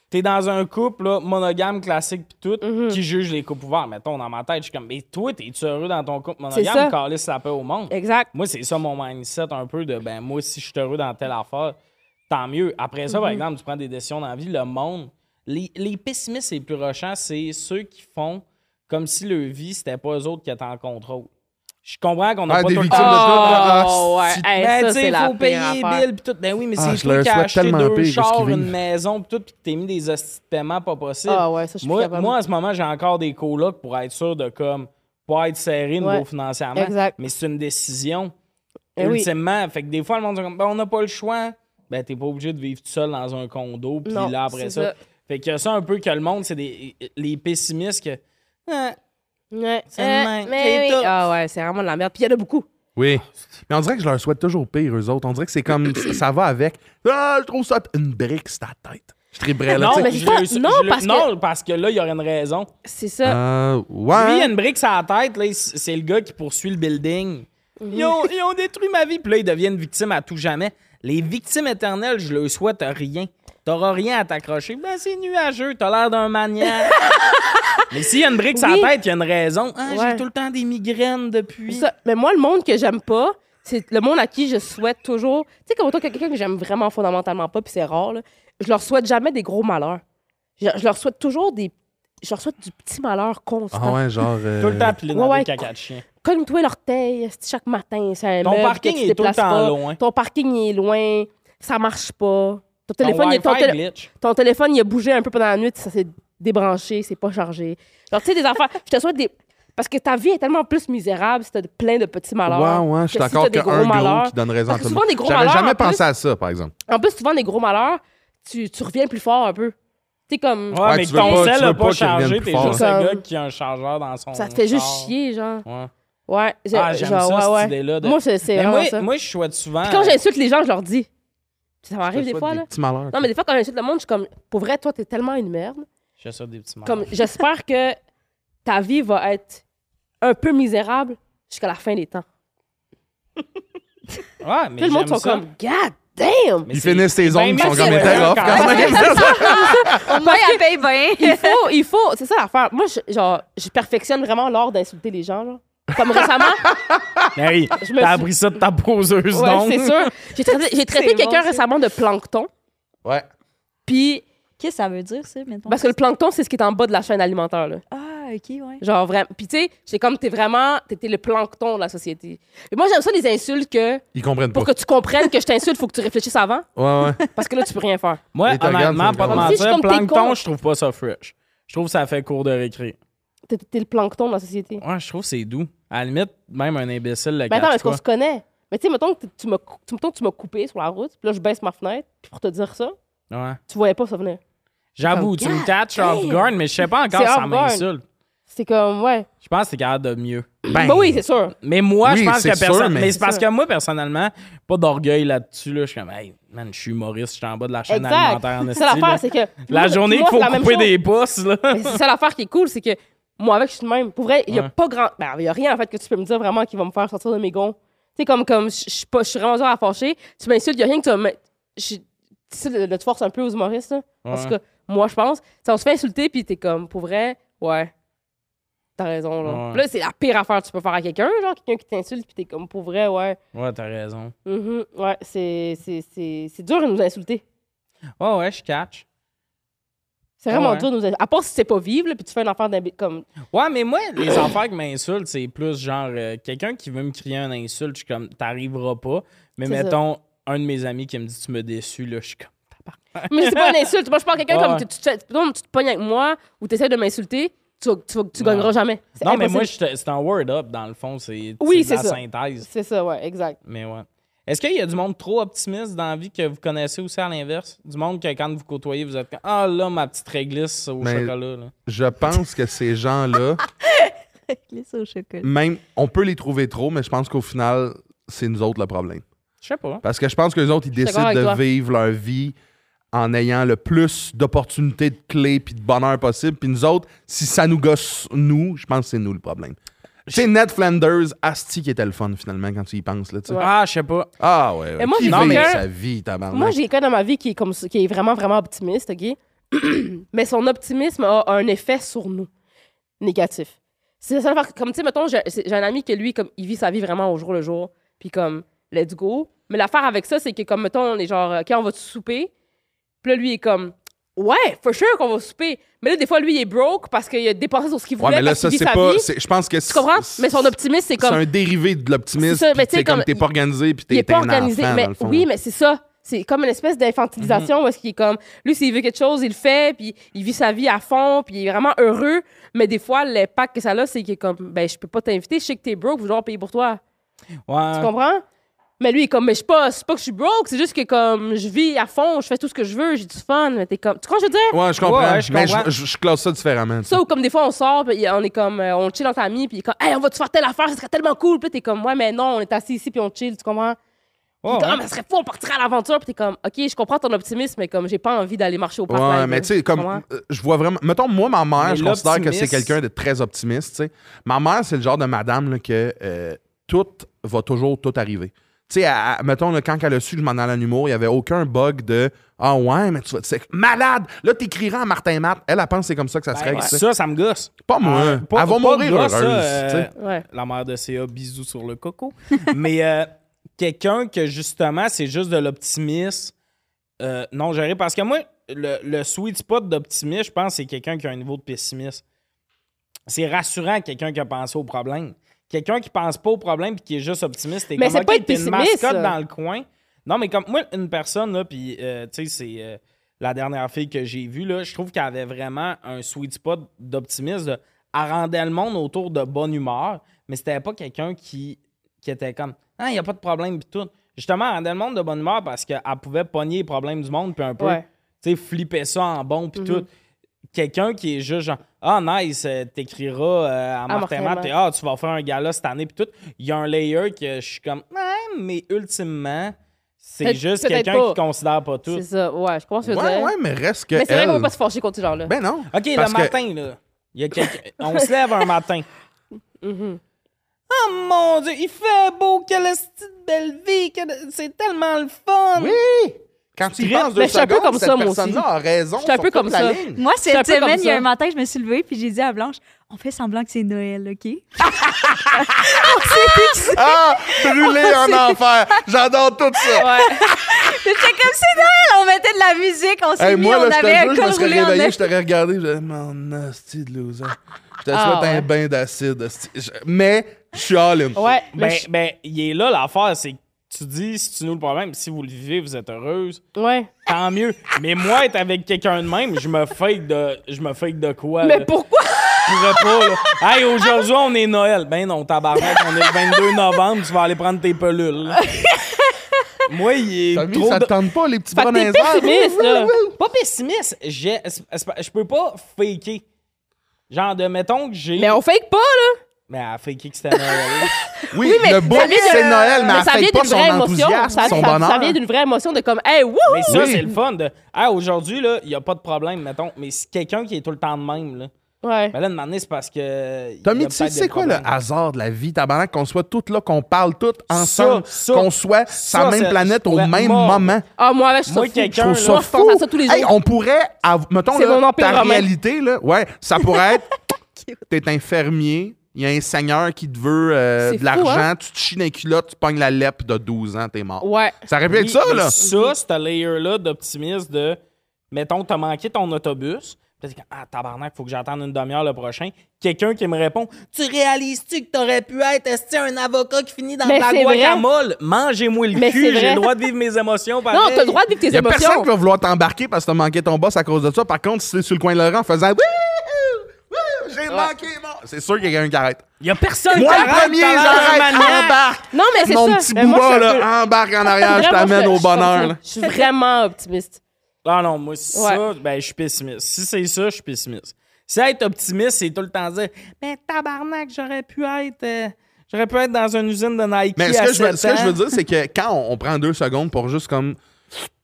t'es dans un couple là, monogame classique pis tout, Mhm. qui juge les couples ouverts. Mettons, dans ma tête, je suis comme, mais toi, t'es-tu heureux dans ton couple C'est ça. monogame? Calisse la paix au monde. Exact. Moi, c'est ça mon mindset un peu de, ben, moi, si je suis heureux dans telle affaire, tant mieux. Après ça, par exemple, tu prends des décisions dans la vie, le monde, les, les pessimistes les plus rushants, c'est ceux qui font comme si leur vie, c'était pas eux autres qui étaient en contrôle. Je comprends qu'on n'a Ah, pas des tout le victimes temps... de tout. Ah, Oh, ouais. si- Hey, Ben, ça, tu sais, c'est il la faut payer pire les affaire. billes pis tout. Ben oui, mais Ah, c'est je toi leur qui as souhaite acheté tellement deux pire que ce chars, qu'ils une vivent. maison pis tout, pis que t'es mis des hosties de paiement pas possible. Ah ouais, ça, je suis plus Moi, capable. moi, en ce moment, j'ai encore des colocs pour être sûr de comme pas être serré niveau Ouais. financièrement. Exact. Mais c'est une décision. Eh oui. Ultimement, fait que des fois, le monde dit comme, ben, on n'a pas le choix. Ben, t'es pas obligé de vivre tout seul dans un condo, puis Non, là, après c'est ça. ça. Fait que ça, un peu que le monde, c'est des les pessimistes que. Ah, Ouais. C'est le même. mais C'est oui. tout. Ah ouais, c'est vraiment de la merde. Puis il y en a beaucoup. Oui. Mais on dirait que je leur souhaite toujours pire, eux autres. On dirait que c'est comme. ça va avec. Ah, je trouve ça. Une brique, c'est ta tête. Je triperais là. non, tu sais. mais je c'est pas- le- je non, le- parce que- non, parce que là, il y aurait une raison. C'est ça. Euh, Lui, il ouais. a une brique sur la tête, là, c'est le gars qui poursuit le building. Ils, ont, ils ont détruit ma vie, puis là, ils deviennent victimes à tout jamais. Les victimes éternelles, je leur souhaite rien. T'auras rien à t'accrocher. Ben, c'est nuageux, t'as l'air d'un maniaque. Mais s'il y a une brique sur Oui. la tête, il y a une raison. Ah, Ouais. j'ai tout le temps des migraines depuis. Ça. Mais moi, le monde que j'aime pas, c'est le monde à qui je souhaite toujours. Tu sais, comme toi, quelqu'un que j'aime vraiment fondamentalement pas, puis c'est rare, là, je leur souhaite jamais des gros malheurs. Je, je leur souhaite toujours des. Je leur souhaite du petit malheur constant. Ah ouais, genre. euh, Tout le temps pilé dans Ouais, ouais. des caca de chien. Cogne-toi l'orteil chaque matin. C'est un Ton meuble parking que tu est tout le déplaces temps pas. loin. Ton parking il est loin. Ça marche pas. Ton Ton téléphone, il, ton, Wi-Fi tél- glitch. ton téléphone, il a bougé un peu pendant la nuit. Ça s'est débranché. C'est pas chargé. Genre, tu sais, des affaires. Je te souhaite des. Parce que ta vie est tellement plus misérable si t'as plein de petits malheurs. Ouais, ouais, je suis que si d'accord t'as des qu'un gros gros malheurs. qui donne raison à Parce que tout le souvent, monde. des gros J'avais malheurs, jamais en plus- pensé à ça, par exemple. En plus, souvent, des gros malheurs, tu, tu reviens plus fort un peu. Tu sais, comme. Ouais, Ouais, mais tu que veux ton pas- sel tu n'a veux pas pas qu'il chargé, revienne t'es plus juste fort. un gars Comme- qui a un chargeur dans son Ça te fait juste char. chier, genre. Ouais. Ouais. j'ai- Ah, j'aime genre, ça, ouais, cette ouais. idée-là. de- Moi, c'est c'est Mais vraiment moi, ça. moi, je souhaite souvent... Puis quand j'insulte les gens, je leur dis. Ça Je m'arrive te des souhaite fois, des là. petits malheurs. Non, mais des fois, quand j'insulte le monde, je suis comme, pour vrai, toi, t'es tellement une merde. Je fais ça des petits Comme, j'espère que ta vie va être un peu misérable jusqu'à la fin des temps. Ouais, mais Tout le monde j'aime sont ça. comme, God damn! Mais Ils c'est- finissent tes c'est ongles, bien ils sont mieux comme que étaient ça, rough quand quand même. même. Au moins, elle paye bien. Il faut, il faut, c'est ça l'affaire. Moi, je, genre, je perfectionne vraiment l'art d'insulter les gens, là. Comme récemment, Harry, Je me t'as suis- appris ça de ta poseuse, ouais, donc. c'est sûr. J'ai traité, j'ai traité C'est quelqu'un bon, ça. récemment de plancton, Ouais. puis Qu'est-ce que ça veut dire, ça, mettons? parce que le plancton, c'est ce qui est en bas de la chaîne alimentaire, là. Ah, OK, ouais. Genre vraiment. Puis tu sais, c'est comme t'es vraiment, t'es t'es le plancton de la société. Et moi, j'aime ça des insultes que, Ils comprennent pas. pour que tu comprennes que je t'insulte, faut que tu réfléchisses avant, Ouais, ouais. parce que là, tu peux rien faire. Moi, Et t'as regardé, honnêtement, ça pas de me regarde. Si je suis mentir, comme t'es plancton, con. je trouve pas ça fresh. Je trouve que ça fait cours de récré. T'es t'es le plancton de la société. Ouais, je trouve que c'est doux. À la limite, même un imbécile le Mais attends, catch est-ce qu'on pas. se connaît? Mais tu sais, mettons que tu- tu m'as cou- tu- mettons que tu m'as coupé sur la route, puis là, je baisse ma fenêtre, puis pour te dire ça, Ouais. tu voyais pas ça venir. J'avoue, tu me catches off damn. guard, mais je sais pas encore C'est si ça off guard. m'insulte. C'est comme, ouais. Je pense que t'es capable de mieux. Ben, oui, c'est sûr. Mais moi, Oui, je pense c'est que sûr, personne. mais- Mais c'est parce C'est que moi, personnellement, pas d'orgueil là-dessus. Là. Je suis comme, hey, man, je suis humoriste, je suis en bas de la chaîne Exact. alimentaire en C'est esti, ça l'affaire, là. c'est que. La moi, journée moi, qu'il faut c'est la même couper chose. des postes, là. Mais c'est ça l'affaire qui est cool, c'est que moi, avec, je suis de même. Pour vrai, il y a Ouais. pas grand. Ben, il y a rien, en fait, que tu peux me dire vraiment qui va me faire sortir de mes gonds. Tu sais, comme, comme, je je suis pas- je suis vraiment dur à fâcher. Tu m'insultes, il y a rien que tu vas me. je- Tu sais, le, le- tu forces un peu aux humoristes, là. En tout Ouais. cas, moi, je pense. Tu sais, on se fait insulter, puis t'es comme, pour vrai, ouais. T'as raison, là. Ouais. Puis là, c'est la pire affaire que tu peux faire à quelqu'un, genre, quelqu'un qui t'insulte, puis t'es comme, pour vrai, ouais. Ouais, t'as raison. Mhm, ouais, c'est, c'est, c'est, c'est dur de nous insulter. Ouais, ouais, je catch. C'est vraiment Ouais. dur de nous insulter. À part si c'est pas vivre, là, puis tu fais une affaire d'imbi- comme. Ouais, mais moi, les affaires qui m'insultent, c'est plus genre euh, quelqu'un qui veut me crier une insulte, je suis comme, t'arriveras pas. Mais C'est ça. mettons, un de mes amis qui me dit, tu me déçus, là, je suis comme, Mais c'est pas une insulte. Moi, je parle à quelqu'un Ouais. comme tu, tu, te fais- mettons, tu te pognes avec moi ou tu essaies de m'insulter, tu, vas- tu, vas- tu Ouais. gagneras jamais. C'est non, mais impossible. moi, je te- c'est un word-up, dans le fond. C'est Oui, c'est de c'est la ça. synthèse. C'est ça, ouais, exact. Mais ouais. Est-ce qu'il y a du monde trop optimiste dans la vie que vous connaissez aussi à l'inverse? Du monde que quand vous côtoyez, vous êtes comme, ah là, ma petite réglisse au Mais- chocolat. Là. Je pense que ces gens-là, Glisse au chocolat. même, on peut les trouver trop, mais je pense qu'au final, c'est nous autres le problème. Je sais pas. Parce que je pense que les autres, ils suis d'accord décident de avec toi. vivre leur vie en ayant le plus d'opportunités, de clés puis de bonheur possible. Puis nous autres, si ça nous gosse, nous, je pense que c'est nous le problème. Tu sais, Ned Flanders, asti qui était le fun finalement quand tu y penses. Là, tu sais. Ouais. Ah, je sais pas. Ah ouais, ouais. Et moi, Qui j'ai vit quelqu'un- sa vie, tabarnak. Moi, j'ai quelqu'un dans ma vie qui est, comme, ça- qui est vraiment, vraiment optimiste, OK? mais son optimisme a un effet sur nous négatif. C'est ça, comme tu sais, mettons, j'ai, j'ai un ami que lui, comme, il vit sa vie vraiment au jour le jour, puis comme, let's go. Mais l'affaire avec ça, c'est que, comme, mettons, on est genre, OK, on va souper, puis là, lui, il est comme, ouais, for sure qu'on va souper. Mais là, des fois, lui, il est broke parce qu'il a dépensé sur ce qu'il voulait. Ouais, mais là, parce ça, qu'il vit c'est sa pas. vie. c'est- Je pense que Tu comprends? Mais son optimisme, c'est comme. C'est un dérivé de l'optimisme. C'est ça, mais puis tu sais, t'es comme comme- t'es pas organisé, puis Il t'es est t'es pas un organisé. enfant, mais dans le fond. oui, mais c'est ça. C'est comme une espèce d'infantilisation où est-ce qu'il est comme, lui, s'il veut quelque chose, il le fait, puis il vit sa vie à fond, puis il est vraiment heureux. Mais des fois, l'impact que ça a, c'est qu'il est comme, ben, je peux pas t'inviter, je sais que t'es broke, je vais devoir payer pour toi. Ouais. Tu comprends? Mais lui, il est comme, mais je suis pas, c'est pas que je suis broke, c'est juste que comme, je vis à fond, je fais tout ce que je veux, j'ai du fun. Mais t'es comme, tu comprends ce que je veux dire? Ouais, je comprends. Ouais, je mais comprends. je, je- je classe ça différemment. tu sais. Ça, ou comme des fois, on sort, puis on est comme, euh, on chill entre amis, puis il est comme, hey, on va-tu faire telle affaire, ça serait tellement cool. Puis là, t'es comme, ouais, mais non, on est assis ici, puis on chill, tu comprends? Puis Ouais, il est comme, ouais. ah, mais ça serait fou, on partirait à l'aventure, puis t'es comme, ok, je comprends ton optimisme, mais comme, j'ai pas envie d'aller marcher au parc. Ouais, live, mais là. tu sais, comme, comprends? euh, je vois vraiment. Mettons, moi, ma mère, Mais je considère que c'est l'optimisme- quelqu'un de très optimiste, tu sais. Ma mère, c'est le genre de madame, là, que euh, tout va toujours tout arriver. Tu sais, elle- elle- mettons, là, quand elle a su que je m'en allais en humour, il n'y avait aucun bug de ah ouais, mais tu vas. C'est malade! Là, t'écriras en Martin Matt. Elle, elle pense que c'est comme ça que ça se Ben, règle. tu sais. ça, ça me gosse. Pas moi. Euh, pas- elle va pas mourir de heureuse. gosse, ça, euh, tu sais. Ouais. La mère de C A, bisous sur le coco. Mais euh, quelqu'un que, justement, c'est juste de l'optimisme euh, non géré. Parce que moi, le, le sweet spot d'optimisme, je pense, c'est quelqu'un qui a un niveau de pessimisme. C'est rassurant, quelqu'un qui a pensé au problème. Quelqu'un qui pense pas au problème puis qui est juste optimiste, t'es Mais comme, c'est OK, pas être t'es une pessimiste, mascotte ça. dans le coin. Non, mais comme moi, une personne, là, puis, euh, tu sais, c'est euh, la dernière fille que j'ai vue, là, je trouve qu'elle avait vraiment un sweet spot d'optimisme. de- Elle rendait le monde autour de bonne humeur, mais c'était pas quelqu'un qui, qui était comme, ah, il n'y a pas de problème, puis tout. Justement, elle rendait le monde de bonne humeur parce qu'elle pouvait pogner les problèmes du monde, puis un peu, Ouais. tu sais, flipper ça en bon, puis Mhm. tout. Quelqu'un qui est juste genre, ah, nice, euh, t'écriras euh, à Martin Martin Matt, Matt. et ah, tu vas faire un gala cette année, puis tout. Il y a un layer que je suis comme, ouais, mais ultimement, c'est Peut-être- juste peut-être quelqu'un pas. qui considère pas tout. C'est ça, ouais, je pense que je veux Ouais, dire. ouais, mais reste que. Mais c'est vrai elle- qu'on va pas se fâcher contre ces gens-là. Ben non. OK, Parce le que- matin, là, il y a quelqu'un. On se lève un matin. Mhm. Oh mon Dieu, il fait beau, quelle petite belle vie, quelle- c'est tellement le fun. Oui! Quand tu y tripes. penses deux Mais je suis un peu secondes, comme cette ça, moi aussi. personne-là a raison. Je suis un sur peu toute comme la ça. ligne. Moi, suis un cette peu comme semaine, il y a ça. un matin, je me suis levée puis j'ai dit à Blanche, on fait semblant que c'est Noël, OK? Ah! Brûlé en enfer! J'adore tout ça! Ouais. J'étais comme c'est Noël, on mettait de la musique, on s'est Hey, mis, moi, on là, je te avait jure, un je me col serais roulé en réveillé, neige. je t'aurais regardé, je disais, mon hostie de loser. Je te Ah, souhaite ouais. un bain d'acide. hostie. Je- Mais, je suis all-in. Ouais. Ben, mais je- ben, il est là l'affaire, c'est que tu dis, si tu nous le problème, si vous le vivez, vous êtes heureuse, Ouais. tant mieux. Mais moi, être avec quelqu'un de même, je me fake de, je me fake de quoi? Mais là? pourquoi? Je pourrais pas, là. Hey, aujourd'hui, on est Noël. Ben non, tabarnak, on est le vingt-deux novembre, tu vas aller prendre tes pelules. là. Moi, il est Tommy, trop... ça de- te tente pas, les petits Fait bras que dans t'es les airs? pessimiste, là. Pas pessimiste, j'ai- c'est- c'est- je peux pas faker. Genre de, mettons que j'ai... Mais on fake pas, là. Mais elle a faké que c'était Noël. Oui, Oui, mais le bout, ça vient de- c'est Noël, mais, Mais elle ça fait vient pas d'une son vraie émotion. enthousiasme, Ça, son ça- bonheur. ça vient d'une vraie émotion de comme, hey, wouh! Mais ça, Oui. c'est le fun de... Ah, aujourd'hui, là, il n'y a pas de problème, mettons. Mais si quelqu'un qui est tout le temps de même, là... Ouais. Ben là, de c'est parce que... il y Tommy, a tu sais, peut-être c'est des quoi le problèmes. hasard de la vie, tabarnak, qu'on soit toutes là, qu'on parle toutes ensemble, Ça, ça, qu'on soit sur la ça, même c'est- planète je au pourrais même mordre. moment. Ah, moi, avec, je Moi, trouve ça fou. quelqu'un, Je trouve ça Moi, je pense fou. à ça tous les Hey, jours. on pourrait, av- mettons, C'est là, mon empire ta romain. réalité, là, ouais, ça pourrait être, t'es un fermier, il y a un seigneur qui te veut euh, C'est de fou, l'argent, hein? tu te chies dans les culottes, tu pognes la lèpre de douze ans, t'es mort. Ouais. Ça aurait pu être Oui, ça, mais là. Ça, c'est un layer-là d'optimisme de... Mettons, t'as manqué ton autobus. Puis t'es comme, ah, tabarnak, faut que j'attende une demi-heure le prochain. Quelqu'un qui me répond, tu réalises-tu que t'aurais pu être est-ce un avocat qui finit dans Mais de la c'est vrai. guacamole? Mangez-moi le Mais c'est cul, j'ai vrai. le droit de vivre mes émotions. Pareil. Non, t'as le droit de vivre tes Il y a émotions. personne qui va vouloir t'embarquer parce que t'as manqué ton boss à cause de ça. Par contre, si c'est sur le coin de l'oreille en faisant Wouhou! Wouhou! J'ai manqué mon. C'est sûr qu'il y a quelqu'un qui arrête. Il y a personne Moi, qui le arrête, premier, t'as l'air d'un j'arrête, maniaque. embarque. Non, mais c'est Mon ça. petit Mais moi, booba, je suis un peu- là, embarque en arrière, je Vraiment, t'amène je- au je suis comme bonheur. ça. là. Je suis vraiment optimiste. Ah non, moi, c'est Ouais. ça, ben, je suis pessimiste. Si c'est ça, je suis pessimiste. Si être optimiste, c'est tout le temps dire, mais tabarnak, j'aurais pu être, euh, j'aurais pu être dans une usine de Nike Mais ce à que, je veux, sept ce que je veux ans. dire, c'est que quand on, on prend deux secondes pour juste comme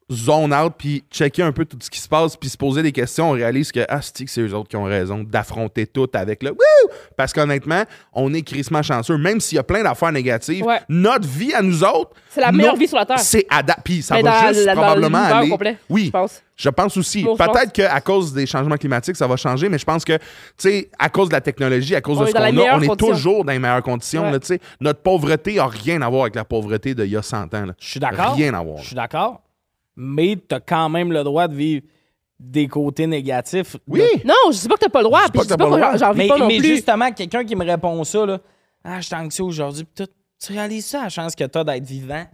zone out, puis checker un peu tout ce qui se passe, puis se poser des questions, on réalise que, ah, c'est que c'est eux autres qui ont raison d'affronter tout avec le wouh! Parce qu'honnêtement, on est crissement chanceux. Même s'il y a plein d'affaires négatives, Ouais. notre vie à nous autres... C'est la meilleure nos- vie sur la Terre. C'est adapté. Puis ça Mais va dans- juste dans- dans probablement l'univers aller... complet, oui, je pense. je pense aussi. Moi, je Peut-être qu'à cause des changements climatiques, ça va changer, mais je pense que, tu sais, à cause de la technologie, à cause On de est ce dans qu'on les a, meilleures on est conditions. toujours dans les meilleures conditions. Ouais. Là, tu sais. Notre pauvreté n'a rien à voir avec la pauvreté d'il y a cent ans. là. Je suis d'accord. Rien à voir. Je suis d'accord. Mais t'as quand même le droit de vivre des côtés négatifs. Oui! De- Non, je sais pas que t'as pas le droit. Je dis Puis pas je que dis t'as pas pas le que droit. j'en- j'en vis Mais, pas non mais plus. justement, quelqu'un qui me répond ça, là, ah, je suis anxieux aujourd'hui, pis tout, tu réalises ça, la chance que t'as d'être vivant?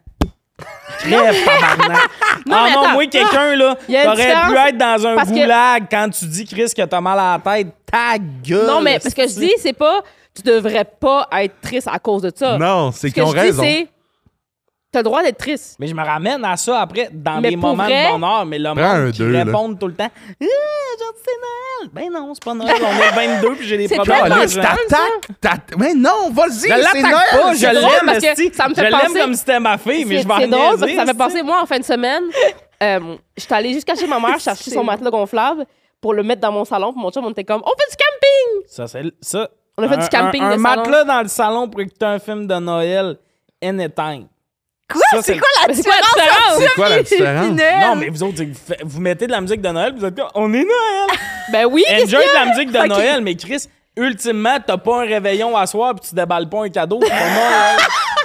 Crève, tabarnak! Non, ah mais non, attends. moi, quelqu'un, là, Il y a une t'aurais différence pu être dans un parce que- goulag quand tu dis, Chris, que t'as mal à la tête. Ta gueule! Non, mais ce que je dis, c'est pas tu devrais pas être triste à cause de ça. Non, c'est Ce qu'ils que ont je raison. dis, c'est t'as le droit d'être triste. Mais je me ramène à ça après, dans Mais des pour moments vrai, de bonheur, mais le prends un monde qui deux, là. répond tout le temps, ah, aujourd'hui c'est Noël! Ben non, c'est pas Noël, on est le vingt-deux puis j'ai des C'est problèmes. tellement d'argent. instant. T'attaques! t'atta- Mais non, vas-y, Je c'est l'attaque Noël! pas, je c'est drôle l'aime, parce que esti. ça me fait je l'aime penser- comme si c'était ma fille, mais C'est je vais en c'est drôle parce que niaiser, ça me fait esti. penser, moi, en fin de semaine, euh, j'étais allée jusqu'à chez ma mère chercher son matelas gonflable pour le mettre dans mon salon. Puis mon chum, on était comme, on fait du camping! Ça, c'est ça. On a fait un, du camping un, de un salon. matelas dans le salon pour écouter un film de Noël, anytime. Quoi? Ça, C'est c'est- quoi la Mais c'est quoi la différence? différence? C'est quoi la différence? Non, mais vous autres, c'est que vous, fa- vous mettez de la musique de Noël, vous êtes comme, on est Noël! Ben oui! qu'est-ce Enjoy qu'il y de a? la musique de Ok. Noël, mais Chris, ultimement, t'as pas un réveillon à soir puis tu déballes pas un cadeau pour Noël.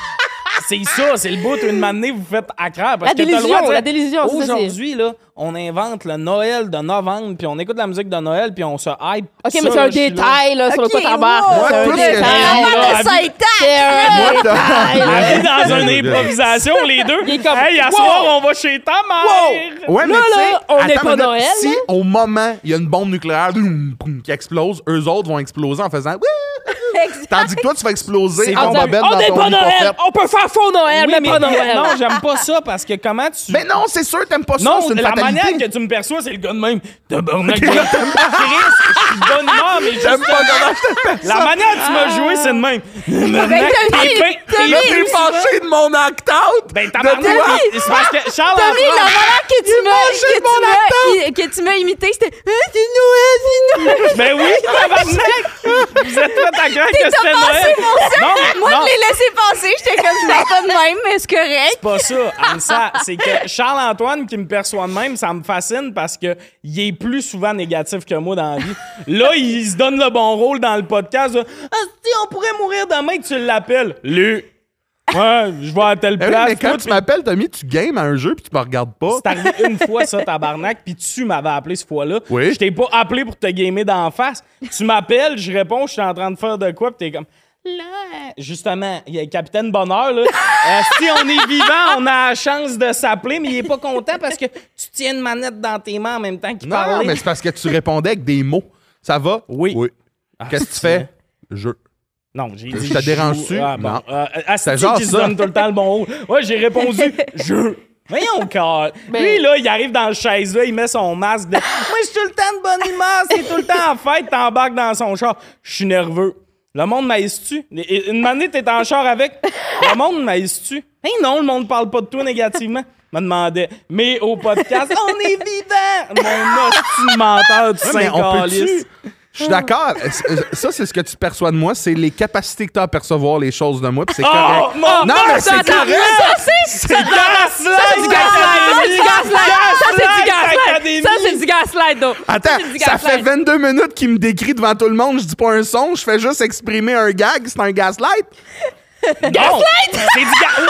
C'est ça, c'est le bout. Une matinée, vous faites à craindre. Parce La que t'as le droit de délusion, dire, la délusion, c'est ça, c'est- aujourd'hui, là, on invente le Noël de novembre, puis on écoute la musique de Noël, puis on se hype. OK, Ça, mais c'est là, un je suis là. détail, là, sur le Ok, quoi t'embarques. wow. là. C'est Moi, un tout ce que détail, j'ai- là. Ah, ça est C'est un Moi, t'as- détail, là. On est dans une improvisation, les deux. Il est comme, Hey, à wow. soir, on va chez ta mère. Ouais, mais Là, tu sais, là, on attends n'est pas une minute, Noël, si là. au moment, il y a une bombe nucléaire boum, boum, qui explose, eux autres vont exploser en faisant Wouh! Tandis que toi, tu vas exploser C'est en bon. bobette On dans n'est ton pas Noël! hypothèque. On peut faire faux Noël, Oui, mais, mais pas Noël. non, j'aime pas ça parce que comment tu. Mais non, c'est sûr, t'aimes pas ça, Non, c'est une la fatalité. manière que tu me perçois, c'est le gars de même. Tabarnak, Chris, je suis de bonne humeur, mais J'aime juste pas comment je te fais la manière que tu m'as joué, c'est de même. Tabarnak, t'as t'es mis- peint- t'as t'es Là, mis- t'es plus souvent- fâché de mon act-out. Ben, De tabarnak, toi. c'est parce que Charles Tommy, la Antoine- manière que tu m'as mangé que mon tu m'as- i- que tu m'as imité, c'était ah, c'est Noël, c'est Noël. Ben oui, tabarnak! Vous êtes fait à craindre que c'était Noël. Non, mais- Moi, non, je l'ai laissé passer, j'étais comme c'était pas de même, mais c'est correct. c'est pas ça, Anissa. C'est que Charles-Antoine qui me perçoit de même, ça me fascine parce que il est plus souvent négatif que moi dans la vie. Là, il se donne le bon rôle dans le podcast. de, Ah, si on pourrait mourir demain que tu l'appelles. Lui. Ouais, je vais à telle Eh oui, place. mais quand Toi, tu m'appelles, Tommy, tu games à un jeu puis tu me regardes pas. C'est arrivé une fois, ça, tabarnak, puis tu m'avais appelé cette fois-là. Oui. Je t'ai pas appelé pour te gamer d'en face. Tu m'appelles, je réponds, je suis en train de faire de quoi, puis t'es comme... Là, justement, il y a le capitaine Bonheur, là. Euh, si on est vivant, on a la chance de s'appeler, mais il est pas content parce que tu tiens une manette dans tes mains en même temps qu'il Non, parlait. mais c'est parce que tu répondais avec des mots. Ça va? Oui. Oui. Ah, Qu'est-ce que tu c'est fais? vrai. Jeu. Non, j'ai dit... Ça te je dérange-tu? joue. Ah, bon. Non. Euh, Asti C'est genre qui se ça. donne tout le temps le bon rôle. Ouais, j'ai répondu « Je ». Voyons, car. Mais- Lui, là, il arrive dans le chaise, là, il met son masque de « Moi, je suis tout le temps de bonne humeur, c'est tout le temps en fête, t'embarques dans son char. Je suis nerveux. Le monde maïse-tu? Une année, t'es en char avec. Le monde maïse-tu? Hey, non, le monde parle pas de toi négativement. Me demandait. Mais au podcast, on est vivant! Mon hostie de menteur, tu Ouais, mais sais, on peut-tu... Je suis d'accord. Ça, c'est ce que tu perçois de moi. C'est les capacités que tu as à percevoir les choses de moi. Puis c'est correct. Oh, mon non, mais c'est attends, correct. ça, c'est C'est gaslight! c'est du gaslight! Ça, c'est du gaslight! Ça, c'est du gaslight! Académie. Ça, c'est du gaslight, donc. Attends, Ça, c'est du ça gaslight. fait vingt-deux minutes qu'il me décrit devant tout le monde. Je dis pas un son, je fais juste exprimer un gag. C'est un gaslight. Non! C'est du ga-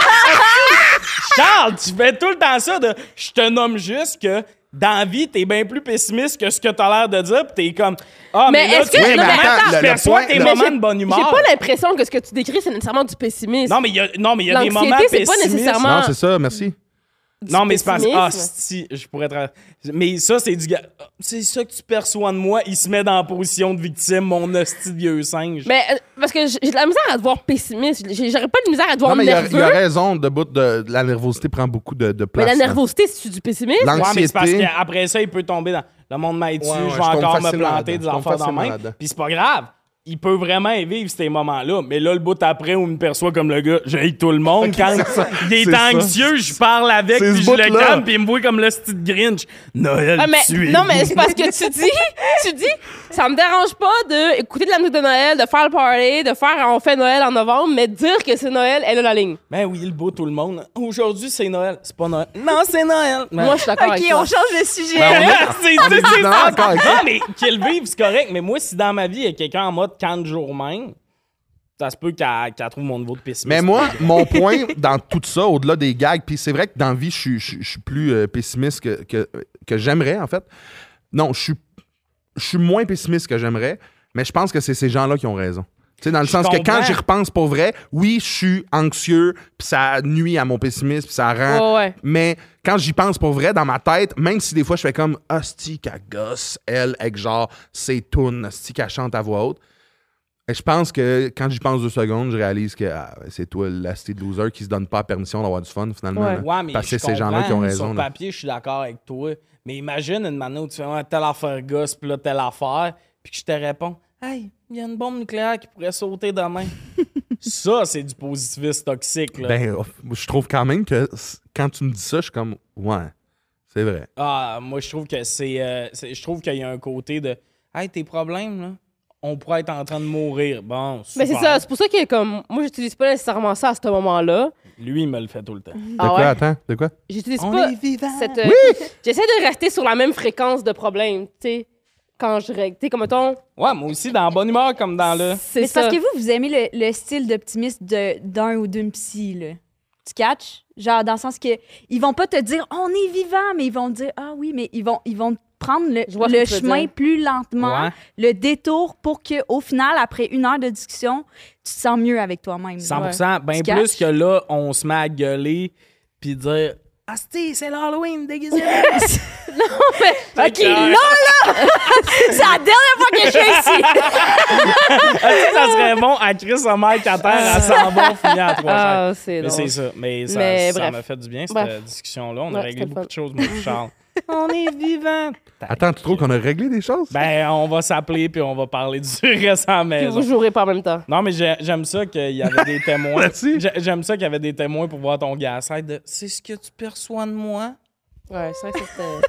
Charles, tu fais tout le temps ça de je te nomme juste que dans la vie, t'es bien plus pessimiste que ce que t'as l'air de dire, pis t'es comme ah mais, Mais là, est-ce tu que- Oui, non, mais mais attends, je le- le perçois point- tes le- moments de bonne humeur. J'ai pas l'impression que ce que tu décris, c'est nécessairement du pessimisme. Non, mais il y a non, mais il y a des moments L'anxiété, c'est pas pessimistes. nécessairement- Non, c'est ça, merci. du Non, mais c'est parce que ah, pessimisme. si, je pourrais tra- mais ça c'est du ga- c'est ça que tu perçois de moi, il se met dans la position de victime, mon hostie de vieux singe. Mais euh, parce que j'ai de la misère à te voir pessimiste. J'ai- J'aurais pas de misère à te voir Non, mais il y a- nerveux. il y a raison. De bout de, de la nervosité prend beaucoup de, de Mais place. la hein. nervosité, c'est du pessimisme. Ouais, mais c'est parce L'anxiété. qu'après ça, il peut tomber dans le monde m'aide dessus, Ouais, ouais, je je vais tombe encore me facilement planter là-dedans. des Je tombe affaires dans facilement la main. là-dedans. Puis c'est pas grave. il peut vraiment y vivre ces moments-là. Mais là, le bout après où il me perçoit comme le gars, j'haïs tout le monde. Quand il est, C'est ça. anxieux, je parle avec, C'est puis ce je le bout-là. calme, puis il me voit comme le petit Grinch. Noël, Ah, mais, tu es non, mais c'est parce que tu dis, tu dis, ça me dérange pas d'écouter de la musique de Noël, de faire le party, de faire on fait Noël en novembre, mais dire que c'est Noël, elle a la ligne. Ben oui, le beau tout le monde. Aujourd'hui, c'est Noël. C'est pas Noël. Non, c'est Noël. Ben, Moi, je suis d'accord OK, avec toi. on change de sujet. Ben, on est- c'est On est c'est- c'est évidemment ça. d'accord avec Non, mais qu'il vive, c'est correct. Mais moi, si dans ma vie, il y a quelqu'un en mode quarante jours même, ça se peut qu'elle qu'elle trouve mon niveau de pessimisme. Mais moi, mon point dans tout ça, au-delà des gags, puis c'est vrai que dans la vie, je suis- je suis je suis plus euh, pessimiste que, que, que j'aimerais, en fait. Non, je suis je suis moins pessimiste que j'aimerais, mais je pense que c'est ces gens-là qui ont raison. Tu sais, dans le Je sens que comprends. quand j'y repense pour vrai, oui, je suis anxieux, puis ça nuit à mon pessimisme, puis ça rend... Ouais, ouais. Mais quand j'y pense pour vrai, dans ma tête, même si des fois je fais comme « Hostie qu'elle gosse, elle, avec genre, c'est toune, hostie qu'elle chante à voix haute », et je pense que quand j'y pense deux secondes, je réalise que ah, c'est toi, l'hostie de loser, qui se donne pas la permission d'avoir du fun, finalement. Ouais. là. Ouais, mais Parce que je c'est ces gens-là qui ont comprends. raison. Sur là. papier, je suis d'accord avec toi. Mais imagine une manière où tu fais ouais, telle affaire gosse, puis là, telle affaire, puis que je te réponds hey, il y a une bombe nucléaire qui pourrait sauter demain. Ça, c'est du positivisme toxique. Là. Ben, oh, je trouve quand même que c- quand tu me dis ça, je suis comme, ouais, c'est vrai. Ah, moi, je trouve que c'est. euh, c'est- je trouve qu'il y a un côté de hey, tes problèmes, là, on pourrait être en train de mourir. Bon, Mais c'est super. ça, c'est pour ça que comme moi j'utilise pas nécessairement ça à ce moment-là. Lui, il me le fait tout le temps. De Ah quoi, ouais? attends, de quoi? J'utilise On pas est vivant. cette euh, j'essaie de rester sur la même fréquence de problème, tu sais. Quand je règle, tu sais comme mettons, Ouais, moi aussi, dans la bonne humeur comme dans le. c'est Mais c'est ça. parce que vous, vous aimez le, le style d'optimisme de- d'un ou d'une psy, là. Tu catches? Genre, dans le sens que ils vont pas te dire « on est vivant », mais ils vont te dire « ah oui », mais ils vont, ils vont prendre le, Je vois ce le que tu veux chemin dire. plus lentement, Ouais. le détour pour qu'au final, après une heure de discussion, tu te sens mieux avec toi-même. cent pour cent, bien Tu plus catches? que là, on se met à gueuler puis dire Asti, c'est l'Halloween, déguisé. mais OK, clair. là C'est la dernière fois que je suis ici! Asti, ça serait bon à Chris au Mike à terre, à s'en va, finir à trois chèques. ah, c'est Mais drôle. c'est ça. Mais ça Mais ça bref. m'a fait du bien, cette Bref. euh, discussion-là. On a Ouais, réglé c'était beaucoup fun. de choses, moi et Charles. On est vivants. Attends, tu trouves qu'on a réglé des choses? Ben, on va s'appeler puis on va parler du reste à la Puis maison. vous jouerez pas en même temps. Non, mais j'ai- j'aime ça qu'il y avait des témoins. Là-dessus? J'ai- J'aime ça qu'il y avait des témoins pour voir ton gaslight de c'est ce que tu perçois de moi. Ouais, c'est vrai que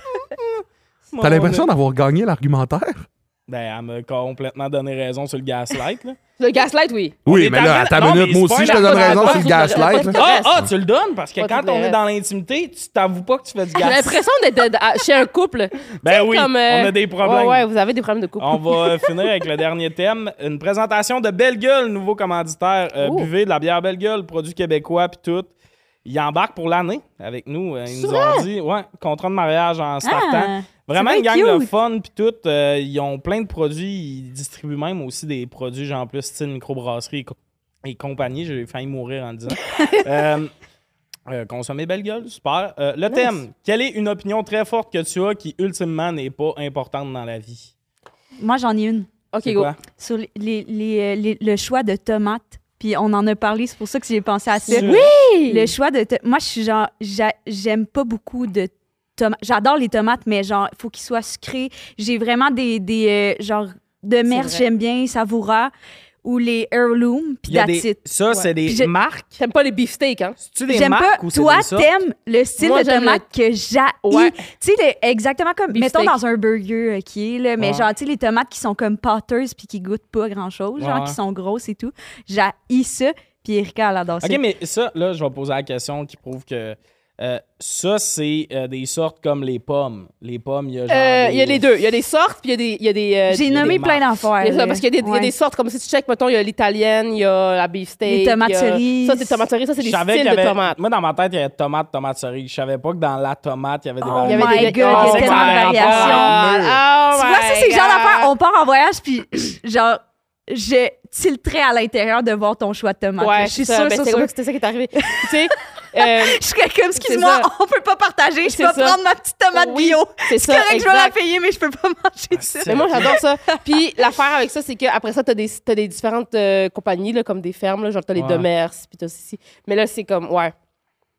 c'était. T'as l'impression d'avoir gagné l'argumentaire? Ben, elle m'a complètement donné raison sur le gaslight, là. Le gaslight, oui. Oui, est mais en là, train- à ta non, minute, mais moi c'est aussi, je pas te la- donne pas- raison pas- sur le pas- gaslight. pas- là. Ah, ah, tu le donnes parce que Pas quand toutes les on est restes. dans l'intimité, tu t'avoues pas que tu fais du J'ai gaslight. l'impression d'être de- de- chez un couple. Ben oui, Comme, euh, on a des problèmes. Ouais, ouais, vous avez des problèmes de couple. On va euh, finir avec le dernier thème. Une présentation de Belle Gueule, nouveau commanditaire. Euh, Oh. buvez de la bière Belle Gueule, produit québécois, puis tout. Ils embarquent pour l'année avec nous. Euh, Ils nous ont dit, ouais, contrat de mariage en startant. Ah, Vraiment c'est une gang bien de cute. fun, puis tout. Euh, ils ont plein de produits. Ils distribuent même aussi des produits, genre plus style microbrasserie et, co- et compagnie. J'ai failli mourir en le disant. euh, euh, consommer Belle Gueule, super. Euh, le thème, quelle est une opinion très forte que tu as qui, ultimement, n'est pas importante dans la vie? Moi, j'en ai une. OK, C'est go. quoi? Sur les, les- les, euh, les- le choix de tomates. Puis on en a parlé, c'est pour ça que j'ai pensé à ça. C'est- Oui! Le choix de... to- Moi, je suis genre... j'a- J'aime pas beaucoup de tomates. J'adore les tomates, mais genre, il faut qu'ils soient sucrés. J'ai vraiment des... des euh, genre, de merce, vrai. j'aime bien, savoura. Ou les heirlooms, puis Il y a that's des, it. ça, Ouais. c'est des Puis je- marques. T'aimes pas les beefsteaks, hein? C'est-tu des J'aime marques pas... ou c'est Toi, des sortes? t'aimes le style Moi, de j'aime tomate que j'haïs. Ouais. Tu sais, le- exactement comme... Beefsteak. Mettons dans un burger, OK, là, mais Ouais. genre, tu sais, les tomates qui sont comme potters puis qui goûtent pas grand-chose, genre, Ouais. qui sont grosses et tout. J'haïs ça, puis Erika, elle adore ça. OK, mais ça, là, je vais poser la question qui prouve que euh, ça, c'est euh, des sortes comme les pommes. Les pommes, il y a genre. Euh, des- Il y a les deux. Il y a des sortes, puis il y a des. Il y a des euh, J'ai il y a nommé des plein marques. d'affaires. il y a ça, là. parce qu'il y a des, il y a Ouais. des sortes, comme si tu check, mettons, il y a l'italienne, il y a la beefsteak. Les tomates il y a- cerises. Ça, c'est tomates cerises, ça, c'est Je des savais styles qu'il y de avait- tomates. Moi, dans ma tête, il y avait tomate, tomate cerise. Je savais pas que dans la tomate, il y avait des Oh Il y variations. avait my des- God, Oh il y a my tellement de God. variations. Oh Tu vois, ça, my c'est le genre God. d'affaires. On part en voyage, puis genre, je tilterais à l'intérieur de voir ton choix de tomate. Ouais, je suis c'est ça. sûre, Ben, sûre, c'était sûre. vrai que c'était ça qui est arrivé. tu sais, euh, Je serais comme, excuse-moi, ça. on peut pas partager. Je C'est peux ça. prendre ma petite tomate oui, bio. c'est C'est ça. correct, je vais la exact. payer, mais je peux pas manger ça. Mais moi, j'adore ça. Puis l'affaire avec ça, c'est qu'après ça, t'as des, t'as des différentes euh, compagnies, là, comme des fermes, là, genre t'as les Ouais. Demers, puis t'as ceci. Mais là, c'est comme, ouais.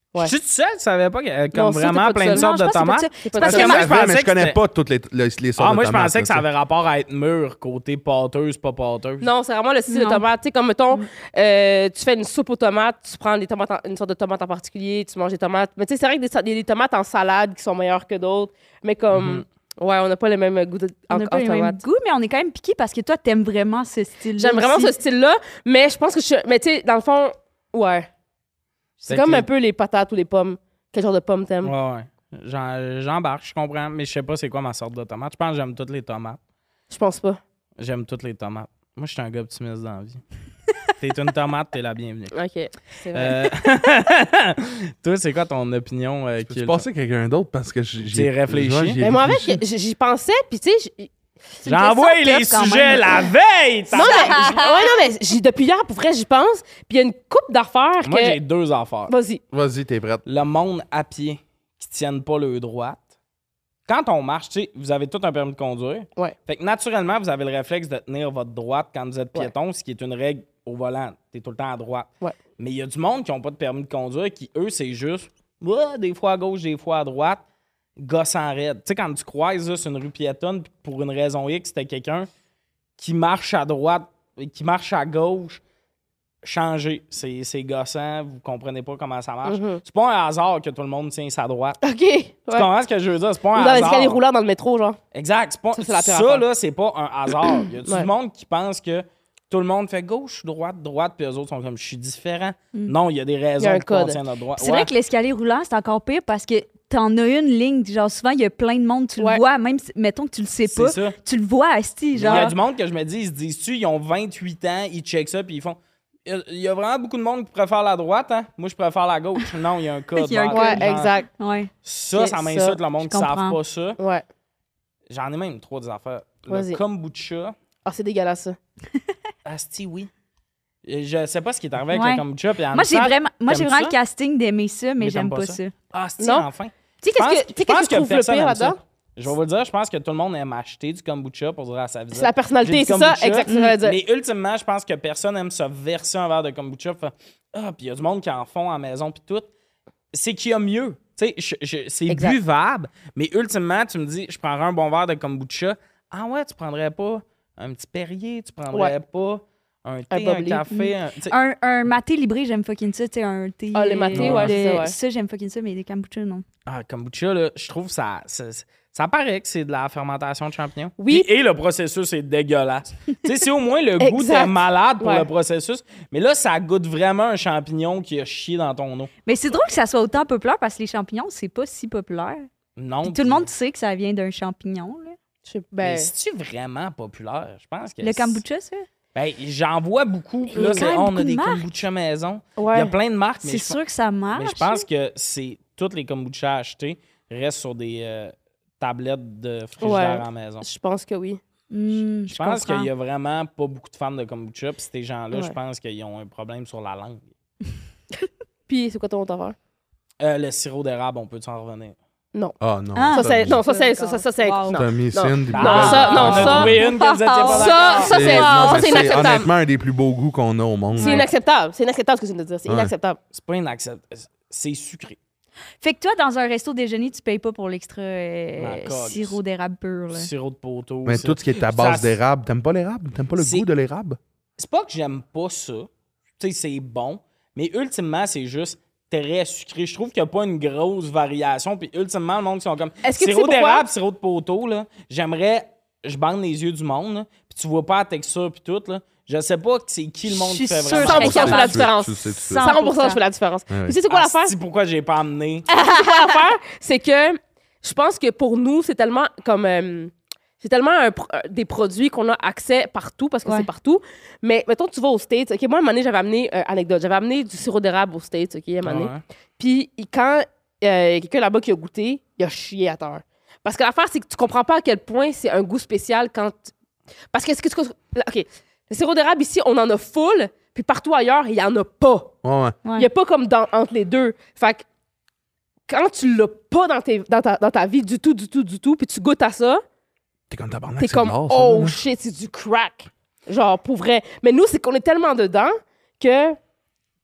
Ouais. Je suis tout seul, tu savais pas qu'il y avait comme Non, ça, t'es vraiment pas plein tout de seul. sortes Non, de je pense que c'est pas tomates. ça. C'est pas Parce tout que seul. moi, je pensais mais je que connais c'était- pas toutes les, les, les sortes Ah, de moi, je tomates, pensais que ça là, avait rapport à être mûr, côté pâteuse, pas pâteuse. Non, c'est vraiment le style Non. de tomate. Tu sais, comme, mettons, euh, tu fais une soupe aux tomates, tu prends des tomates en- une sorte de tomate en particulier, tu manges des tomates. Mais tu sais, c'est vrai qu'il y a des, des tomates en salade qui sont meilleures que d'autres. Mais comme, ouais, on n'a pas le même goût de On en, n'a pas en les mêmes tomates. goûts, mais on est quand même piqué parce que toi, t'aimes vraiment ce style-là. J'aime vraiment aussi. ce style-là, mais je pense que je. Mais tu sais, dans le fond, ouais. C'est Fait comme que- un peu les patates ou les pommes. Quel genre de pommes t'aimes? Ouais, ouais. J'en- J'embarque, je comprends, mais je sais pas c'est quoi ma sorte de tomate. Je pense que j'aime toutes les tomates. Je pense pas. J'aime toutes les tomates. Moi, je suis un gars optimiste dans la vie. T'es une tomate, t'es la bienvenue. OK. C'est vrai. Euh... Toi, c'est quoi ton opinion? Euh, Peux-tu Kill? passer quelqu'un d'autre parce que j'ai. T'es réfléchi? Ouais, j'ai Mais moi, avec, réfléchi. j- j'y pensais, puis tu sais, j'- C'est une J'envoie question les tough quand sujets même. la veille! non, mais, j- ouais, non, mais j'- depuis hier, pour vrai, j'y pense. Puis il y a une coupe d'affaires Moi, que. j'ai deux affaires. Vas-y. Vas-y, t'es prête. Le monde à pied qui tiennent pas le droite. Quand on marche, tu sais, vous avez tout un permis de conduire. Ouais. Fait que naturellement, vous avez le réflexe de tenir votre droite quand vous êtes Ouais. piéton, ce qui est une règle au volant. T'es tout le temps à droite. Ouais. Mais il y a du monde qui n'ont pas de permis de conduire qui, eux, c'est juste ouais, des fois à gauche, des fois à droite, gossant raide. Tu sais, quand tu croises là, sur une rue piétonne, puis pour une raison X, c'était quelqu'un qui marche à droite et qui marche à gauche, changer. C'est c'est gossant, vous comprenez pas comment ça marche. Mhm. C'est pas un hasard que tout le monde tient sa droite. OK. Tu Ouais. comprends ce que je veux dire? C'est pas un Ou dans les hasard. escaliers roulants dans le métro, genre. Exact. C'est pas, Ça, c'est la pire ça, affaire. là, c'est pas un hasard. Il y a du Ouais. monde qui pense que tout le monde fait gauche, droite, droite, puis eux autres sont comme je suis différent. Non, il y a des raisons Il y a un pour qu'on code. tienne notre droite. C'est Ouais. vrai que l'escalier roulant, c'est encore pire parce que t'en as une ligne. Genre, souvent, il y a plein de monde, tu Ouais. le vois, même si, mettons que tu le sais C'est pas. ça. Tu le vois, asti, Il y genre. a du monde que je me dis, ils se disent-tu, ils ont vingt-huit ans, ils checkent ça, puis ils font. Il y a- il y a vraiment beaucoup de monde qui préfère la droite, hein? Moi, je préfère la gauche. Non, il y a un code. Il y a un barre, code. Ouais, genre. exact. Ouais. Ça, ça Ça, m'insulte le monde je qui ne savent comprends. pas ça. Ouais. J'en ai même trois des affaires. Vas-y. Le kombucha. Ah, c'est dégueulasse, ça. Asti, oui. Euh, Je sais pas ce qui est arrivé avec Ouais. le kombucha. puis Moi, j'ai Anne-Sat, vraiment, moi, j'ai t'aimes vraiment le ça? casting d'aimer ça, mais, Mais j'aime t'aimes pas, pas ça. ça? Asti, Non. enfin. Tu sais, Je pense- qu'est-ce que tu sais, je pense qu'est-ce que tu trouves le personne pire aime ça. là-dedans? Je vais vous le dire, je pense que tout le monde aime acheter du kombucha pour dire à sa visite. C'est la personnalité, J'ai du c'est ça, kombucha. exactement. ce que j'allais dire. Mais ultimement, je pense que personne aime se verser un verre de kombucha. Fait, ah, puis il y a du monde qui en font à la maison, puis tout. C'est qu'il y a mieux. Tu sais, je- je- c'est Exact. buvable, mais ultimement, tu me dis, je prendrais un bon verre de kombucha. Ah ouais, tu prendrais pas un petit Perrier, tu prendrais Ouais. pas un thé, Un un, bubbly. café. un- tu sais, Un, un maté libré, j'aime fucking ça. Tu sais, un thé. Ah, le maté, euh, ouais, de- c'est ça, ouais. Ça, j'aime fucking ça, mais des kombucha, non. Ah, kombucha, là, je trouve ça, ça. Ça paraît que c'est de la fermentation de champignons. Oui. Puis- et le processus est dégueulasse. Tu sais, c'est au moins le goût Exact. de malade pour Ouais. le processus. Mais là, ça goûte vraiment un champignon qui a chié dans ton eau. Mais c'est drôle que ça soit autant populaire parce que les champignons, c'est pas si populaire. Non. Puis tout le monde sait que ça vient d'un champignon, là. Je sais- Mais Ben, c'est-tu vraiment populaire? Je pense que. Le c'est- kombucha, ça? Ben, j'en vois beaucoup. Puis Il y là, a c'est, quand même oh, on a beaucoup des de marques. kombucha maison. Il y ouais. a plein de marques, mais C'est je, sûr que ça marche. mais je pense que c'est toutes les kombucha achetés restent sur des euh, tablettes de frigidaire Ouais. à la maison. Je pense que oui. Hmm, Je pense comprends. qu'il y a vraiment pas beaucoup de fans de kombucha. Puis ces gens-là, je Ouais. pense qu'ils ont un problème sur la langue. Puis, c'est quoi ton autre affaire? Euh, le sirop d'érable, on peut en revenir? Ah non. Ah. Ça, c'est. Non, ça, c'est. D'accord. Ça, ça, c'est. Wow. Non. T'as mis Non. Cindy. Ah, Non, ça- non, on a ça- trouvé une que vous étiez pas Ça- d'accord. ça, c'est- non, ça, mais c'est inacceptable. honnêtement un des plus beaux goûts qu'on a au monde. C'est inacceptable. C'est inacceptable ce que tu viens de dire. C'est Ouais. inacceptable. C'est pas inacceptable. C'est sucré. Fait que toi, dans un resto déjeuner, tu payes pas pour l'extra euh, Ma calisse. sirop d'érable pur, là. Sirop de poteau. Mais ça. tout ce qui est à base Ça- d'érable, t'aimes pas l'érable? T'aimes pas le C'est- goût de l'érable? C'est pas que j'aime pas ça. Tu sais, c'est bon. Mais ultimement, c'est juste très sucré. Je trouve qu'il n'y a pas une grosse variation. Puis ultimement, le monde qui sont comme Est-ce que tu sais sirop pourquoi? d'érable, sirop de poteau, là, j'aimerais. Je bande les yeux du monde, là, puis tu vois pas la texture puis tout. Là. Je sais pas que c'est qui le monde Je qui suis fait sûre vraiment. cent pour cent, je fais la Tu- différence. tu sais, tu sais. cent cent pour cent, je fais la différence. Ouais, ouais. Tu sais, c'est quoi l'affaire? Asti, pourquoi j'ai pas amené? C'est quoi l'affaire? C'est que je pense que pour nous, c'est tellement comme. euh, c'est tellement un pro- euh, des produits qu'on a accès partout parce que Ouais. c'est partout. Mais mettons, tu vas aux States. OK, moi, à un moment donné, j'avais amené, euh, anecdote, j'avais amené du sirop d'érable aux States, OK, à un moment donné. Ouais. Puis il- quand il y a quelqu'un là-bas qui a goûté, il a chié à terre. Parce que l'affaire, c'est que tu comprends pas à quel point c'est un goût spécial quand. Parce que ce que tu. OK, le sirop d'érable ici, on en a full, puis partout ailleurs, il y en a pas. Ouais, ouais. Ouais. Il n'y a pas comme dans, entre les deux. Fait que quand tu l'as pas dans, tes, dans, ta, dans ta vie du tout, du tout, du tout, puis tu goûtes à ça, T'es comme tabarnak, t'es c'est comme de l'or, ça, oh là. shit, c'est du crack. Genre, pour vrai. Mais nous, c'est qu'on est tellement dedans que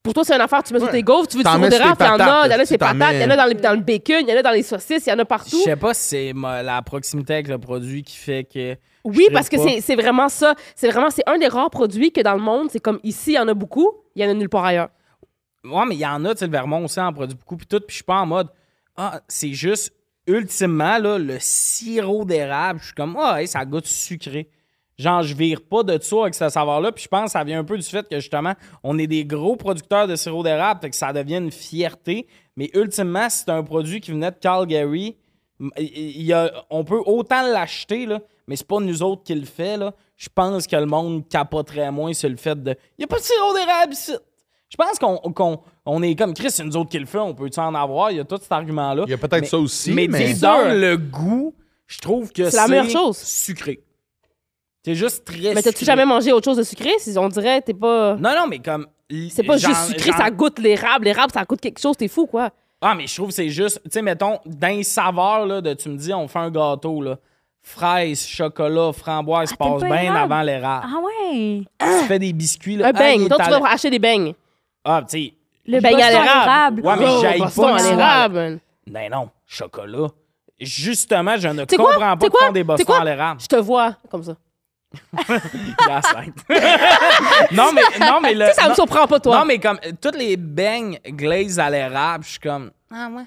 Pour toi, c'est une affaire, tu mets sur Ouais. tes gaufres, tu veux du T'en sirop mets sur d'érable, tes il y en a, patates, il y en a tu ses t'en patates, il y en a mets- dans, les, dans le bacon, il y en a dans les saucisses, il y en a Je partout. sais pas si c'est ma- la proximité avec le produit qui fait que. Oui, je parce que trippe pas. c'est c'est vraiment ça. C'est vraiment, c'est un des rares produits que dans le monde, c'est comme ici, il y en a beaucoup, il y en a nulle part ailleurs. Ouais, mais il y en a, tu sais, le Vermont aussi en produit beaucoup, puis tout, puis je suis pas en mode. Ah, c'est juste, ultimement, là, le sirop d'érable, je suis comme, ah, hey, ça goûte sucré. Genre, je vire pas de ça avec ce savoir-là, puis je pense que ça vient un peu du fait que, justement, on est des gros producteurs de sirop d'érable, fait que ça devient une fierté. Mais ultimement, si c'est un produit qui venait de Calgary, il y a, on peut autant l'acheter, là, mais c'est pas nous autres qui le fait, là. Je pense que le monde capoterait moins sur le fait de. Il y a pas de sirop d'érable ici. Je pense qu'on qu'on- on est comme Chris, c'est nous autres qui le fait, on peut-tu en avoir? Il y a tout cet argument-là. Il y a peut-être Mais- ça aussi, Mais, mais... tu sais, dans le goût, je trouve que C'est c'est la meilleure chose. sucré. C'est juste très Mais t'as-tu sucré. jamais mangé autre chose de sucré? Si on dirait, t'es pas. Non, non, mais comme. C'est pas genre- juste sucré, genre- ça goûte l'érable. L'érable, ça goûte quelque chose, t'es fou, quoi. Ah, mais je trouve que c'est juste. Tu sais, mettons, dans les saveurs, là, de tu me dis, on fait un gâteau, là. Fraise, chocolat, framboise, Ah, se t'aimes passe pas bien l'érable? avant l'érable. Ah ouais! Tu fais des biscuits, là. Un ah, beigne. il est Toi, tu à- vas acheter des beignes. Ah, tu sais. Le beigne à Boston à l'érable. l'érable. Ouais, mais Oh, j'aille Boston pas à que ce soit- l'érable. Ben non, chocolat. Justement, je ne T'sais quoi? comprends pas T'sais qu'ils font quoi? des T'sais bostons quoi? à l'érable. Je te vois comme ça. Gaslight. non, mais, non, mais le. Tu sais, ça me non- surprend pas, toi. Non, mais comme euh, toutes les beignes glazed à l'érable, je suis comme. Ah ouais.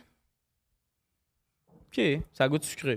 OK, ça goûte sucré.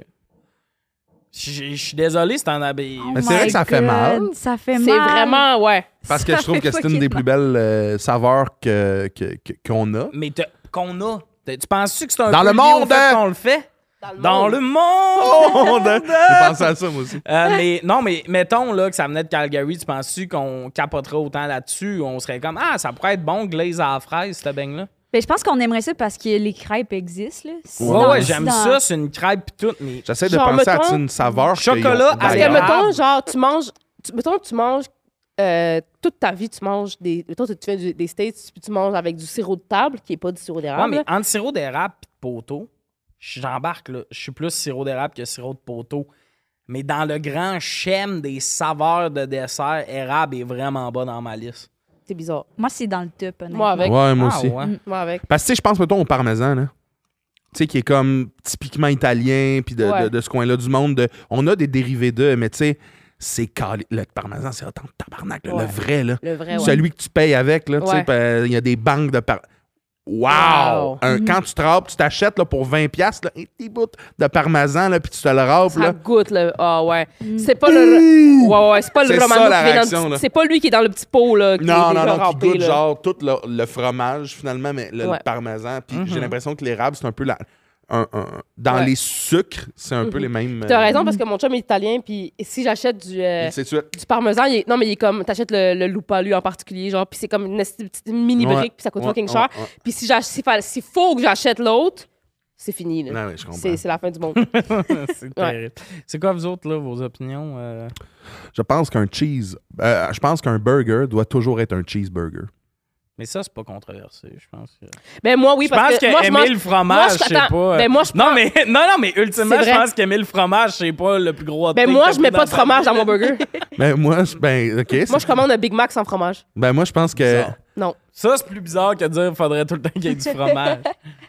Je je suis désolé, c'est un abeille. Oh Mais c'est vrai my que ça fait God, mal. Ça fait mal. C'est vraiment, ouais. Parce que Ça je trouve fait que c'est une fucking des plus belles euh, saveurs que, que- que- qu'on a. Mais t'as- qu'on a. T'as- Tu penses-tu que c'est un Dans peu le lié au monde, fait hein? qu'on le fait? le Dans monde. le monde! J'ai pensé à ça, moi aussi. Euh, mais non, mais mettons là, que ça venait de Calgary, tu penses-tu qu'on capoterait autant là-dessus? On serait comme, ah, ça pourrait être bon, glaze à la fraise, cette beigne-là? Ben, je pense qu'on aimerait ça parce que les crêpes existent. Là. Si Ouais, dans- ouais, si j'aime dans- ça, c'est une crêpe pis tout, mais. J'essaie de Genre, penser mettons, à une saveur. chocolat qu'ils ont à Parce que, d'ailleurs. l'érable. mettons, genre, tu manges. Tu, mettons, tu manges. euh, toute ta vie, tu manges des. Mettons, tu fais du- des States, puis tu manges avec du sirop de table, qui est pas du sirop Ouais, d'érable. mais là. entre sirop d'érable et de poteau, j'embarque là. Je suis plus sirop d'érable que sirop de poteau. Mais dans le grand schème des saveurs de dessert, érable est vraiment bas dans ma liste. C'est bizarre. Moi, c'est dans le top, honnêtement. Moi, avec. Ouais, moi Ah, aussi. ouais. Moi, avec. Parce que, tu sais, je pense, mettons, au parmesan, là. Tu sais, qui est comme typiquement italien, puis de, Ouais. de- de ce coin-là du monde. de- on a des dérivés d'eux, mais tu sais, c'est calé. Le parmesan, c'est autant de tabarnak, là, Ouais. le vrai, là. Le vrai, ouais. Celui que tu payes avec, là, tu sais, Ouais. ben, il y a des banques de par... Wow! Wow. Un- Quand tu te râpes, tu t'achètes là, pour vingt piastres, là, un petit bout de parmesan, là, puis tu te le râpes, Ça là. goûte, le. Ah, ouais. C'est pas le. Ouais, ouais, c'est pas le C'est romano ça, la qui vient dans le réaction, petit- là. C'est pas lui qui est dans le petit pot, là. Qui Non, est non, déjà non, qui râpé, goûte là. genre tout le, le fromage, finalement, mais le, le Ouais. parmesan. Puis Mhm. j'ai l'impression que l'érable, c'est un peu la... un- un- dans Ouais. les sucres, c'est un peu Mhm. les mêmes... T'as euh, raison, parce que mon chum est italien, puis si j'achète du. euh, c'est sûr. du parmesan, il est- non, mais il est comme. T'achètes le, le loupa, lui, en particulier, genre, puis c'est comme une esti- petite mini Ouais, brique, puis ça coûte ouais, fucking ouais, cher. ouais. Puis si j'ach- s'il fa- s'il faut que j'achète l'autre, c'est fini, là. Non, oui, je comprends. C'est c'est la fin du monde. c'est terrible. C'est quoi, vous autres, là, vos opinions? euh? Je pense qu'un cheese... euh, je pense qu'un burger doit toujours être un cheeseburger. Mais ça, c'est pas controversé, je pense. Que... Ben, moi, oui, je parce pense que. que, moi, je aimer mange- le fromage, moi, je sais attends, pas. Ben, moi, je non, prends- mais, non, non, mais ultimement, C'est je vrai. pense qu'aimer le fromage, c'est pas le plus gros hot Ben, take moi, que je t'as mets pris pas de ta fromage vie. dans mon burger. Ben, moi, je- ben, OK. c'est- Moi, je commande un Big Mac sans fromage. Ben, moi, je pense que... Bizarre. Non. Ça, c'est plus bizarre que de dire qu'il faudrait tout le temps qu'il y ait du fromage.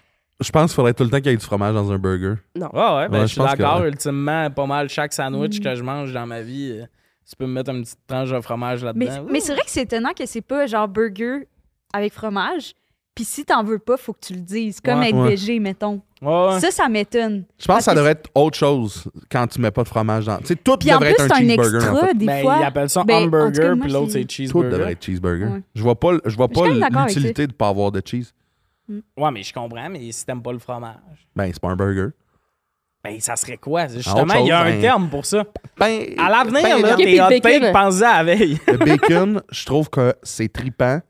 Je pense qu'il faudrait tout le temps qu'il y ait du fromage dans un burger. Ouais, ouais, ben, Ouais, je je suis pense que d'accord. ouais. Ultimement, pas mal chaque sandwich que je mange dans ma vie, euh, tu peux me mettre une petite tranche de fromage Mais, là-dedans. mais c'est vrai que c'est étonnant que c'est pas genre burger avec fromage. Puis si t'en veux pas, faut que tu le dises. Comme Ouais. être Ouais. végé, mettons. Ouais, ouais. Ça, ça m'étonne. Je pense que ça Parce que devrait être autre chose quand tu mets pas de fromage dans... Tu sais, tout Puis en devrait plus, être c'est un un cheeseburger, en extra, fait. des Ben, fois. ils appellent ça Ben, en tout cas, hamburger, moi, puis l'autre, c'est- c'est Tout cheeseburger. devrait être cheeseburger. Ouais. Je vois pas, je vois Je pas suis quand même d'accord avec l'utilité de pas avoir de cheese. Ouais, mais je comprends, mais si t'aimes pas le fromage, Ben, c'est pas un burger. ben, ça serait quoi? autre Justement, il y a chose, un ben- terme pour ça. Ben, À l'avenir, ben, là, Ok, puis tes le hot bacon. takes, pensez à la veille. le bacon, je trouve que c'est tripant,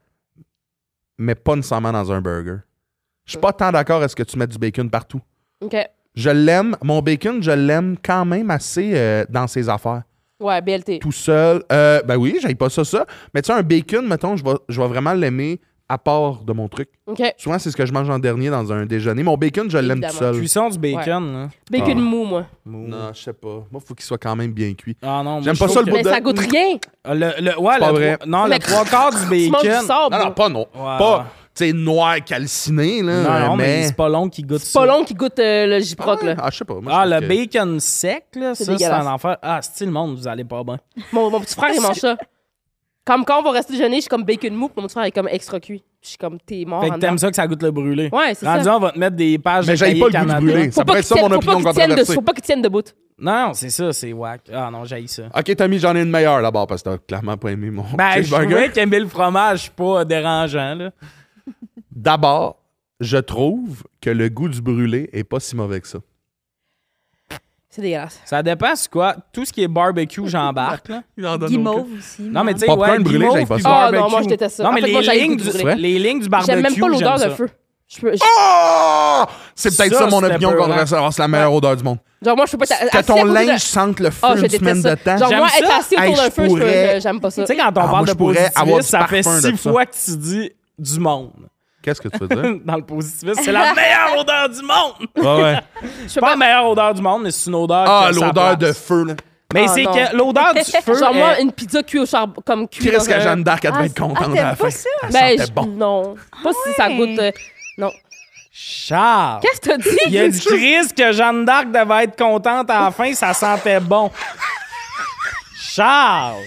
mais pas nécessairement dans un burger. Je suis pas tant d'accord à ce que tu mettes du bacon partout. OK. Je l'aime, mon bacon, je l'aime quand même assez euh, dans ses affaires. Ouais, B L T. Tout seul. Euh, ben oui, j'aille pas ça, ça. Mais tu sais, un bacon, mettons, je vais, je vais vraiment l'aimer à part de mon truc. OK. Souvent, c'est ce que je mange en dernier dans un déjeuner. Mon bacon, je l'aime tout Évidemment. seul. Cuisson du bacon, là. Bacon Ah. mou, moi. Non, je sais pas. Moi, il faut qu'il soit quand même bien cuit. Ah non, moi, J'aime je pas trouve ça, le que- bout Mais de- ça goûte rien. Le, le, ouais, C'est pas le vrai. trois- non, Mais le trois quarts du Tu manges du bacon. sable. Non, non, pas non. Ouais. Pas, tu sais, noir calciné, là. Non, non, mais, mais... c'est pas long qui goûte C'est ça. pas long qui goûte euh, le giproc, là. Ah, je sais pas. Moi, Ah, je le trouve que- bacon sec, là, C'est ça, c'est dégueulasse. un enfer. Ah, style le monde, vous allez pas bien. Mon, mon petit frère, il mange ça. Comme quand on va rester déjeuner, je suis comme bacon mou, puis mon petit frère est comme extra cuit. Je suis comme, t'es mort. Fait en que dedans. t'aimes ça que ça goûte le brûlé. Ouais, c'est Rendu, ça. on va te mettre des pages Mais de j'aille cahier pas le goût du Canada. brûlé. Ça Faut pas pourrait qu'il être ça tienne- mon faut pas opinion qu'il tienne de- controversée. Faut pas qu'il tienne debout. Non, c'est ça, c'est whack. Ah non, j'haïs ça. Ok, Tommy, j'en ai une meilleure d'abord parce que t'as clairement pas aimé mon Ben, je cheeseburger. trouvais qu'aimer le fromage, c'est pas dérangeant, là. D'abord, je trouve que le goût du brûlé est pas si mauvais que ça. C'est dégueulasse. Ça dépend, c'est quoi. Tout ce qui est barbecue, j'embarque, là. Il en donne Guimauve aussi. Non, mais tu sais, Popcorn ouais, brûlé, guimauve j'aille pas puis ça. Ah barbecue. non, moi, je déteste ça. Non, En mais fait, les, moi, j'haïs le lignes goût du, du brûlé. les lignes du barbecue, J'aime même pas l'odeur de ça. feu. Je peux- je- Oh! C'est peut-être Ça, ça, mon c'était opinion peurant. controversée. Alors, c'est la meilleure odeur du monde. Genre, moi, je peux pas. être Que assis ton à côté de- linge sente le feu Ah, je une déteste semaine ça. de temps. Genre, J'aime moi, être ça. assis autour Hey, d'un je feu, je pourrais- peux- j'aime pas ça. Tu sais, quand on Ah, parle moi, de je pourrais avoir positivisme, du ça fait parfum de six ça. fois que tu dis du monde. Qu'est-ce que tu veux dire? Dans le positivisme, c'est la meilleure odeur du monde. Ouais, ouais. C'est pas la meilleure odeur du monde, mais c'est une odeur Ah, que ça l'odeur place. de feu, là. Mais Ah, c'est non. que l'odeur du feu. Genre, moi, est- une pizza cuite au charbon, comme cuite. Qu'est-ce dans que un- Jeanne d'Arc, elle devait Ah, être contente ah, à la t'aimes fin. pas ça? Elle Ben, sentait je- bon. non. Pas si ça ouais. goûte. euh, Non. Charles. Qu'est-ce que t'as dit? Il y a du Christ que Jeanne d'Arc devait être contente à la fin, ça sentait bon. Charles!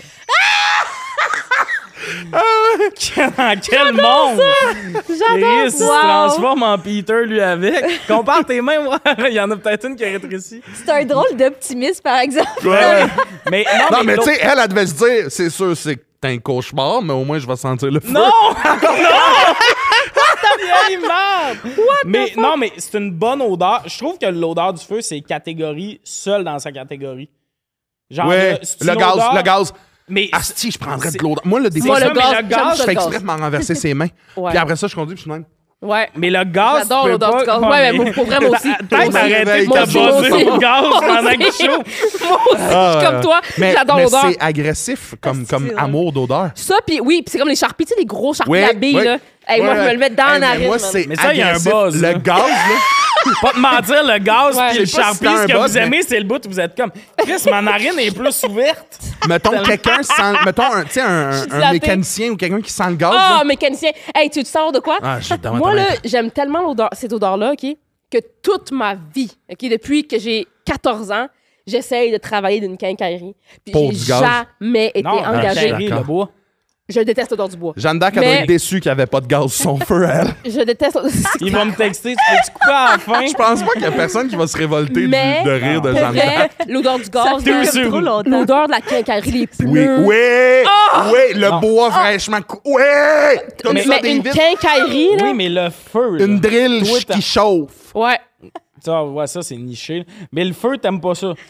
Dans quel monde? J'adore Chris se ça. transforme en Peter, lui, avec. Compare tes mains, ouais. Il y en a peut-être une qui est rétrécie. C'est un drôle d'optimisme, par exemple. Ouais, ouais. Mais non, Non, mais tu l'autre- sais, elle, elle devait se dire, c'est sûr, c'est que t'es un cauchemar, mais au moins, je vais sentir le feu. Non! Non! T'as bien merde! Mais non, mais c'est une bonne odeur. Je trouve que l'odeur du feu, c'est catégorie seule dans sa catégorie. Genre, Ouais, là, c'est le une gaz, odeur- le gaz. Mais Asti, je prendrais c'est- de l'odeur. Moi, le des Moi, ça, le mais gaz, le j'aime gaz, ça, je fais le gaz. exprès de m'en renverser ses mains. Ouais. Puis après ça, je conduis, puis je suis même. Ouais. Mais le gaz, J'adore tu peux l'odeur pas... du gaz. Ouais, Ouais, mais pour vrai, moi aussi. Peut-être Moi aussi. arrêter de Moi te aussi, moi bosser aussi. le gaz Moi pendant aussi. que je chauffe. Moi aussi, je suis Ah, comme toi. Mais, J'adore mais l'odeur. c'est agressif comme, Asti, comme ouais. amour d'odeur. Ça, puis oui, puis c'est comme les charpies, tu sais, les gros charpies Ouais, à billes, ouais. là. Hey, moi, Ouais, je me ouais. le mets dans Hey, la mais narine. moi, man. c'est Mais ça, il y a un agressif. buzz, là. Le gaz, là. Pas te mentir, le gaz Ouais. puis le Je sais pas si Sharpie, c'est un ce que buzz, vous mais- aimez, c'est le bout où vous êtes comme Chris, ma narine est plus ouverte. Mettons quelqu'un sent. Mettons un, tu sais, un, suis un dilatée. mécanicien ou quelqu'un qui sent le gaz. Ah, là. mécanicien. Hey, tu te sors de quoi? Ah, j'ai dans ma Moi, là, tête. j'aime tellement l'odeur, cette odeur-là, OK, que toute ma vie, OK, depuis que j'ai quatorze ans, j'essaye de travailler d'une quincaillerie. Puis Pour j'ai du gaz. jamais été Non, Ah, engagée. je chérie, d'accord. le bois. Je déteste l'odeur du bois. Jeanne d'Arc, elle Mais- doit être déçue qu'il n'y avait pas de gaz sur son feu, elle. Je déteste. Il va me texter, tu peux-tu couper à la fin? Je pense pas qu'il y a personne qui va se révolter du- Mais- de rire de Pour Jeanne d'Arc. vrai, l'odeur du gaz, fait là, sur- trop longtemps. l'odeur de la quincaillerie, les pneus. Oui, oui, oui, le Non. bois fraîchement cou... Oui! Comme Mais, ça, mais des une vitres. quincaillerie, là. Oui, mais le feu, là. Une drill Toi, ch- t'as- qui chauffe. Ouais. Ça, ouais, ça, c'est niché. Mais le feu, t'aimes pas ça.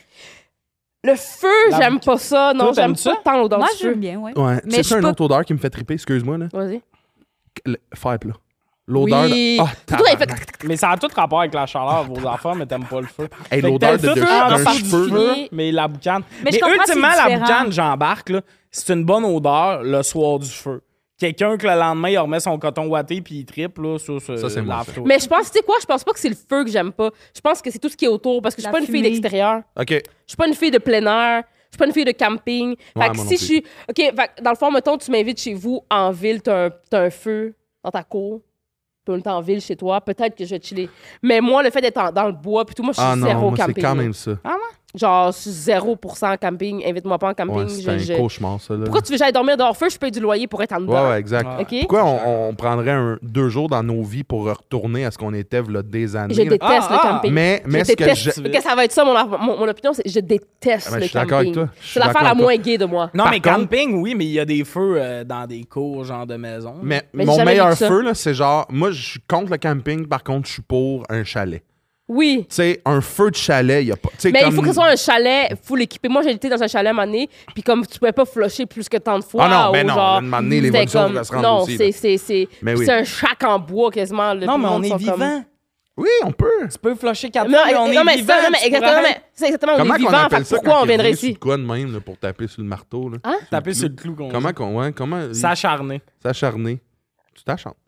Le feu, La- j'aime pas ça. Non, Toi, j'aime t'aimes ça? pas tant l'odeur Moi, du feu. j'aime bien, ouais. Ouais. Mais C'est je ça une peux- autre odeur qui me fait triper, excuse-moi, là. Vas-y. Le fer plat. L'odeur Oui. de... Ah, Surtout, elle fait- tabarnak. Mais ça a tout rapport avec la chaleur, vos enfants, mais t'aimes pas le feu. Hey, Fait que l'odeur de, t'aimes de, tout en d'un dessous du cheveu. feu, mais la boucane. Mais je comprends, ultimement, c'est la différent. boucane, j'embarque, là, c'est une bonne odeur le soir du feu. Quelqu'un que le lendemain, il remet son coton ouaté puis il tripe, là, ça, c'est Ça, c'est moi, lave ça. tout. Mais je pense, tu sais quoi, je pense pas que c'est le feu que j'aime pas. Je pense que c'est tout ce qui est autour parce que je suis La pas une fille fumée. d'extérieur. OK. Je suis pas une fille de plein air. Je suis pas une fille de camping. Fait Ouais, que moi non si plus. je suis. OK, fait que dans le fond, mettons, tu m'invites chez vous en ville, t'as un, t'as un feu dans ta cour. Puis on est en ville chez toi, peut-être que je vais chiller. Mais moi, le fait d'être en- dans le bois, puis tout, moi, je suis Ah non, zéro moi, c'est camping. quand là. même ça. Genre, je suis zéro pour cent camping. Invite-moi pas en camping. Ouais, c'est je- un je- cauchemar, ça, là. Pourquoi tu veux que j'aille dormir dehors feu? Je paye du loyer pour être en dedans. Ouais, ouais, exact. Ouais. OK? Pourquoi on, on prendrait un- deux jours dans nos vies pour retourner à ce qu'on était là, des années? Je là? déteste Ah, le ah. camping. Mais, mais je ce que déteste. je... Ok, ça va être ça, mon, mon, mon opinion, c'est je déteste Ah, ben, le je suis d'accord avec camping. toi. Je suis C'est l'affaire d'accord la avec toi. moins gay de moi. Non, Par mais contre- camping, oui, mais il y a des feux euh, dans des cours, genre de maison. Mais, Mais j'ai mon jamais meilleur vécu ça. feu, là, c'est genre... Moi, je suis contre le camping. Par contre, je suis pour un chalet. Oui. Tu sais, un feu de chalet, il y a pas... tu sais, Mais comme... il faut que ce soit un chalet full équipé. Moi, j'ai été dans un chalet à un moment donné, puis comme tu pouvais pas flusher plus que tant de fois. Ah non, ben ou non, genre, à un moment donné, c'était l'évolution comme- va se rendre Non, aussi, là. c'est c'est c'est Mais puis oui. c'est un shack en bois quasiment. là, Non, tout le mais on monde est sont vivant. comme- Oui, on peut. Tu peux flusher quatre Non, fois, mais on non, est mais vivant. ça, non, mais tu exactement, pourrais mais c'est exactement, on Comment est qu'on vivant. appelle Fait ça pourquoi quand on il viendrait vient sur ici? de quoi de même là, pour taper sur le marteau? Là? Hein? Taper sur le clou qu'on Comment qu'on... Ouais, comment... S'acharner. S'acharner. Tu t'acharnes.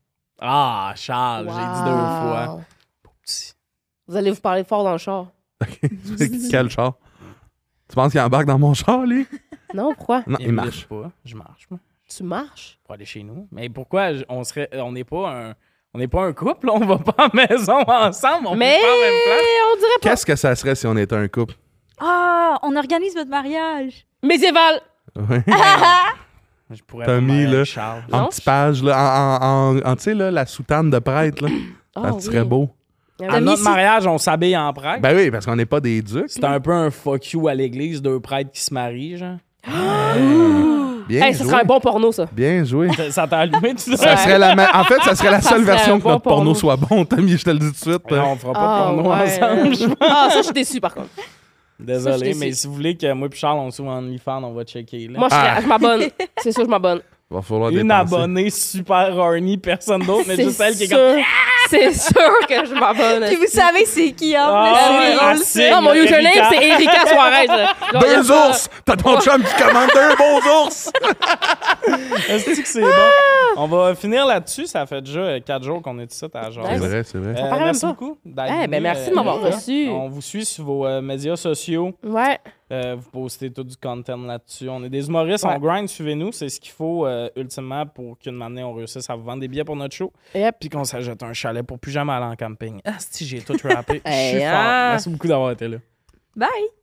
Ah, Charles, j'ai dit deux fois. Petit. Vous allez vous parler fort dans le char. Quel char? Tu penses qu'il embarque dans mon char, lui? Non, pourquoi? Non, il, me marche. laisse pas. Je marche, moi, Tu marches? pour aller chez nous. Mais pourquoi j- on serait. On n'est pas un. On n'est pas un couple, là. On va pas à la maison ensemble. On Mais vit pas en même place. on dirait pas. Qu'est-ce que ça serait si on était un couple? Ah, on organise votre mariage. Médiéval. Ouais. Je pourrais T'as pas me mis, marier là, avec Charles. En Non, petite page, là, en, en, en- en- tu sais, là, la soutane de prêtre, là. Ah, ça oui. serait beau. À mis notre si- mariage, on s'habille en prêtre. Ben oui, parce qu'on n'est pas des ducs. C'est un peu un fuck you à l'église, deux prêtres qui se marient, genre. Bien Hey, ça joué. serait un bon porno, ça. Bien joué. Ça- Ça t'a allumé, tu Ça serait la ma- En fait, ça serait la Ça seule serait version un que bon notre porno porno. soit bon, Tommy, je te le dis tout de suite. Non, on fera pas de Ah, porno ouais. ensemble. je- Ah, ça, je suis déçue, par contre. Désolé, Ça, je mais sais. si vous voulez que moi et Charles, on soit en OnlyFans, on va checker. Là. Moi, je, serais- Ah. je m'abonne. C'est sûr, je m'abonne. Il va falloir Une dépenser. abonnée super horny, personne d'autre, mais C'est juste elle qui est sûr. comme... C'est sûr que je m'abonne. Puis vous savez c'est qui en Ah, plus. ouais, c'est- ah, on le c'est- sait. Non, mon Erika. username, c'est Erika Suarez. là. Genre, y a Deux pas- ours! T'as ton chum qui commande deux beaux ours! Est-ce que c'est bon? On va finir là-dessus. Ça fait déjà quatre jours qu'on est ici à genre. C'est vrai, c'est vrai. Euh, paraît merci même pas. beaucoup. d'être Eh ben, venu, merci de euh, m'avoir Erika. reçu. On vous suit sur vos euh, médias sociaux. Ouais. Euh, vous postez tout du content là-dessus. On est des humoristes, Ouais. on grind, suivez-nous. C'est ce qu'il faut euh, ultimement pour qu'une année on réussisse à vous vendre des billets pour notre show. Yep. Puis qu'on s'achète un chalet pour plus jamais aller en camping. Ah, si j'ai tout rappé. Je Hey, suis fort. hein? Merci beaucoup d'avoir été là. Bye.